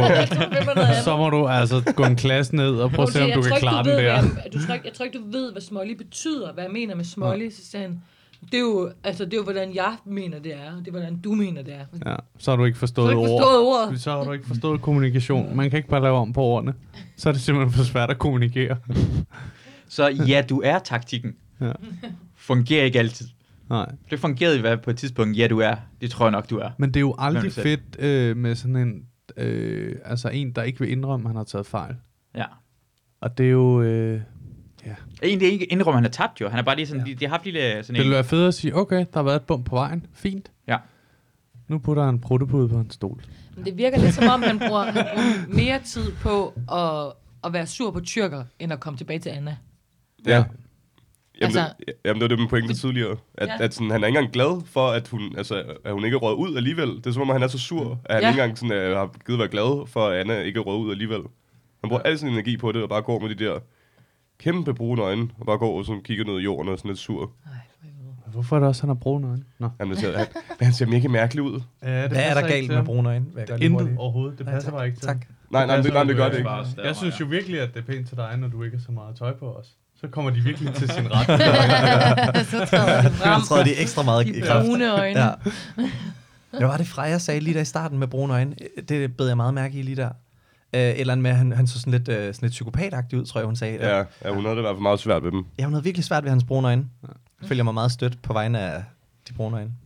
E: så må du altså gå en klasse ned og prøve at se, om du kan klare den der.
F: Jeg tror ikke, du ved, hvad smålig betyder, hvad jeg mener med smålig. Så sagde han, det er jo, hvordan jeg mener, det er. Det er, hvordan du mener, det er.
E: Ja, så har du ikke forstået ord. Så har du ikke forstået kommunikation. Man kan ikke bare lave om på ordene. Så er det simpelthen for svært at kommunikere.
B: Så ja, du er taktikken. Ja. Fungerer ikke altid.
E: Nej.
B: Det fungerede i hvert på et tidspunkt, ja du er. Det tror jeg nok, du er.
E: Men det er jo aldrig fedt med sådan en, altså en, der ikke vil indrømme, at han har taget fejl.
B: Ja.
E: Og det er jo,
B: Egentlig ikke indrømme, han har tabt jo. Han er bare lige sådan, de har haft lille sådan
E: det ville være fedt at sige, okay, der har været et bump på vejen. Fint.
B: Ja.
E: Nu putter han en pruttepude på en stol.
F: Men det virker lidt som om, han bruger mere tid på at være sur på tyrker, end at komme tilbage til Anna.
D: Ja. Jamen,
F: altså,
D: det var det med pointen tidligere. At sådan, han er ikke engang glad for, at hun ikke er røget ud alligevel. Det er som om, han er så sur, at han ikke engang sådan, har givet være glad for, at Anna ikke er røget ud alligevel. Han bruger al sin energi på det, og bare går med de der kæmpe brune øjne, og bare går og sådan, kigger ned i jorden og sådan lidt sur.
E: Hvorfor er det også, han har brune øjne? Nå.
D: Jamen, han ser mega mærkelig ud.
C: Ja, hvad er der galt med brune øjne?
E: Intet overhovedet. Det passer bare ikke til.
C: Tak.
D: Nej, det gør det ikke.
E: Jeg synes jo virkelig, at det er pænt til dig, når du ikke har så meget tøj på os. Så kommer de virkelig til sin ret.
F: Så træder
C: de ekstra meget i kraft.
F: De brune øjne. Ja.
C: Det var det Freja sagde lige der i starten med brune øjne. Det bed jeg meget mærke i lige der. Eller med, han så sådan lidt psykopatagtig ud, tror jeg, hun sagde.
D: Ja, hun havde det i hvert fald meget svært ved dem.
C: Ja, hun havde virkelig svært ved hans brune øjne. Jeg følger mig meget stødt på vegne af de brune øjne.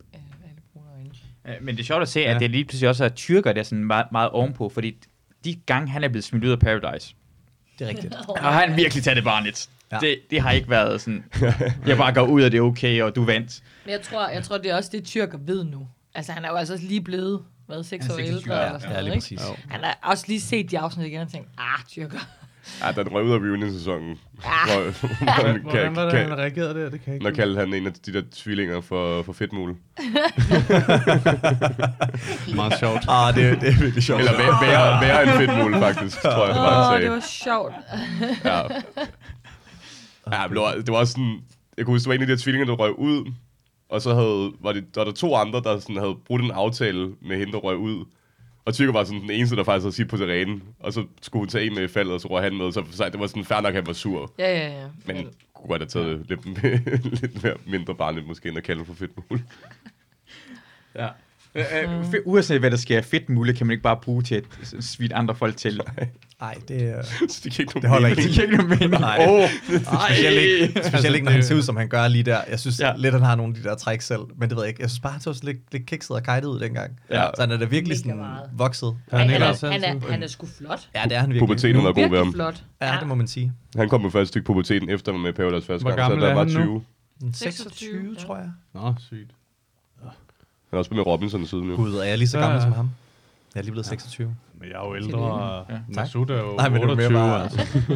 B: Men det er sjovt at se, at det lige pludselig også er tyrker, der er sådan meget, meget ovenpå, fordi de gange, han er blevet smidt ud af Paradise,
C: det er rigtigt.
B: Og han virkelig taget det barnligt. Ja. Det har ikke været sådan, jeg bare går ud, og det er okay, og du vandt.
F: Men jeg tror, det er også det, tyrker ved nu. Altså, han er jo altså lige blevet, 6 år ældre, eller sådan noget, ikke? Han har også lige set de afsnit igen og tænkt, tyrker.
D: Ja, den røg ud af reunion-sæsonen.
E: Hvordan var det, han reagerede der? Det kan jeg ikke.
D: Når kaldte han en af de der tvillinger for fedtmule.
E: Meget sjovt.
C: Det er virkelig sjovt.
D: Eller værre end fedtmule, faktisk, tror jeg, han sagde.
F: Det var sjovt.
D: Ja. Ja, men det var også sådan... Jeg kunne huske, det var en af de der tvillinger, der røg ud, og så var der 2 andre, der sådan havde brudt en aftale med hende, der røg ud. Og Tyrker var sådan den eneste, der faktisk havde sit på terrænen. Og så skulle hun tage en med i faldet, og så røg han med. Så det var sådan fair nok, at han var sur.
F: Ja.
D: Men kunne godt have taget lidt mere mindre barnligt, måske, end at kalde for fedtmule.
B: Ja. Uanset hvad der sker fedtmule, kan man ikke bare bruge til at svine andre folk til.
C: Nej,
D: det
C: holder ikke.
B: Det giver ikke nogen mening.
C: Specielt ikke, når han ser ud, som han gør lige der. Jeg synes lidt, han har nogle af de der træk selv. Men det ved jeg ikke. Jeg synes bare, han så lidt kikset og kajtet ud dengang. Ja. Så han er da virkelig sådan vokset.
F: Han er sgu flot.
C: Ja, det er han virkelig.
D: Puberteten var god ved ham.
F: Flot.
C: Ja, det må man sige.
D: Han kom jo først et stykke puberteten efter med Paradise første gang.
E: Hvor gammel er han nu?
C: 26, tror jeg.
E: Nå, sygt.
D: Han har også med Robinson siden nu.
C: Gud, er jeg lige så gammel som ham? Jeg er lige blevet 26.
E: Men jeg er jo ældre. Masud er jo
C: 28,
E: altså.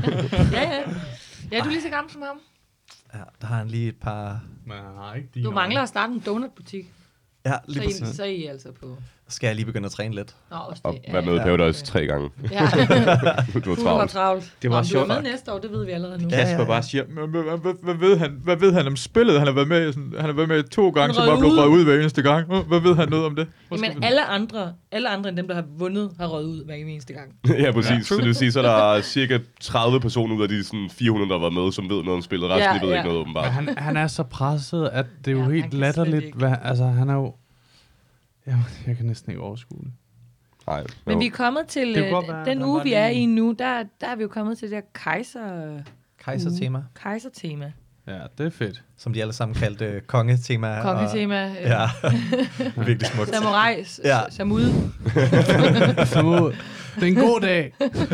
F: Ja, du er lige så gammel som ham.
C: Ja, der har han lige et par...
E: Men han har ikke de
F: Du mangler at starte en donutbutik.
C: Ja, lige præcis.
F: Så er I altså på...
C: Skal jeg lige begynde at træne lidt.
F: Nå, også
D: Og
F: det.
D: være med Paradise 3 gange.
F: Ja.
D: Du var travlt.
B: Det var sjovt.
F: Du er med næste år, det ved vi allerede nu.
B: Kasper bare siger, hvad ved han om spillet? Han har været med 2 gange, så bare blevet røget ud hver eneste gang. Hvad ved han noget om det?
F: Men alle andre end dem, der har vundet, har røget ud hver eneste gang.
D: Ja, præcis. Så det vil sige, så der er cirka 30 personer ud af de sådan 400, der var med, som ved noget om spillet. Resten ved ikke noget åbenbart.
E: Han er så presset, at det er jo helt latterligt. Altså, han er jo... Jeg kan næsten ikke overskue det.
D: Nej.
F: Men vi er kommet til den uge, vi er i nu, der er vi jo kommet til det der kejsertema.
E: Ja, det er fedt.
C: Som de alle sammen kaldte kongetema.
F: Kongetema.
C: Ja, virkelig smukt.
F: Samurai. Samud.
E: Det er en god dag.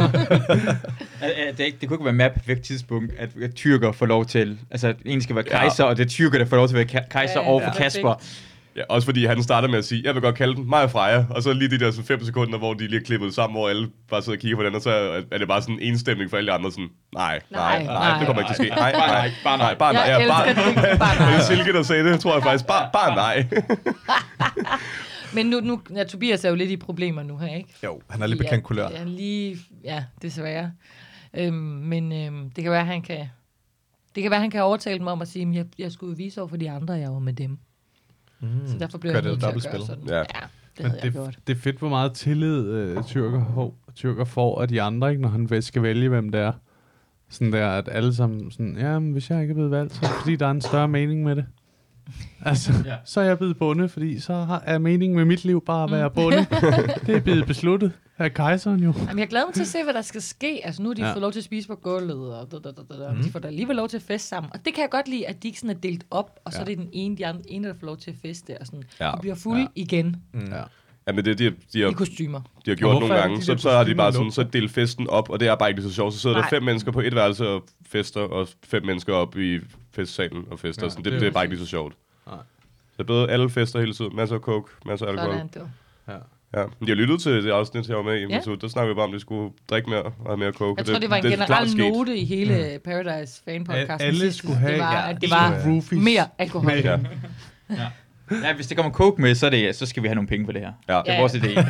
B: Det kunne ikke være mere perfekt tidspunkt, at tyrker får lov til... Altså, en skal være kejser, og det er tyrker, der får lov til at være kejser over for Kasper.
D: Ja, også fordi han starter med at sige, jeg vil godt kalde den mig og Freja, og så lige de der 5 sekunder, hvor de lige er klippet sammen, hvor alle bare sidder og kigger på den, og så er det bare sådan en stemning for alle de andre, sådan, nej, det kommer ikke til at ske. Nej.
F: Jeg elsker det, bare nej.
D: Det er Silke, der sagde det, tror jeg faktisk, bare nej.
F: Men nu Tobias er jo lidt i problemer nu her, ikke?
C: Jo, han er lidt bekendt kulør.
F: Ja, desværre. Men det kan være, han kan overtale dem om at sige, at jeg skulle vise over for de andre, jeg var med dem. Så derfor bliver jeg nødt til at gøre sådan.
D: Ja.
F: Det havde jeg gjort.
E: Det er fedt, hvor meget tillid tyrker får af de andre, ikke, når han skal vælge, hvem det er. Sådan der, at alle sammen sådan, jamen, hvis jeg ikke er blevet valgt, så er det fordi, der er en større mening med det. Altså, så er jeg blevet bonde, fordi så er meningen med mit liv bare at være bonde. Det er blevet besluttet af kejseren jo.
F: Jamen, jeg glæder mig til at se, hvad der skal ske. Altså, nu har de fået lov til at spise på gulvet, og de får da alligevel lov til at feste sammen. Og det kan jeg godt lide, at de ikke sådan er delt op, og så er det den ene, der får lov til at feste, og sådan. De bliver fulde igen.
D: Ja, men de har,
F: i kostymer.
D: De har gjort nogle gange, så har de bare sådan, så delt festen op, og det er bare ikke så sjovt. Så sidder der 5 mennesker på et værelse og fester, og 5 mennesker op i festsalen og fester. Sådan, det er bare ikke så sjovt. Så både alle fester hele tiden, masser af coke, masser af alkohol. Ja, de har lyttet til det afsnit, jeg var med i, så der snakker vi bare om, at de skulle drikke mere og have mere coke.
F: Jeg tror, det var en generel note i hele Paradise fan-podcasten.
E: Alle skulle have,
F: at det var mere alkohol.
B: Ja, hvis det kommer coke med, så skal vi have nogle penge for det her.
D: Ja.
B: Det er vores idé.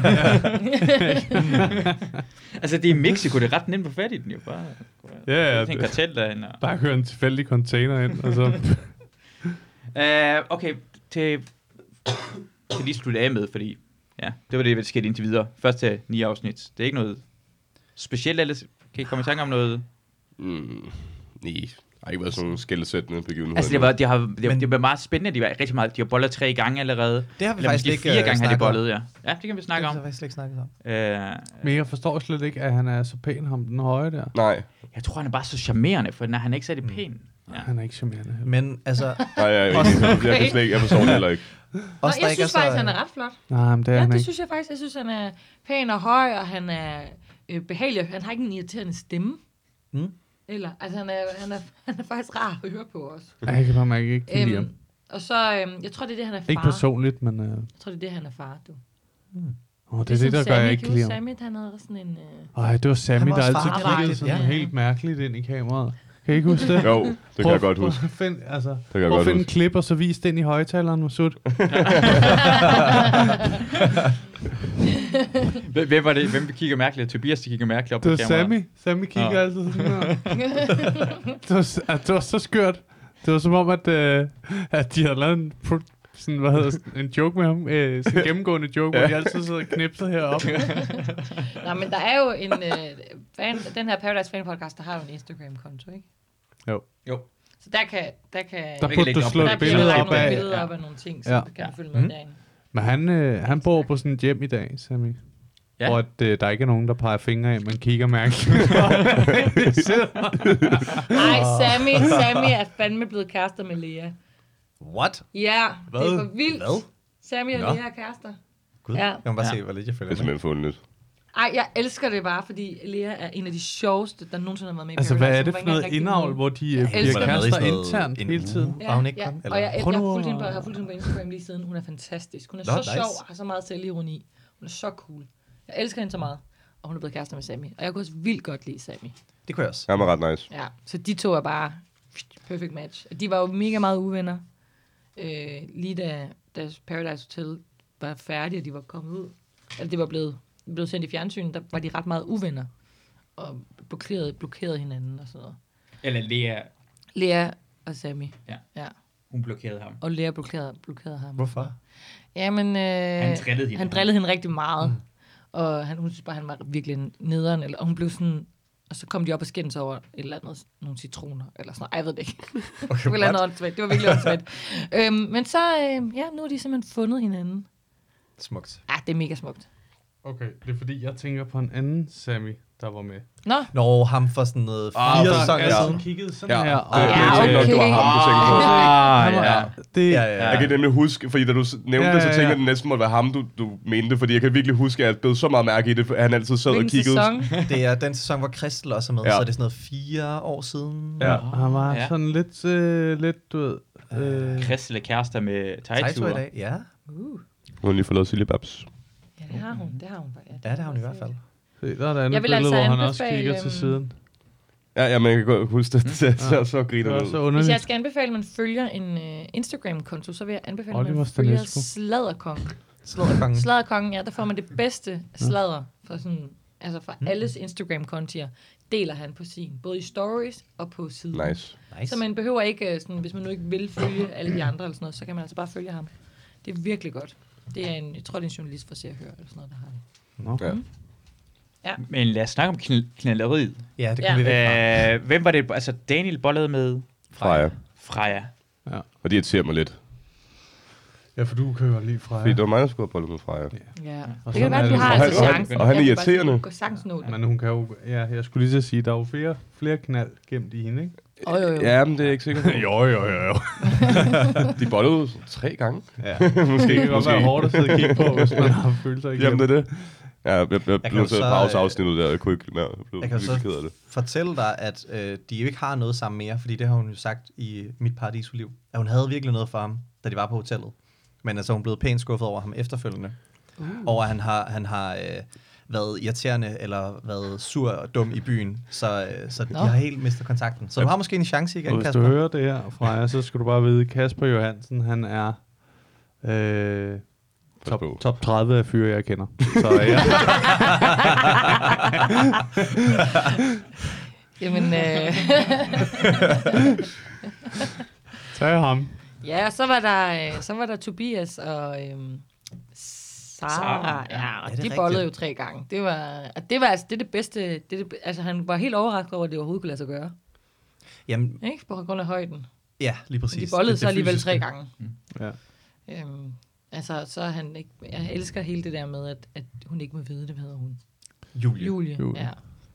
B: Altså, det er i Mexico, det er ret nemt at få fat i den jo. Bare en kartel derinde.
E: Bare køre en tilfældig container ind. Altså.
B: Okay, til lige slutte af med, fordi det var det, der skete indtil videre. Først til 9 afsnit. Det er ikke noget specielt, eller kan I komme i tanke om noget?
D: Nej. Der har ikke været sådan nogle skældsættende begivenheder.
B: Altså, det var meget spændende. De har bollet 3 gange allerede.
C: Det har vi faktisk ikke
B: 4 gange har de bollet, ja. Ja, det kan vi snakke om.
C: Det har vi faktisk ikke snakket om.
E: Men jeg forstår slet ikke, at han er så pæn, ham den høje der.
D: Nej.
B: Jeg tror, han er bare så charmerende, for han er ikke særlig pæn.
E: Ja. Han er ikke charmerende.
C: Men altså...
D: Nej, jeg forstår det heller ikke.
F: Jeg synes faktisk, han er ret flot.
E: Nej, men det er han ikke.
F: Synes jeg faktisk. Jeg synes, han er pæn og høj, og han er behagelig. Han har ikke en irriterende stemme. Eller, altså han er faktisk rar at høre på også.
E: Jeg kan bare mærke ikke lide ham.
F: Og så, jeg tror, det er det, han er far.
E: Ikke personligt, men...
F: Jeg tror, det er det, han er far, du.
E: Det er det, der gør, jeg ikke kan lide ham.
F: Sammy, han havde sådan en...
E: Det var Sammy, der altid
F: farveagtig.
E: kiggede sådan helt mærkeligt ind i kameraet. Kan I ikke huske det?
D: Jo, det kan jeg godt huske.
E: Prøv at finde en klip, og så vis den i højtaleren, Masud.
B: Hvem var det? Hvem kigger mærkeligt? Tobias, der kigger mærkeligt op på
E: kameraet. Det var Sammy. Sammy kigger altid sådan her. Det var så skørt. Det var som om, at de havde lavet en joke med ham. Sådan en gennemgående joke, hvor de altid sidder og knipser heroppe.
F: Nej, men der er jo en... den her Paradise Fan Podcast, der har jo en Instagram-konto, ikke?
E: Jo.
F: Så der
E: burde du slå et billede op af.
F: Billeder op af nogle ting, så kan du følge med derinde.
E: Men han bor på sådan et hjem i dag, Sammy. Ja. Og at der ikke er nogen, der peger fingre af, man kigger mærkeligt.
F: Nej, Sammy er fandme blevet kærester med Lea.
C: What?
F: Ja,
C: Hvad?
F: det er for vildt.
C: Hvad?
F: Sammy og Lea er kærester.
C: Gud, jeg må bare se, hvor lidt jeg følger
D: med. Det er simpelthen fundet.
F: Ej, jeg elsker det bare, fordi Lea er en af de sjoveste, der nogensinde har været med i
E: Paradise. Altså, hvad er det for noget indavl, hvor de bliver kærester internt hele tiden?
F: Ja, og jeg har fulgt hende på Instagram lige siden. Hun er fantastisk. Hun er så sjov og har så meget selvironi. Hun er så cool. Jeg elsker hende så meget. Og hun er blevet kærester med Sammy. Og jeg kunne også vildt godt lide Sammy.
C: Det kunne jeg også.
D: Han var ret nice.
F: Ja, så de to er bare perfect match. De var jo mega meget uvenner. Lige da Paradise Hotel var færdig, og de var kommet ud. Eller det var blevet sendt i fjernsynet, der var de ret meget uvenner. Og blokerede hinanden og sådan noget.
B: Eller
F: Lea og Sammy.
B: Ja. Hun blokerede ham.
F: Og Lea blokerede ham.
C: Hvorfor?
F: Jamen, han drillede hende rigtig meget. Og hun synes bare, han var virkelig nederen. Og hun blev sådan... Og så kom de op og skændes over et eller andet, nogle citroner, eller sådan noget. Jeg ved det ikke. Okay, det var virkelig åndssvagt. Men så, nu har de simpelthen fundet hinanden.
C: Smukt.
F: Ja, det er mega smukt.
E: Okay, det er fordi, jeg tænker på en anden Sammy, der var med.
C: Nå, ham for sådan noget 4 sæsoner siden.
E: Jeg kiggede sådan her.
F: Okay.
D: Det var ham, du tænkte på. Jeg kan nemlig huske, fordi da du nævnte det, så tænkte jeg, at det næsten måtte være ham, du mente. Fordi jeg kan virkelig huske, at jeg blev så meget mærke i det, at han altid sad og kiggede.
C: Det er den sæson, hvor Christel også er med, så er det sådan noget 4 år siden.
E: Ja, han var sådan lidt, du ved...
B: Christel er kærester med Tejtur
C: i dag, ja.
D: Hun har lige fået lavet Silje Babs.
F: Ja, det har hun.
C: Ja, det har hun i hvert fald.
E: Se, der er et andet billede, hvor han også kigger til siden.
D: Ja, men jeg kan godt huske det. Så griner det ud.
F: Hvis jeg skal anbefale, at man følger en Instagram-konto, så vil jeg anbefale, at man følger Sladderkongen. Sladderkongen, ja, der får man det bedste sladder for sådan, altså fra alles Instagram-kontier. Deler han på sin, både i stories og på siden.
D: Nice.
F: Så man behøver ikke, sådan, hvis man nu ikke vil følge alle de andre eller sådan noget, så kan man altså bare følge ham. Det er virkelig godt. Det er jeg tror, det er en journalist fra Se og Hør eller sådan noget, der har det.
B: Ja. Men lad os snakke om knalderiet.
C: Ja, det kan vi væk.
B: Hvem var det? Altså, Daniel bollede med Freja.
E: Ja.
D: Og det irriterer mig lidt.
E: Ja, for du kører lige Freja.
D: Fordi det var mig, der skulle have bollet med Freja.
F: Ja. Det kan være, at du har altså chancen.
D: Og han er irriterende.
E: Men hun kan jo... Ja, jeg skulle lige så sige, der er jo flere knald gemt i hende, ikke?
F: Jo.
D: Ja, men det er ikke sikkert.
E: jo.
D: De bollede 3 gange.
E: Ja. Måske det kan godt være hårdt at sidde og kigge på, hvis man har følelser igennem.
D: Jamen, det er det. Ja, jeg blev nødt til at pause afsnittet der. Jeg kunne ikke mere.
C: Jeg kan så fortælle dig, at de jo ikke har noget sammen mere, fordi det har hun jo sagt i Mit Paradisliv. At hun havde virkelig noget for ham, da de var på hotellet. Men altså, hun blev pænt skuffet over ham efterfølgende. Og at han har været irriterende, eller været sur og dum i byen. Så de har helt mistet kontakten. Så du har måske en chance igen,
E: Kasper.
C: Kasper.
E: Hvis du hører det her fra jer, så skal du bare vide, Kasper Johansen, han er... Top 30 af fyre, jeg kender. Så ja.
F: Jamen,
E: tag ham.
F: Ja, så var der Tobias og Sara. Ja, og de bollede jo 3 gange. Det var det bedste. Altså, han var helt overrasket over, at det overhovedet kunne lade sig gøre.
C: Jamen,
F: ikke? På grund af højden.
C: Ja, lige præcis.
F: De bollede så alligevel 3 gange.
E: Ja.
F: Altså, så er han ikke... Jeg elsker hele det der med, at hun ikke må vide det. Hvad hedder hun?
C: Julie.
F: Ja.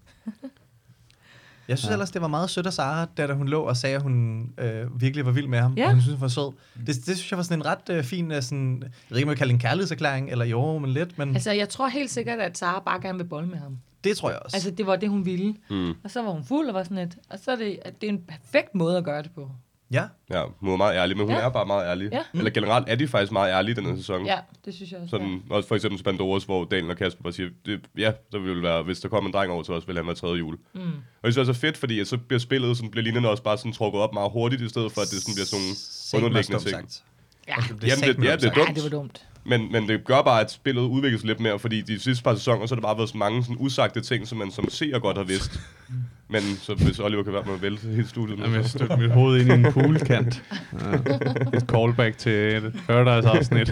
C: Jeg synes ellers, det var meget sødt af Sara, da hun lå og sagde, at hun virkelig var vild med ham. Og hun synes, han var sød. Det synes jeg var sådan en ret fin... Sådan, jeg ved ikke, om jeg kalder en kærlighedserklæring, eller jo, men lidt. Men...
F: Altså, jeg tror helt sikkert, at Sara bare gerne vil bolle med ham.
C: Det tror jeg også.
F: Altså, det var det, hun ville. Og så var hun fuld og var sådan et... Og så er det er en perfekt måde at gøre det på.
C: Ja.
D: Ja, hun er meget ærlig, men hun er bare meget ærlig.
F: Ja.
D: Eller generelt er de faktisk meget ærlige den her sæson.
F: Ja, det synes jeg også.
D: Sådan, også for eksempel Pandoras, hvor Daniel og Kasper bare siger, så vil det være, hvis der kommer en dreng over til os, vil han være 3. jul. Og det synes jeg er så fedt, fordi at så bliver spillet, sådan bliver linjerne også bare sådan trukket op meget hurtigt, i stedet for, at det sådan bliver sådan underliggende ting.
F: Ja,
D: det er dumt.
F: det var dumt.
D: Men det gør bare, at spillet udvikles lidt mere, fordi de sidste par sæsoner, så har der bare været så mange sådan usagte ting, som man som seer godt har vidst. Men så hvis Oliver kan være med at vælte hele studiet.
E: Jamen, jeg støtter mit hoved ind i en poolkant. Et callback til et Paradise-afsnit.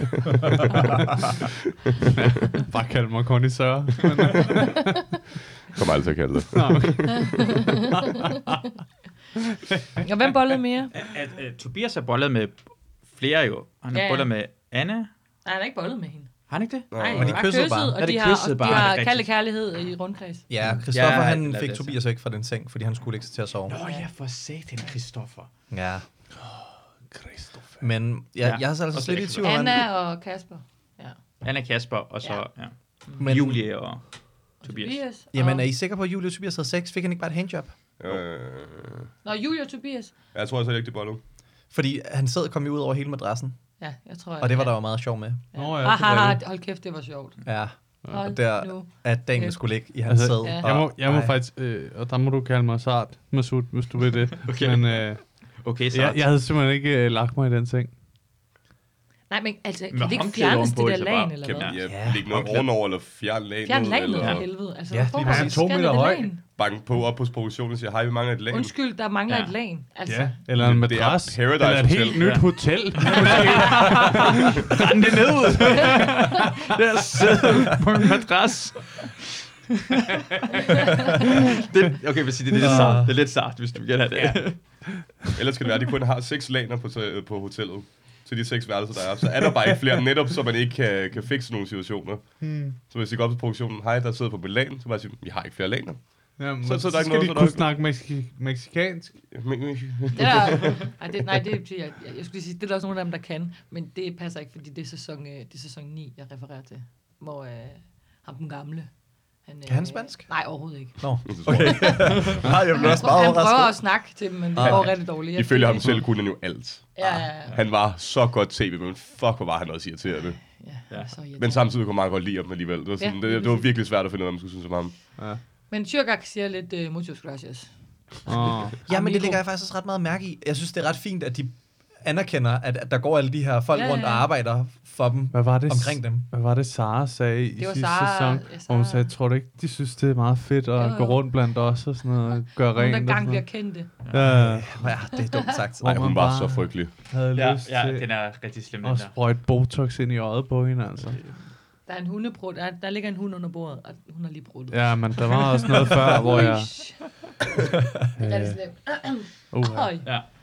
E: Bare kald mig kondisør.
D: Kommer aldrig til at kalde det.
F: Og hvem bollede mere?
B: Tobias har bollet med flere jo. Han har bollet med Anna.
F: Nej, han har ikke bollet med hende.
B: Har han ikke det?
F: Nej,
C: men de kyssede bare.
F: Og de har kaldet kærlighed i rundkreds.
C: Ja, Christoffer han fik Tobias væk fra den seng, fordi han skulle lægge sig til at sove.
B: Nå ja, for satan, Christoffer.
C: Ja.
E: Christoffer.
C: Men jeg har så altså slet i tvivl.
F: Anna og Kasper. Ja.
B: Anna, Kasper, og så
C: Men,
B: Julie og Tobias.
C: Jamen, er I sikre på, at Julie og Tobias havde sex? Fik han ikke bare et handjob?
F: Nå, Julie og Tobias.
D: Jeg tror ikke, de bollede.
C: Fordi han kom jo ud over hele madrassen.
F: Ja, jeg tror.
C: Og det var der jo meget sjov med.
F: Ja.
E: Nå, ja,
F: Hold kæft, det var sjovt.
C: Ja.
F: Hold
C: Og der,
F: nu.
C: at Daniel skulle ligge i hans sæd.
F: Ja.
E: Jeg må faktisk, og der må du kalde mig Sart, Masud, hvis du vil det.
B: Okay.
E: Men
B: Okay, Sart.
E: jeg havde simpelthen ikke lagt mig i den seng.
F: Nej, men altså,
B: Med
F: kan det ikke
B: håndklæde
F: fjernes det
B: ovenpå,
F: der
B: så
F: lagen,
B: bare-
F: eller
D: Kan
F: hvad?
D: vi lægge noget ovenover, eller fjerne lagen?
F: Fjern lagen
D: eller
F: for helvede. Altså,
C: Ja,
F: hvad foregår
C: lige
F: der?
C: præcis.
E: 2 meter
F: Skal det
E: høj.
F: lagen?
D: banke på op hos produktionen og sige, hej, vi mangler et lag.
F: Undskyld, der mangler
B: Ja.
F: et lagen. Altså,
E: Ja, eller en
D: Det er
E: madras.
D: Paradise
E: Eller et helt
D: Hotel.
E: nyt hotel.
B: Rend det ned ud. Der sidder på en madras. Okay, vil sige, det er lidt sart. Det er lidt sart, hvis du vil have det. Ja.
D: Ellers skal det være, at de kun har 6 laner på hotellet. Til de 6 værelser, der er. Så er der bare ikke flere, netop så man ikke kan fikse nogle situationer. Så hvis I går op til produktionen, hej, der sidder på mit lag, så bare sige, vi har ikke flere laner.
E: Jamen,
D: Så er der
E: så
D: ikke
E: skal
D: noget,
E: de
D: så er
E: kunne
D: der
E: snakke mexikansk.
F: jeg skulle lige sige, det er der også nogle af dem, der kan, men det passer ikke, fordi det er sæson 9, jeg refererer til, hvor ham den gamle.
C: Kan han spansk?
F: Nej, overhovedet ikke.
C: Nå, okay. Nej, jeg blev også meget
F: Han prøver
C: overrasket.
F: at snakke til dem, men det går rigtig dårligt.
D: Ifølge ham selv kunne han jo alt.
F: Ja.
D: Han var så godt tv, men fuck, hvor var han også irriterende.
F: Ja, så
D: Men samtidig kunne man godt lide ham alligevel. Det var, sådan,
F: Ja,
D: det var virkelig svært at finde ud af, hvad man skulle synes om ham.
F: Men Tyrgak siger lidt muchos gracias.
C: Ja, men det ligger jeg faktisk også ret meget mærke i. Jeg synes, det er ret fint, at de anerkender, at der går alle de her folk rundt og arbejder for dem, omkring dem.
E: Hvad var det, Sara sagde i sidste sæson? Hvor hun sagde, tror du ikke, de synes, det er meget fedt at gå rundt blandt os og sådan noget, gøre rent.
F: Nogle der gang bliver kendte.
E: Ja,
C: Ja, det er dumt sagt.
D: Nej, hun var så frygtelig.
E: havde lyst til
B: den er rigtig slem, den
E: at
B: der.
E: sprøjte Botox ind i øjet på hende, altså.
F: Der er en hundebrud. Der ligger en hund under bordet, og hun har lige brudt.
E: Ja, men der var også noget før, hvor jeg...
F: Det er rigtig slemt. Øj.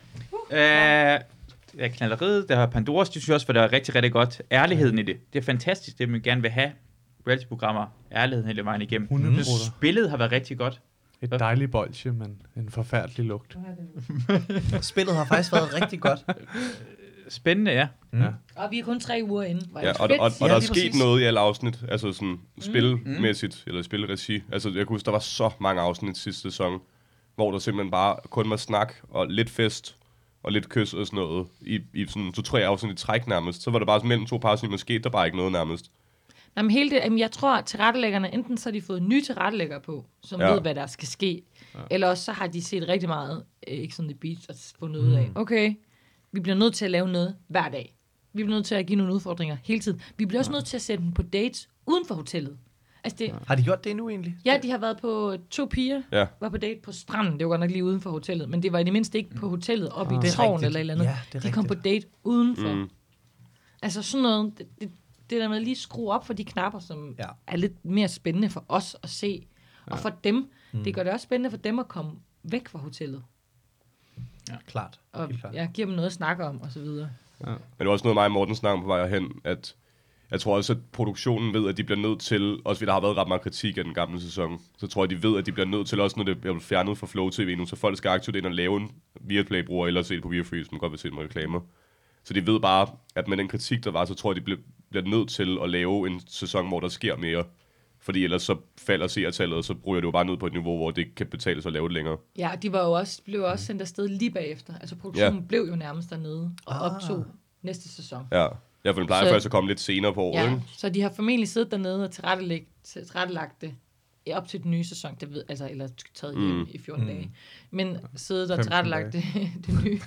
B: Ja, knalderiet, der har Pandoras, de synes også, for det er rigtig, rigtig godt. Ærligheden i det. Det er fantastisk, det man gerne vil have. Reality-programmer, ærligheden hele vejen igennem.
E: Hundebrutter.
B: Spillet har været rigtig godt.
E: Et dejligt bolsje, men en forfærdelig lugt.
C: Spillet har faktisk været rigtig godt.
B: Spændende, ja.
F: Og vi er kun 3 uger inde.
D: Ja, og der er sket noget i alle afsnit, altså sådan spilmæssigt, eller spilregi. Altså, jeg kunne huske, der var så mange afsnit sidste sæson, hvor der simpelthen bare kun var snak og lidt fest og lidt kys og sådan noget, i sådan 2-3 afsnit i træk nærmest. Så var det bare sådan mellem 2 par afsnit, men skete der bare ikke noget nærmest.
F: Jamen, hele det, jeg tror, at tilrettelæggerne, enten så har de fået nye tilrettelæggere på, som ved, hvad der skal ske, eller også så har de set rigtig meget X on the Beach og fundet ud af, okay, vi bliver nødt til at lave noget hver dag. Vi bliver nødt til at give nogle udfordringer hele tiden. Vi bliver også nødt til at sætte dem på dates uden for hotellet. Altså det,
C: Har de gjort det nu egentlig?
F: ja, de har været på 2 piger, var på date på stranden. Det var godt nok lige uden for hotellet, men det var i det mindste ikke på hotellet, oppe i tårn eller et eller andet.
C: Ja, det er
F: de kom på date udenfor. Altså sådan noget, det der med at lige skrue op for de knapper, som er lidt mere spændende for os at se. Og for dem, det gør det også spændende for dem at komme væk fra hotellet.
C: Ja, klart.
F: Og jeg giver dem noget at snakke om, og så videre.
D: Ja. Men det var også noget, mig og Morten snakker på vej hen, at jeg tror også, at produktionen ved, at de bliver nødt til, også fordi der har været ret meget kritik af den gamle sæson, så tror jeg, de ved, at de bliver nødt til, også når det bliver fjernet fra Flow TV nu, så folk skal aktivt ind og lave en Viaplay-bruger, eller se det på Viafree, som godt vil se det med reklamer. Så de ved bare, at med den kritik, der var, så tror jeg, de bliver nødt til at lave en sæson, hvor der sker mere. Fordi ellers så falder seertallet, og så bruger det jo bare ned på et niveau, hvor det ikke kan betale sig at lave det længere.
F: Ja, de var jo også, blev jo også sendt afsted lige bagefter. Altså produktionen blev jo nærmest dernede og optog næste sæson.
D: Ja, for den plejer først at komme lidt senere på året.
F: Ja,
D: ikke?
F: så de har formentlig siddet dernede og tilrettelagt det op til den nye sæson, det ved, altså, eller taget hjem i 14 dage. Men siddet og tilrettelagt det nye.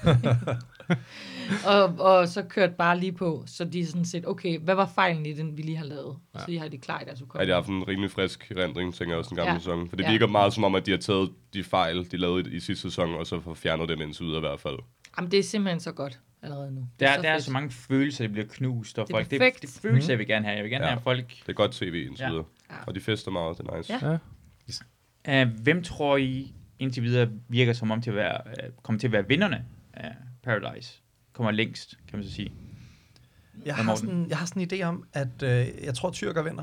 F: og så kørt bare lige på, så de er sådan set, okay, hvad var fejlen i den, vi lige har lavet? Ja. Så de har de klar i deres hukommelse.
D: Ja, de har haft en rimelig frisk erindring, tænker jeg også, den gamle sæson. For det virker meget som om, at de har taget de fejl, de lavede i sidste sæson, og så får fjernet dem indtil videre i hvert fald.
F: Jamen, det er simpelthen så godt allerede nu.
B: Der er så mange følelser, der bliver knust, og folk. Det følelser, jeg vil gerne have. Jeg vil gerne have folk.
D: Det er godt tv indtil videre. Og de fester meget, det er nice.
B: Ja. Hvem tror I indtil videre virker som om kommer til at være vinderne af Paradise? Kommer længst, kan man så sige.
C: Jeg har sådan en idé om, at jeg tror, Tyrker vinder.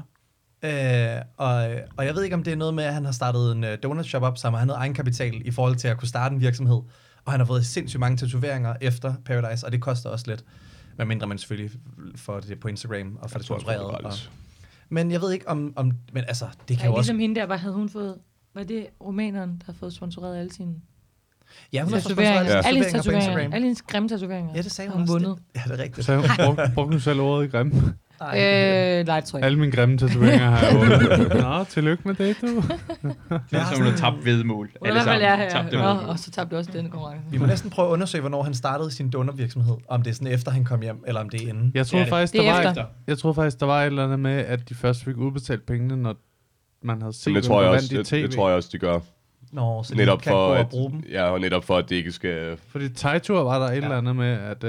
C: Og jeg ved ikke, om det er noget med, at han har startet en donutshop op, så han havde egenkapital i forhold til at kunne starte en virksomhed. Og han har fået sindssygt mange tatoveringer efter Paradise, og det koster også lidt. Hvad mindre man selvfølgelig får det på Instagram og får det sponsoreret. Men jeg ved ikke om men altså, det kan jo også...
F: Ligesom hende der, havde hun fået... Var det rumæneren, der har fået sponsoreret alle sine...
C: Ja, hun har sponsoreret
F: alle hendes tatoveringer. Alle hendes grimme tatoveringer.
C: Ja, det sagde hun også.
F: Vundet.
C: Ja, det er rigtigt.
E: Så brugte hun selv ordet i grimme.
F: Nej, tror jeg.
E: Alle mine grimme tatoveringer har jeg vundet. Nå, tillykke med det, du.
B: Det er som, du har tabt vedmål.
F: Alle sammen. Og så tabte du også denne konkurrence.
C: Vi må næsten prøve at undersøge, hvornår han startede sin donorvirksomhed. Om det er sådan efter, han kom hjem, eller om det er inden.
E: Jeg tror faktisk, der var et eller andet med, at de først fik udbetalt pengene, når man havde set,
D: det tror jeg også, de gør.
C: Nå, så
D: netop
C: de kan
D: for,
C: gå og bruge dem.
D: Ja, og netop for, at det ikke skal...
E: Fordi Tejtur var der et eller andet med, at...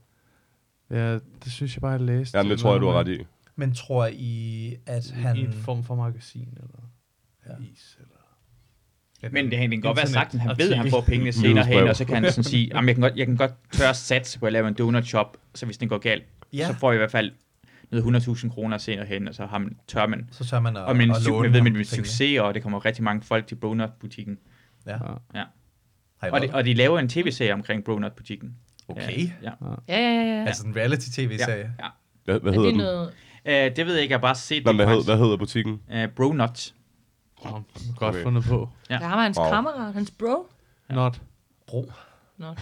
E: ja, det synes jeg bare, jeg læste.
D: Jamen, det tror jeg, du har ret i.
C: Men tror I, at han...
E: I en form for magasin, eller avis, eller...
B: Men det kan godt være sagt, at han ved, at han får pengene senere hen, og så kan han sådan sige, jeg kan godt tør satse på at lave en donut-shop, så hvis det går galt, så får jeg i hvert fald noget 100.000 kroner senere hen, og så tør man
C: at låne
B: ved med succes, og det kommer rigtig mange folk til Bronut-butikken.
C: Ja.
B: Og de laver en tv-serie omkring Bronut-butikken.
C: Okay.
F: Ja.
C: Altså en reality-tv-serie.
D: Ja. Hvad hedder den?
B: Det ved jeg ikke, jeg har bare set
D: det. Hvad hedder butikken?
B: Bronut.
E: Godt fundet på.
F: Ja. Der har man hans kammerat, hans bro.
E: Not.
C: Bro.
F: Not.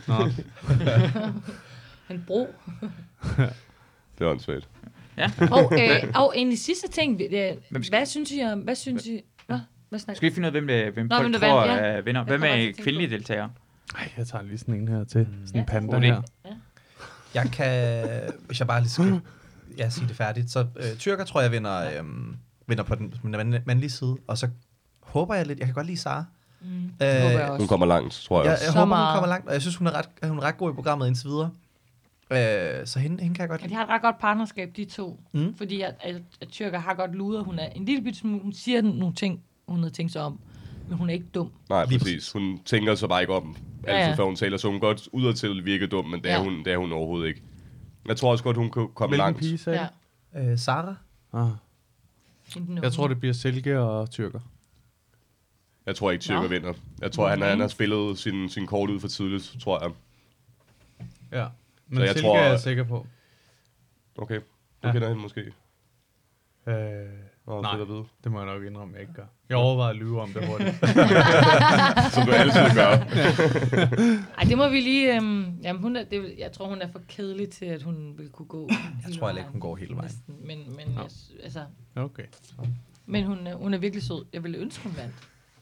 F: Han bro.
D: Det er åndssvagt.
B: Ja.
F: Og en sidste ting. Hvad synes I om... Hvad snakker?
B: Skal vi finde ud af, hvem folk tror vinder? Hvem er kvindelige deltagere?
E: Ej, jeg tager lige sådan en her til. Sådan en panda her.
F: Ja.
C: Jeg kan... Hvis jeg bare lige skal sige det færdigt. Så Tyrker tror jeg vinder på den mandlige side. Og så håber jeg lidt... Jeg kan godt lide Sara.
D: Hun kommer langt, tror jeg også.
C: Jeg håber, hun kommer langt. Og jeg synes, hun er ret god i programmet indtil videre. Så hende kan jeg godt lide.
F: De har et ret godt partnerskab, de to. Fordi at Tyrker har godt luder. Hun er en lille bit smule... Hun siger nogle ting, hun havde tænkt sig om. Men hun er ikke dum.
D: Nej, præcis. Hun tænker sig bare ikke om altid, før hun taler. Så hun godt udadtil virker dum, men det er hun overhovedet ikke. Jeg tror også godt, hun kan komme langt.
E: Hvilken pige sagde
C: Sara?
E: Jeg tror, det bliver Silke og Tyrker.
D: Jeg tror ikke, Tyrker vinder. Jeg tror, han har spillet sin kort ud for tidligt, tror jeg.
E: Ja, men Silke er jeg sikker på.
D: Okay, du kender hende måske.
E: Nej, det må jeg nok indrømme, jeg ikke gør. Jeg overvejer at lyve om det hurtigt.
D: Som du altid gør.
F: Ej, det må vi lige... jeg tror, hun er for kedelig til, at hun vil kunne gå
C: Jeg tror ikke, hun går hele vejen.
F: Men altså...
E: Okay.
F: Men hun er virkelig sød. Jeg ville ønske, hun vandt.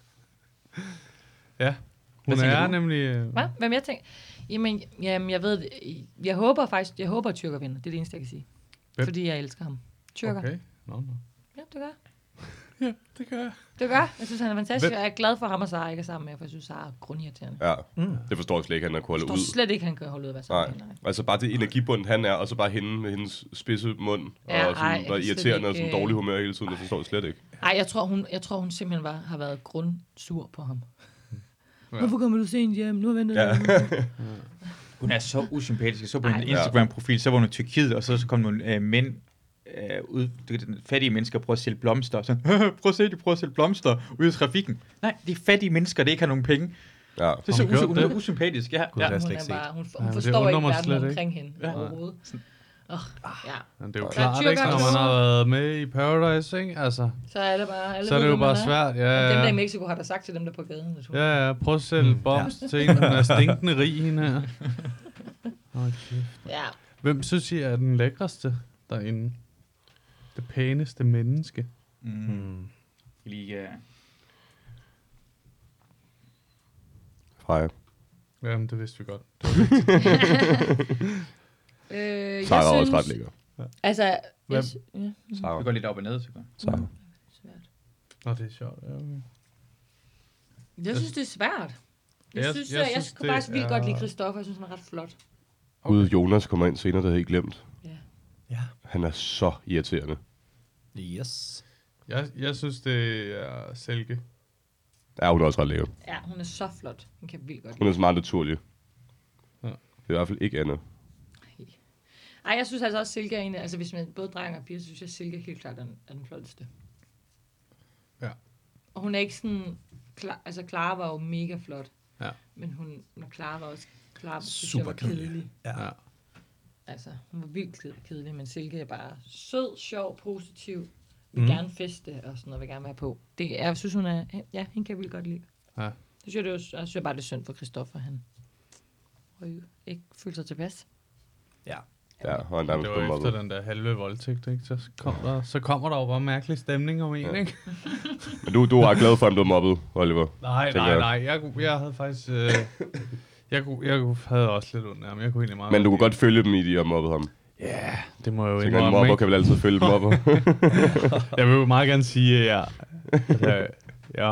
E: Ja, hun er nemlig...
F: Hvad? Hvem jeg tænker? Jamen, jeg ved det. Jeg håber, at Tyrker vinder. Det er det eneste, jeg kan sige. Fordi jeg elsker ham. Tyrker.
E: Okay.
F: Ja, det gør jeg.
E: Ja, det gør jeg.
F: Det gør jeg. Jeg synes, han er fantastisk. Jeg er glad for ham og Sara ikke er sammen med, for jeg synes, Sara er grundirriterende.
D: Ja, det forstår jeg slet ikke, han kan holde ud.
F: Jeg forstår slet ikke, han kan holde ud at være sammen med.
D: Altså bare det energibund, han er, og så bare hende med hendes spidse mund, og sådan, bare irriterende og sådan dårlig humør hele tiden, det forstår jeg slet ikke.
F: Nej, jeg tror, hun simpelthen har været grundsur på ham. Ja. Hvorfor kommer du sent hjem? Nu har ventet.
B: Hun er så usympatisk. Så på en Instagram-profil, så var hun i Tyrkiet, og så kom nogle mænd ud, fattige mennesker prøver at sælge blomster. Så, prøv at sælge blomster ude i trafikken. Nej, de er fattige mennesker, det ikke har nogen penge.
D: Ja.
B: Det er så usympatisk. Ja.
F: Hun forstår ikke verden omkring hende overhovedet. Ja.
E: Men det er jo klart, ikke, når man har været med i Paradise, ikke? Altså,
F: så er det bare... Alle
E: så er det jo bare svært. Ja,
F: dem der i Mexico har der sagt til dem, der på gaden.
E: Ja, prøv at sælge bombs til en, der er stinkende rig, hende her.
F: Ja.
E: Hvem synes I er den lækreste derinde? Det pæneste menneske?
B: Lige...
D: Freja.
E: Jamen, det vidste vi godt.
D: Sara er også ret lækker.
F: Altså...
D: Sara.
B: Vi går lidt op og ned, så godt.
D: Sara.
E: Nå, det er sjovt. Ja, okay.
F: Jeg synes, det er svært. Jeg synes, jeg kunne faktisk vildt godt lide Christoffer. Jeg synes, han er ret flot.
D: Gud, Jonas kommer ind senere, der havde I glemt.
C: Ja.
D: Han er så irriterende.
C: Yes.
E: Jeg synes, det er Silke.
D: Ja, hun er også ret lækker.
F: Ja, hun er så flot. Hun kan vildt godt
D: Hun er så meget naturlig.
E: Ja.
D: Det er i hvert fald ikke andet.
F: Ej, jeg synes altså også, Silke er en... Altså, hvis man både dreng og piger, så synes jeg, Silke helt klart er den flotteste.
E: Ja.
F: Og hun er ikke sådan... Clara var jo mega flot.
E: Ja.
F: Men når Clara var også... Clara
C: super
F: var kedelig.
C: Ja.
F: Altså, hun var vildt kedelig, men Silke er bare sød, sjov, positiv. Vil gerne feste og sådan noget, vil gerne være på. Jeg synes, hun er... Ja, hende kan jeg vildt godt lide.
E: Ja.
F: Så synes jeg bare, det er synd for Christoffer, han ikke følte sig tilpas.
C: Ja.
D: Ja, og en
E: det var efter den der halve voldtægt, ikke? Så kommer der jo bare mærkelig stemning om en, ikke?
D: Men du er ret glad for, at han blev mobbet, Oliver.
E: Nej. Jeg havde faktisk... Jeg havde også lidt ondt af ham. Jeg kunne egentlig meget...
D: Men du kunne godt følge dem i, de har mobbet ham.
E: Ja, det må jeg jo
D: indrømme, ikke? En mobber kan vel altid følge mobber.
E: Jeg vil jo meget gerne sige, at jeg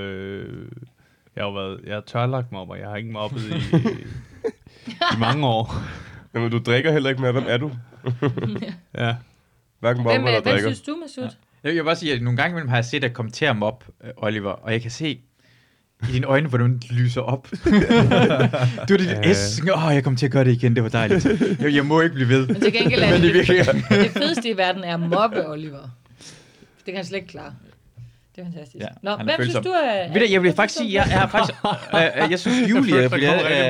E: har tørlagt mobber. Jeg har ikke mobbet i mange år.
D: Jamen, du drikker heller ikke mere. Hvem er du?
E: Ja.
D: Hverken mobber eller drikker.
F: Hvad synes du, Masud?
B: Jeg vil bare sige, at nogle gange imellem har jeg set dig kommentere mig op, Oliver, og jeg kan se i dine øjne, hvor du lyser op. Du er dit S. Jeg kommer til at gøre det igen, det var dejligt. Jeg må ikke blive ved.
F: Men til gengæld er det fedeste i verden er mobbe, Oliver. Det kan han slet ikke klare. Det er fantastisk.
B: Ja,
F: nå, hvem synes du er...
B: Ved du, jeg vil faktisk sige, jeg er faktisk... jeg synes, Julie...
E: Det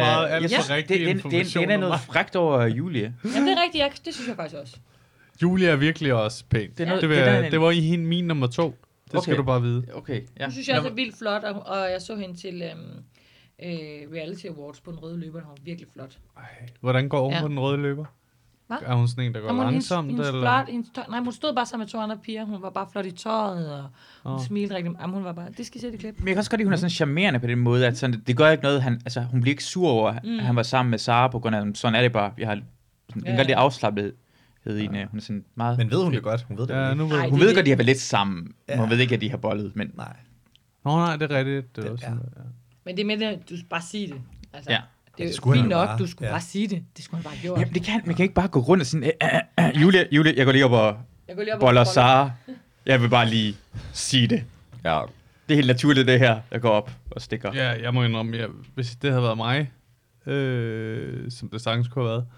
B: er noget frækt over Julie.
F: Jamen, det er rigtigt. Det synes jeg faktisk også.
E: Julie er virkelig også pæn. Det var i min nummer 2. Det skal du bare vide.
B: Okay, ja.
F: Nu synes jeg også er vildt flot, og jeg så hende til Reality Awards på den røde løber, hun var virkelig flot.
E: Hvordan går hun på den røde løber?
F: Hvad?
E: Er hun sådan en, der går langsomt?
F: Nej, hun stod bare sammen med 2 andre piger. Hun var bare flot i tøjet, og hun smilte rigtig. Jamen, hun var bare... Det skal I se det klip.
B: Men jeg kan også godt lide, hun er sådan charmerende på den måde, at sådan, det gør ikke noget. Hun bliver ikke sur over, at han var sammen med Sara, på grund af, sådan er det bare. Vi har en godt lidt afslappet. Hun er sådan meget...
C: Men ved hun det godt? Hun ved det ikke.
B: Hun ved godt, at de har været lidt sammen. Hun ved ikke, at de har bollet, men...
C: Nej.
E: Nej, det er rigtigt. Det er også sådan,
F: Men det er med det, du skal bare sige det. Altså,
B: ja.
F: Det er fint nok, du skulle bare sige det. Det skulle han bare have gjort.
B: Jamen, man kan ikke bare gå rundt og sådan... Julie, jeg går lige op og boller Sara. Jeg vil bare lige sige det.
D: Ja.
B: Det er helt naturligt, det her, jeg går op og stikker.
E: Ja, jeg må indrømme, hvis det havde været mig, som det sagtens kunne have været,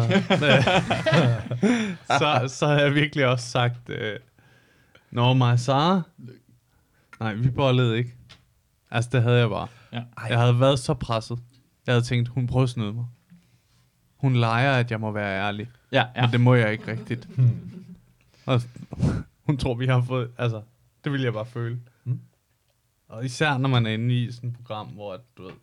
E: så har jeg virkelig også sagt, når mig Sara, nej, vi bollede ikke. Altså, det havde jeg bare. Ja. Jeg havde været så presset. Jeg havde tænkt, hun prøver at snyde mig. Hun leger, at jeg må være ærlig.
B: Ja.
E: Men det må jeg ikke rigtigt. Og hun tror, vi har fået... Altså, det vil jeg bare føle. Og især, når man er inde i sådan et program, hvor du ved...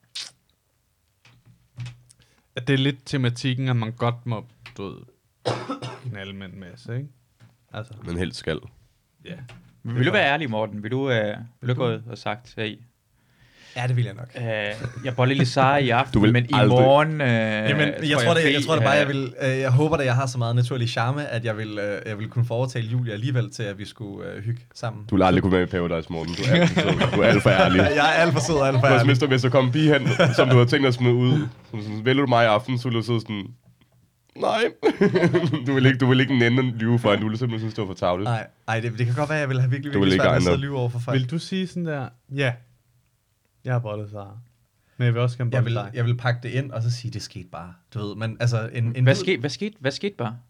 E: At det er lidt tematikken, at man godt må, du ved, knalde med en masse, ikke? Altså.
D: Men helst skal.
E: Ja.
B: Vil du være ærlig, Morten? Vil du gå ud og sagt, hey,
C: Ja, det vil jeg nok.
B: Jeg boller lidt Sara i aften, men i morgen...
C: jeg tror da bare, jeg håber da, jeg har så meget naturlig charme, at jeg vil kunne foretale Julia alligevel til, at vi skulle hygge sammen.
D: Du vil aldrig kunne være med i Paradise, Morten. Du er alt for sød. Du er alt for ærlig.
C: Jeg er alt for sød og alt for ærlig.
D: Hvis der kommer pige hen, som du har tænkt at smide ud, sådan, vælger du mig i aften, så vil du sidde sådan... Nej. du vil ikke nænde lyve for, at du simpelthen synes, det var for tavligt.
C: Nej, det kan godt være, at jeg vil have virkelig svært at sidde og lyve over for folk.
E: Vil du sige sådan der, ja, jeg har bollet Sara, men jeg vil også gerne bolle dig?
C: Jeg vil pakke det ind, og så sige, det skete bare. Du ved, men altså...
B: Hvad skete bare?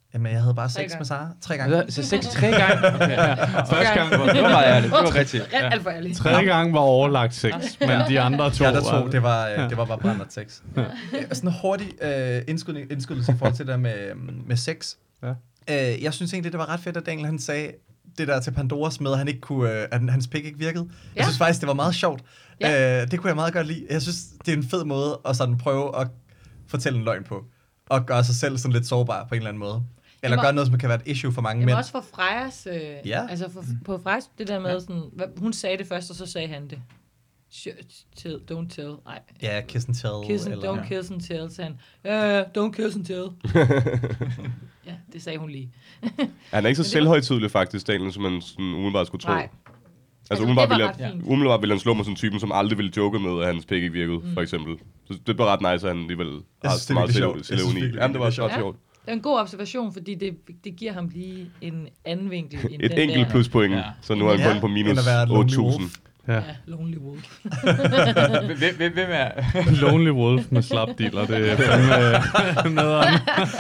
C: Jamen, jeg havde bare sex med Sara 3 gange.
B: Så 6 3 gange? Okay. Første gang var det meget ærligt. Det var rigtigt.
F: Alt for ærligt.
E: 3. gang var overlagt sex, men de andre 2
C: Ja, der 2, det var bare brændert sex. Sådan en hurtig indskydelse i forhold til det der med sex.
E: Ja.
C: Jeg synes egentlig, det var ret fedt, at Daniel han sagde det der til Pandoras med, at han ikke kunne, at hans pik ikke virkede. Ja. Jeg synes faktisk, det var meget sjovt. Ja. Det kunne jeg meget godt lide. Jeg synes, det er en fed måde at sådan prøve at fortælle en løgn på. Og gøre sig selv sådan lidt sårbar på en eller anden måde. Eller gøre noget, som kan være et issue for mange mænd.
F: Også for Frejas, altså på Frejas, det der med sådan, hun sagde det først, og så sagde han det. Don't tell. Nej.
C: Ja, kiss and tell.
F: Don't kiss and tell, sagde han. Don't kiss and tell. Ja, det sagde hun lige.
D: Han er ikke så selvhøjtidelig faktisk, Daniel, som man sådan umiddelbart skulle tro.
F: Nej.
D: Altså umiddelbart ville han slå mig som typen, som aldrig ville joke med, at hans pik ikke virkede, for eksempel. Så det var ret nice, at han alligevel har så meget selvuni. Jamen, det var sjovt.
F: Det er en god observation, fordi det giver ham lige en anden vinkel.
D: Et enkelt pluspoint, så nu er han kun på minus 8.000.
F: Ja, Lonely Wolf.
B: Hvem er...
E: Lonely Wolf med slapdealer, det er fandme nederen.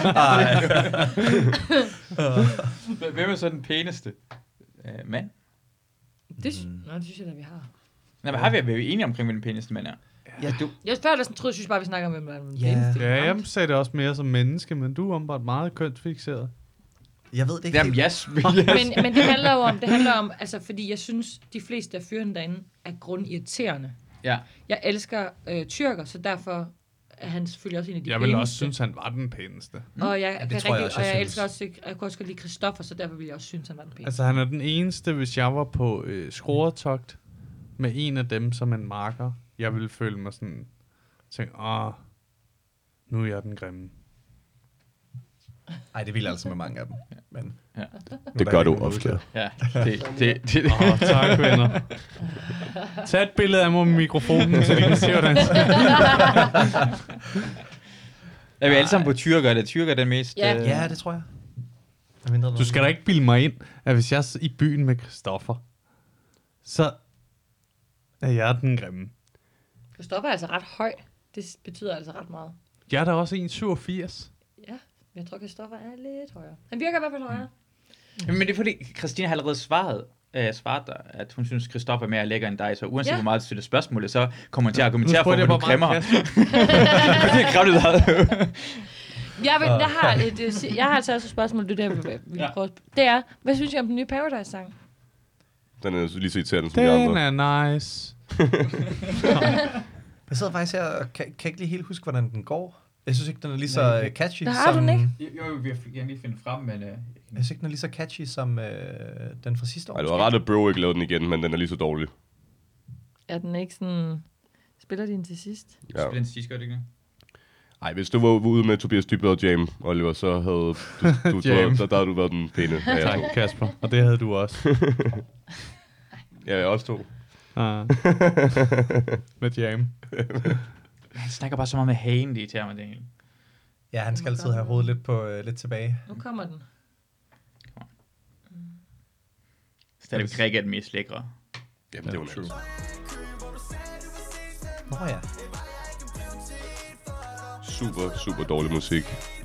B: Hvem er så den pæneste mand?
F: Det synes jeg da, vi har.
B: Nej, men har vi været enige omkring, hvem den pæneste mand er?
C: Ja, du...
F: Jeg synes bare, vi snakker om, hvem der er den pæneste.
E: Ja, jeg sagde det også mere som menneske, men du er åbenbart meget kønsfikseret.
C: Jeg ved det ikke.
B: Jamen,
F: men det handler om, altså, fordi jeg synes, de fleste af fyrene derinde er grundirriterende.
B: Ja.
F: Jeg elsker tyrker, så derfor er han selvfølgelig også en af de
E: pæneste. Jeg vil også synes, han var den pæneste.
F: Og jeg elsker også, jeg kunne også godt lide Christoffer, så derfor vil jeg også synes, han var den pæneste.
E: Altså, han er den eneste, hvis jeg var på skruertogt med en af dem som en marker, jeg ville føle mig sådan, tænke, nu er jeg den grimme.
C: Ej, det vil altså med mange af dem. Men
D: det gør du ofte.
B: Ja,
E: tak, venner. Tag et billede af mig med mikrofonen, så vi kan se, hvordan
B: er vi alle sammen på tyrker? Er det tyrker den mest?
C: Ja, det tror jeg.
E: Du skal da ikke bilde mig ind, at hvis jeg er i byen med Christoffer, så er jeg den grimme.
F: Christoffer er altså ret høj. Det betyder altså ret meget.
E: Jeg er da også 1,87.
F: Ja, jeg tror, Christoffer er lidt højere. Han virker i hvert fald højere.
B: Men det er fordi, Christine har allerede svaret dig, at hun synes, Christoffer er mere lækker end dig, så uanset hvor meget du stiller spørgsmålet, så kommer hun til at argumentere for, at du grimmer.
F: Jeg har altså også et spørgsmål, det er, hvad synes jeg om den nye Paradise-sang?
D: Den er lige så irriterende som de andre.
E: Den er nice.
C: Jeg sidder faktisk her og kan ikke lige helt huske, hvordan den går. Jeg synes ikke, den er lige så catchy
F: som... har du den ikke?
B: Jo, vi kan lige finde frem, men...
C: Jeg synes ikke, den er lige så catchy som den fra sidste år.
D: Ej, du har ret, at Bro ikke lavede den igen, men den er lige så dårlig.
F: Er den ikke sådan... Spiller de den til sidst?
B: Ja. Spiller den til sidst, gør det ikke?
D: Ej, hvis du var ude med Tobias Dybvad og Jam, Oliver, så havde du der havde du været den pæne.
E: Tak, Kasper. Og det havde du også.
D: Ja, jeg også to.
E: Med Jam.
B: Han snakker bare så meget med hagen, det irriterer mig, Daniel.
C: Ja, han skal altid have hovedet lidt tilbage.
F: Nu kommer den.
B: Stadigvæk Rikke er den mest lækre.
D: Jamen, det er jo true.
C: Nå ja.
D: Super, super dårlig musik.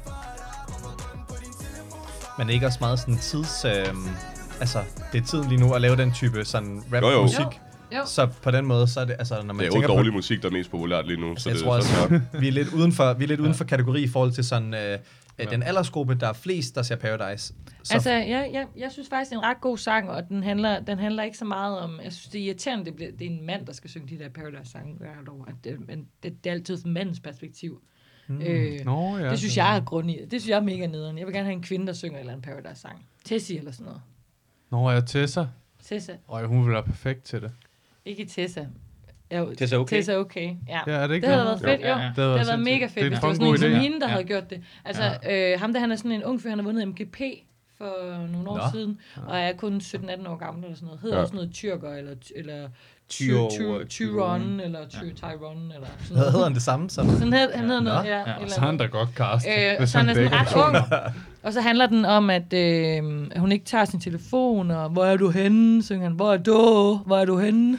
C: Men ikke også meget sådan tids... altså, det er tiden lige nu at lave den type sådan rap-musik.
F: Jo.
C: Så på den måde, så er det... Altså, når man
D: det er jo dårlig musik, der er mest populært lige nu.
C: Altså,
D: så
C: jeg
D: det
C: tror også, vi er lidt uden for kategori i forhold til sådan... Den aldersgruppe, der er flest, der ser Paradise. Så
F: altså, jeg synes faktisk, det er en ret god sang, og den handler ikke så meget om... Jeg synes, det er irriterende, det er en mand, der skal synge de der Paradise-sange hvert år. Det er altid fra mandens perspektiv. Det synes jeg er grund i. Det synes jeg er mega nederen. Jeg vil gerne have en kvinde, der synger en eller anden Paradise-sang. Tessie eller sådan noget.
E: Nå, ja, Tessa.
F: Tessa.
E: Hun vil være perfekt til det.
F: Ikke Tessa.
B: Tessa okay.
F: Tessa okay. Ja,
E: er det ikke
F: det havde været fedt, jo. Det havde været mega fedt, hvis det var sådan en som hende, der havde gjort det. Altså, ham der, han er sådan en ung fyr, han har vundet MGP for nogle år siden, og er kun 17-18 år gammel eller sådan noget. Hedder også noget tyrker, eller Tyron, eller Tyron, eller sådan noget.
C: Hedder han det samme?
F: Han hedder noget, ja.
E: Så han da godt cast.
F: Så han er sådan ret ung. Og så handler den om, at hun ikke tager sin telefon, og hvor er du henne, synger han. Hvor er du henne?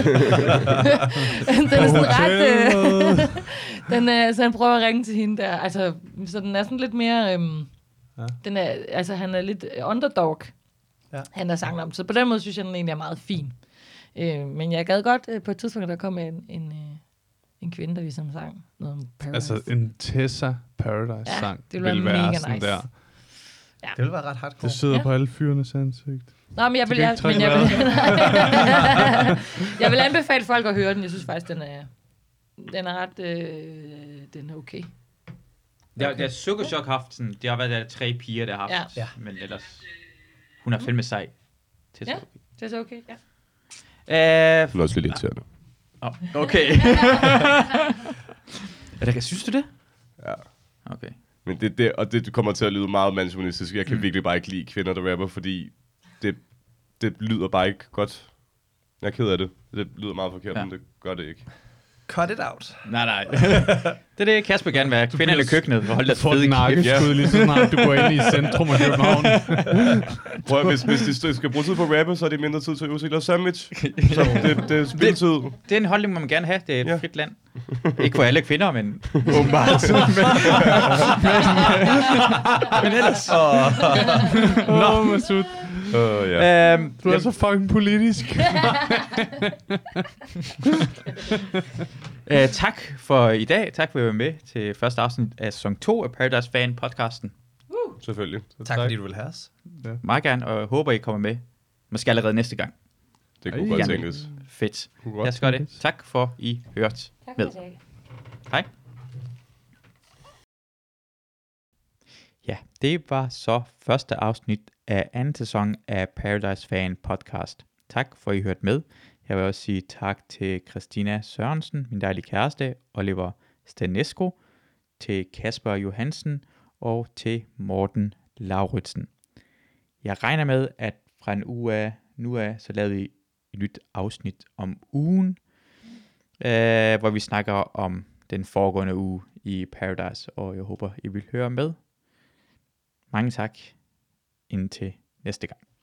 F: Den er sådan ret... så han prøver at ringe til hende der. Altså, så den er sådan lidt mere... Ja. Han er lidt underdog. Ja. Han er sangen om. Så på den måde synes jeg, den egentlig er meget fin. Men jeg gad godt på et tidspunkt, der kom en kvinde, der ligesom sang noget om Paradise.
E: Altså en Tessa Paradise-sang.
F: Ja, det ville være mega nice.
C: Der. Ja. Det ville være ret hardcore.
E: Det sidder på alle fyrenes ansigt.
F: Nå, men jeg vil anbefale folk at høre den. Jeg synes faktisk, den er ret... den er okay.
B: Det har Sukkerchok haft sådan... Det har været der 3 piger, der har haft. Ja. Men ellers... Hun er fandme sej.
F: Det er så okay, ja.
D: Hun er også lidt irriterende.
B: Okay. Synes du det?
D: Ja.
B: Okay.
D: Men det kommer til at lyde meget mandsjournalistisk. Jeg kan virkelig bare ikke lide kvinder, der rapper, fordi det lyder bare ikke godt. Jeg er ked af det. Det lyder meget forkert, men det gør det ikke.
C: Cut it out.
B: Nej. Det er det, Kasper gerne vil have. Kvinderne i køkkenet.
E: Du får et nakkeskud lige så snart du går ind i centrum af København.
D: Prøv at, hvis de skal bruge tid på at rappe, så er det mindre tid til at øve sandwich. Så det er spiltid.
B: Det er en holdning, man gerne have. Det er et frit land. Ikke for alle kvinder, men åbenbart. men ellers.
E: Nå, Masud. Du er så fucking politisk.
B: Tak for i dag. Tak for at være med til første afsnit af sæson 2 af Paradise Fan podcasten.
D: Selvfølgelig.
C: Tak fordi du vil have os.
B: Ja. Meget gerne, og jeg håber, I kommer med. Måske allerede næste gang.
D: Det kunne godt tænkes.
B: Fedt. Jeg skal gøre det. Tak for, I hørt med. Hej. Ja, det var så første afsnit af anden sæson af Paradise Fan podcast. Tak for, I hørte med. Jeg vil også sige tak til Christina Sørensen, min dejlige kæreste, Oliver Stanesco, til Kasper Johansen og til Morten Lauritsen. Jeg regner med, at fra en uge af nu af, så lavede vi et nyt afsnit om ugen, hvor vi snakker om den foregående uge i Paradise, og jeg håber, I vil høre med. Mange tak. Indtil næste gang.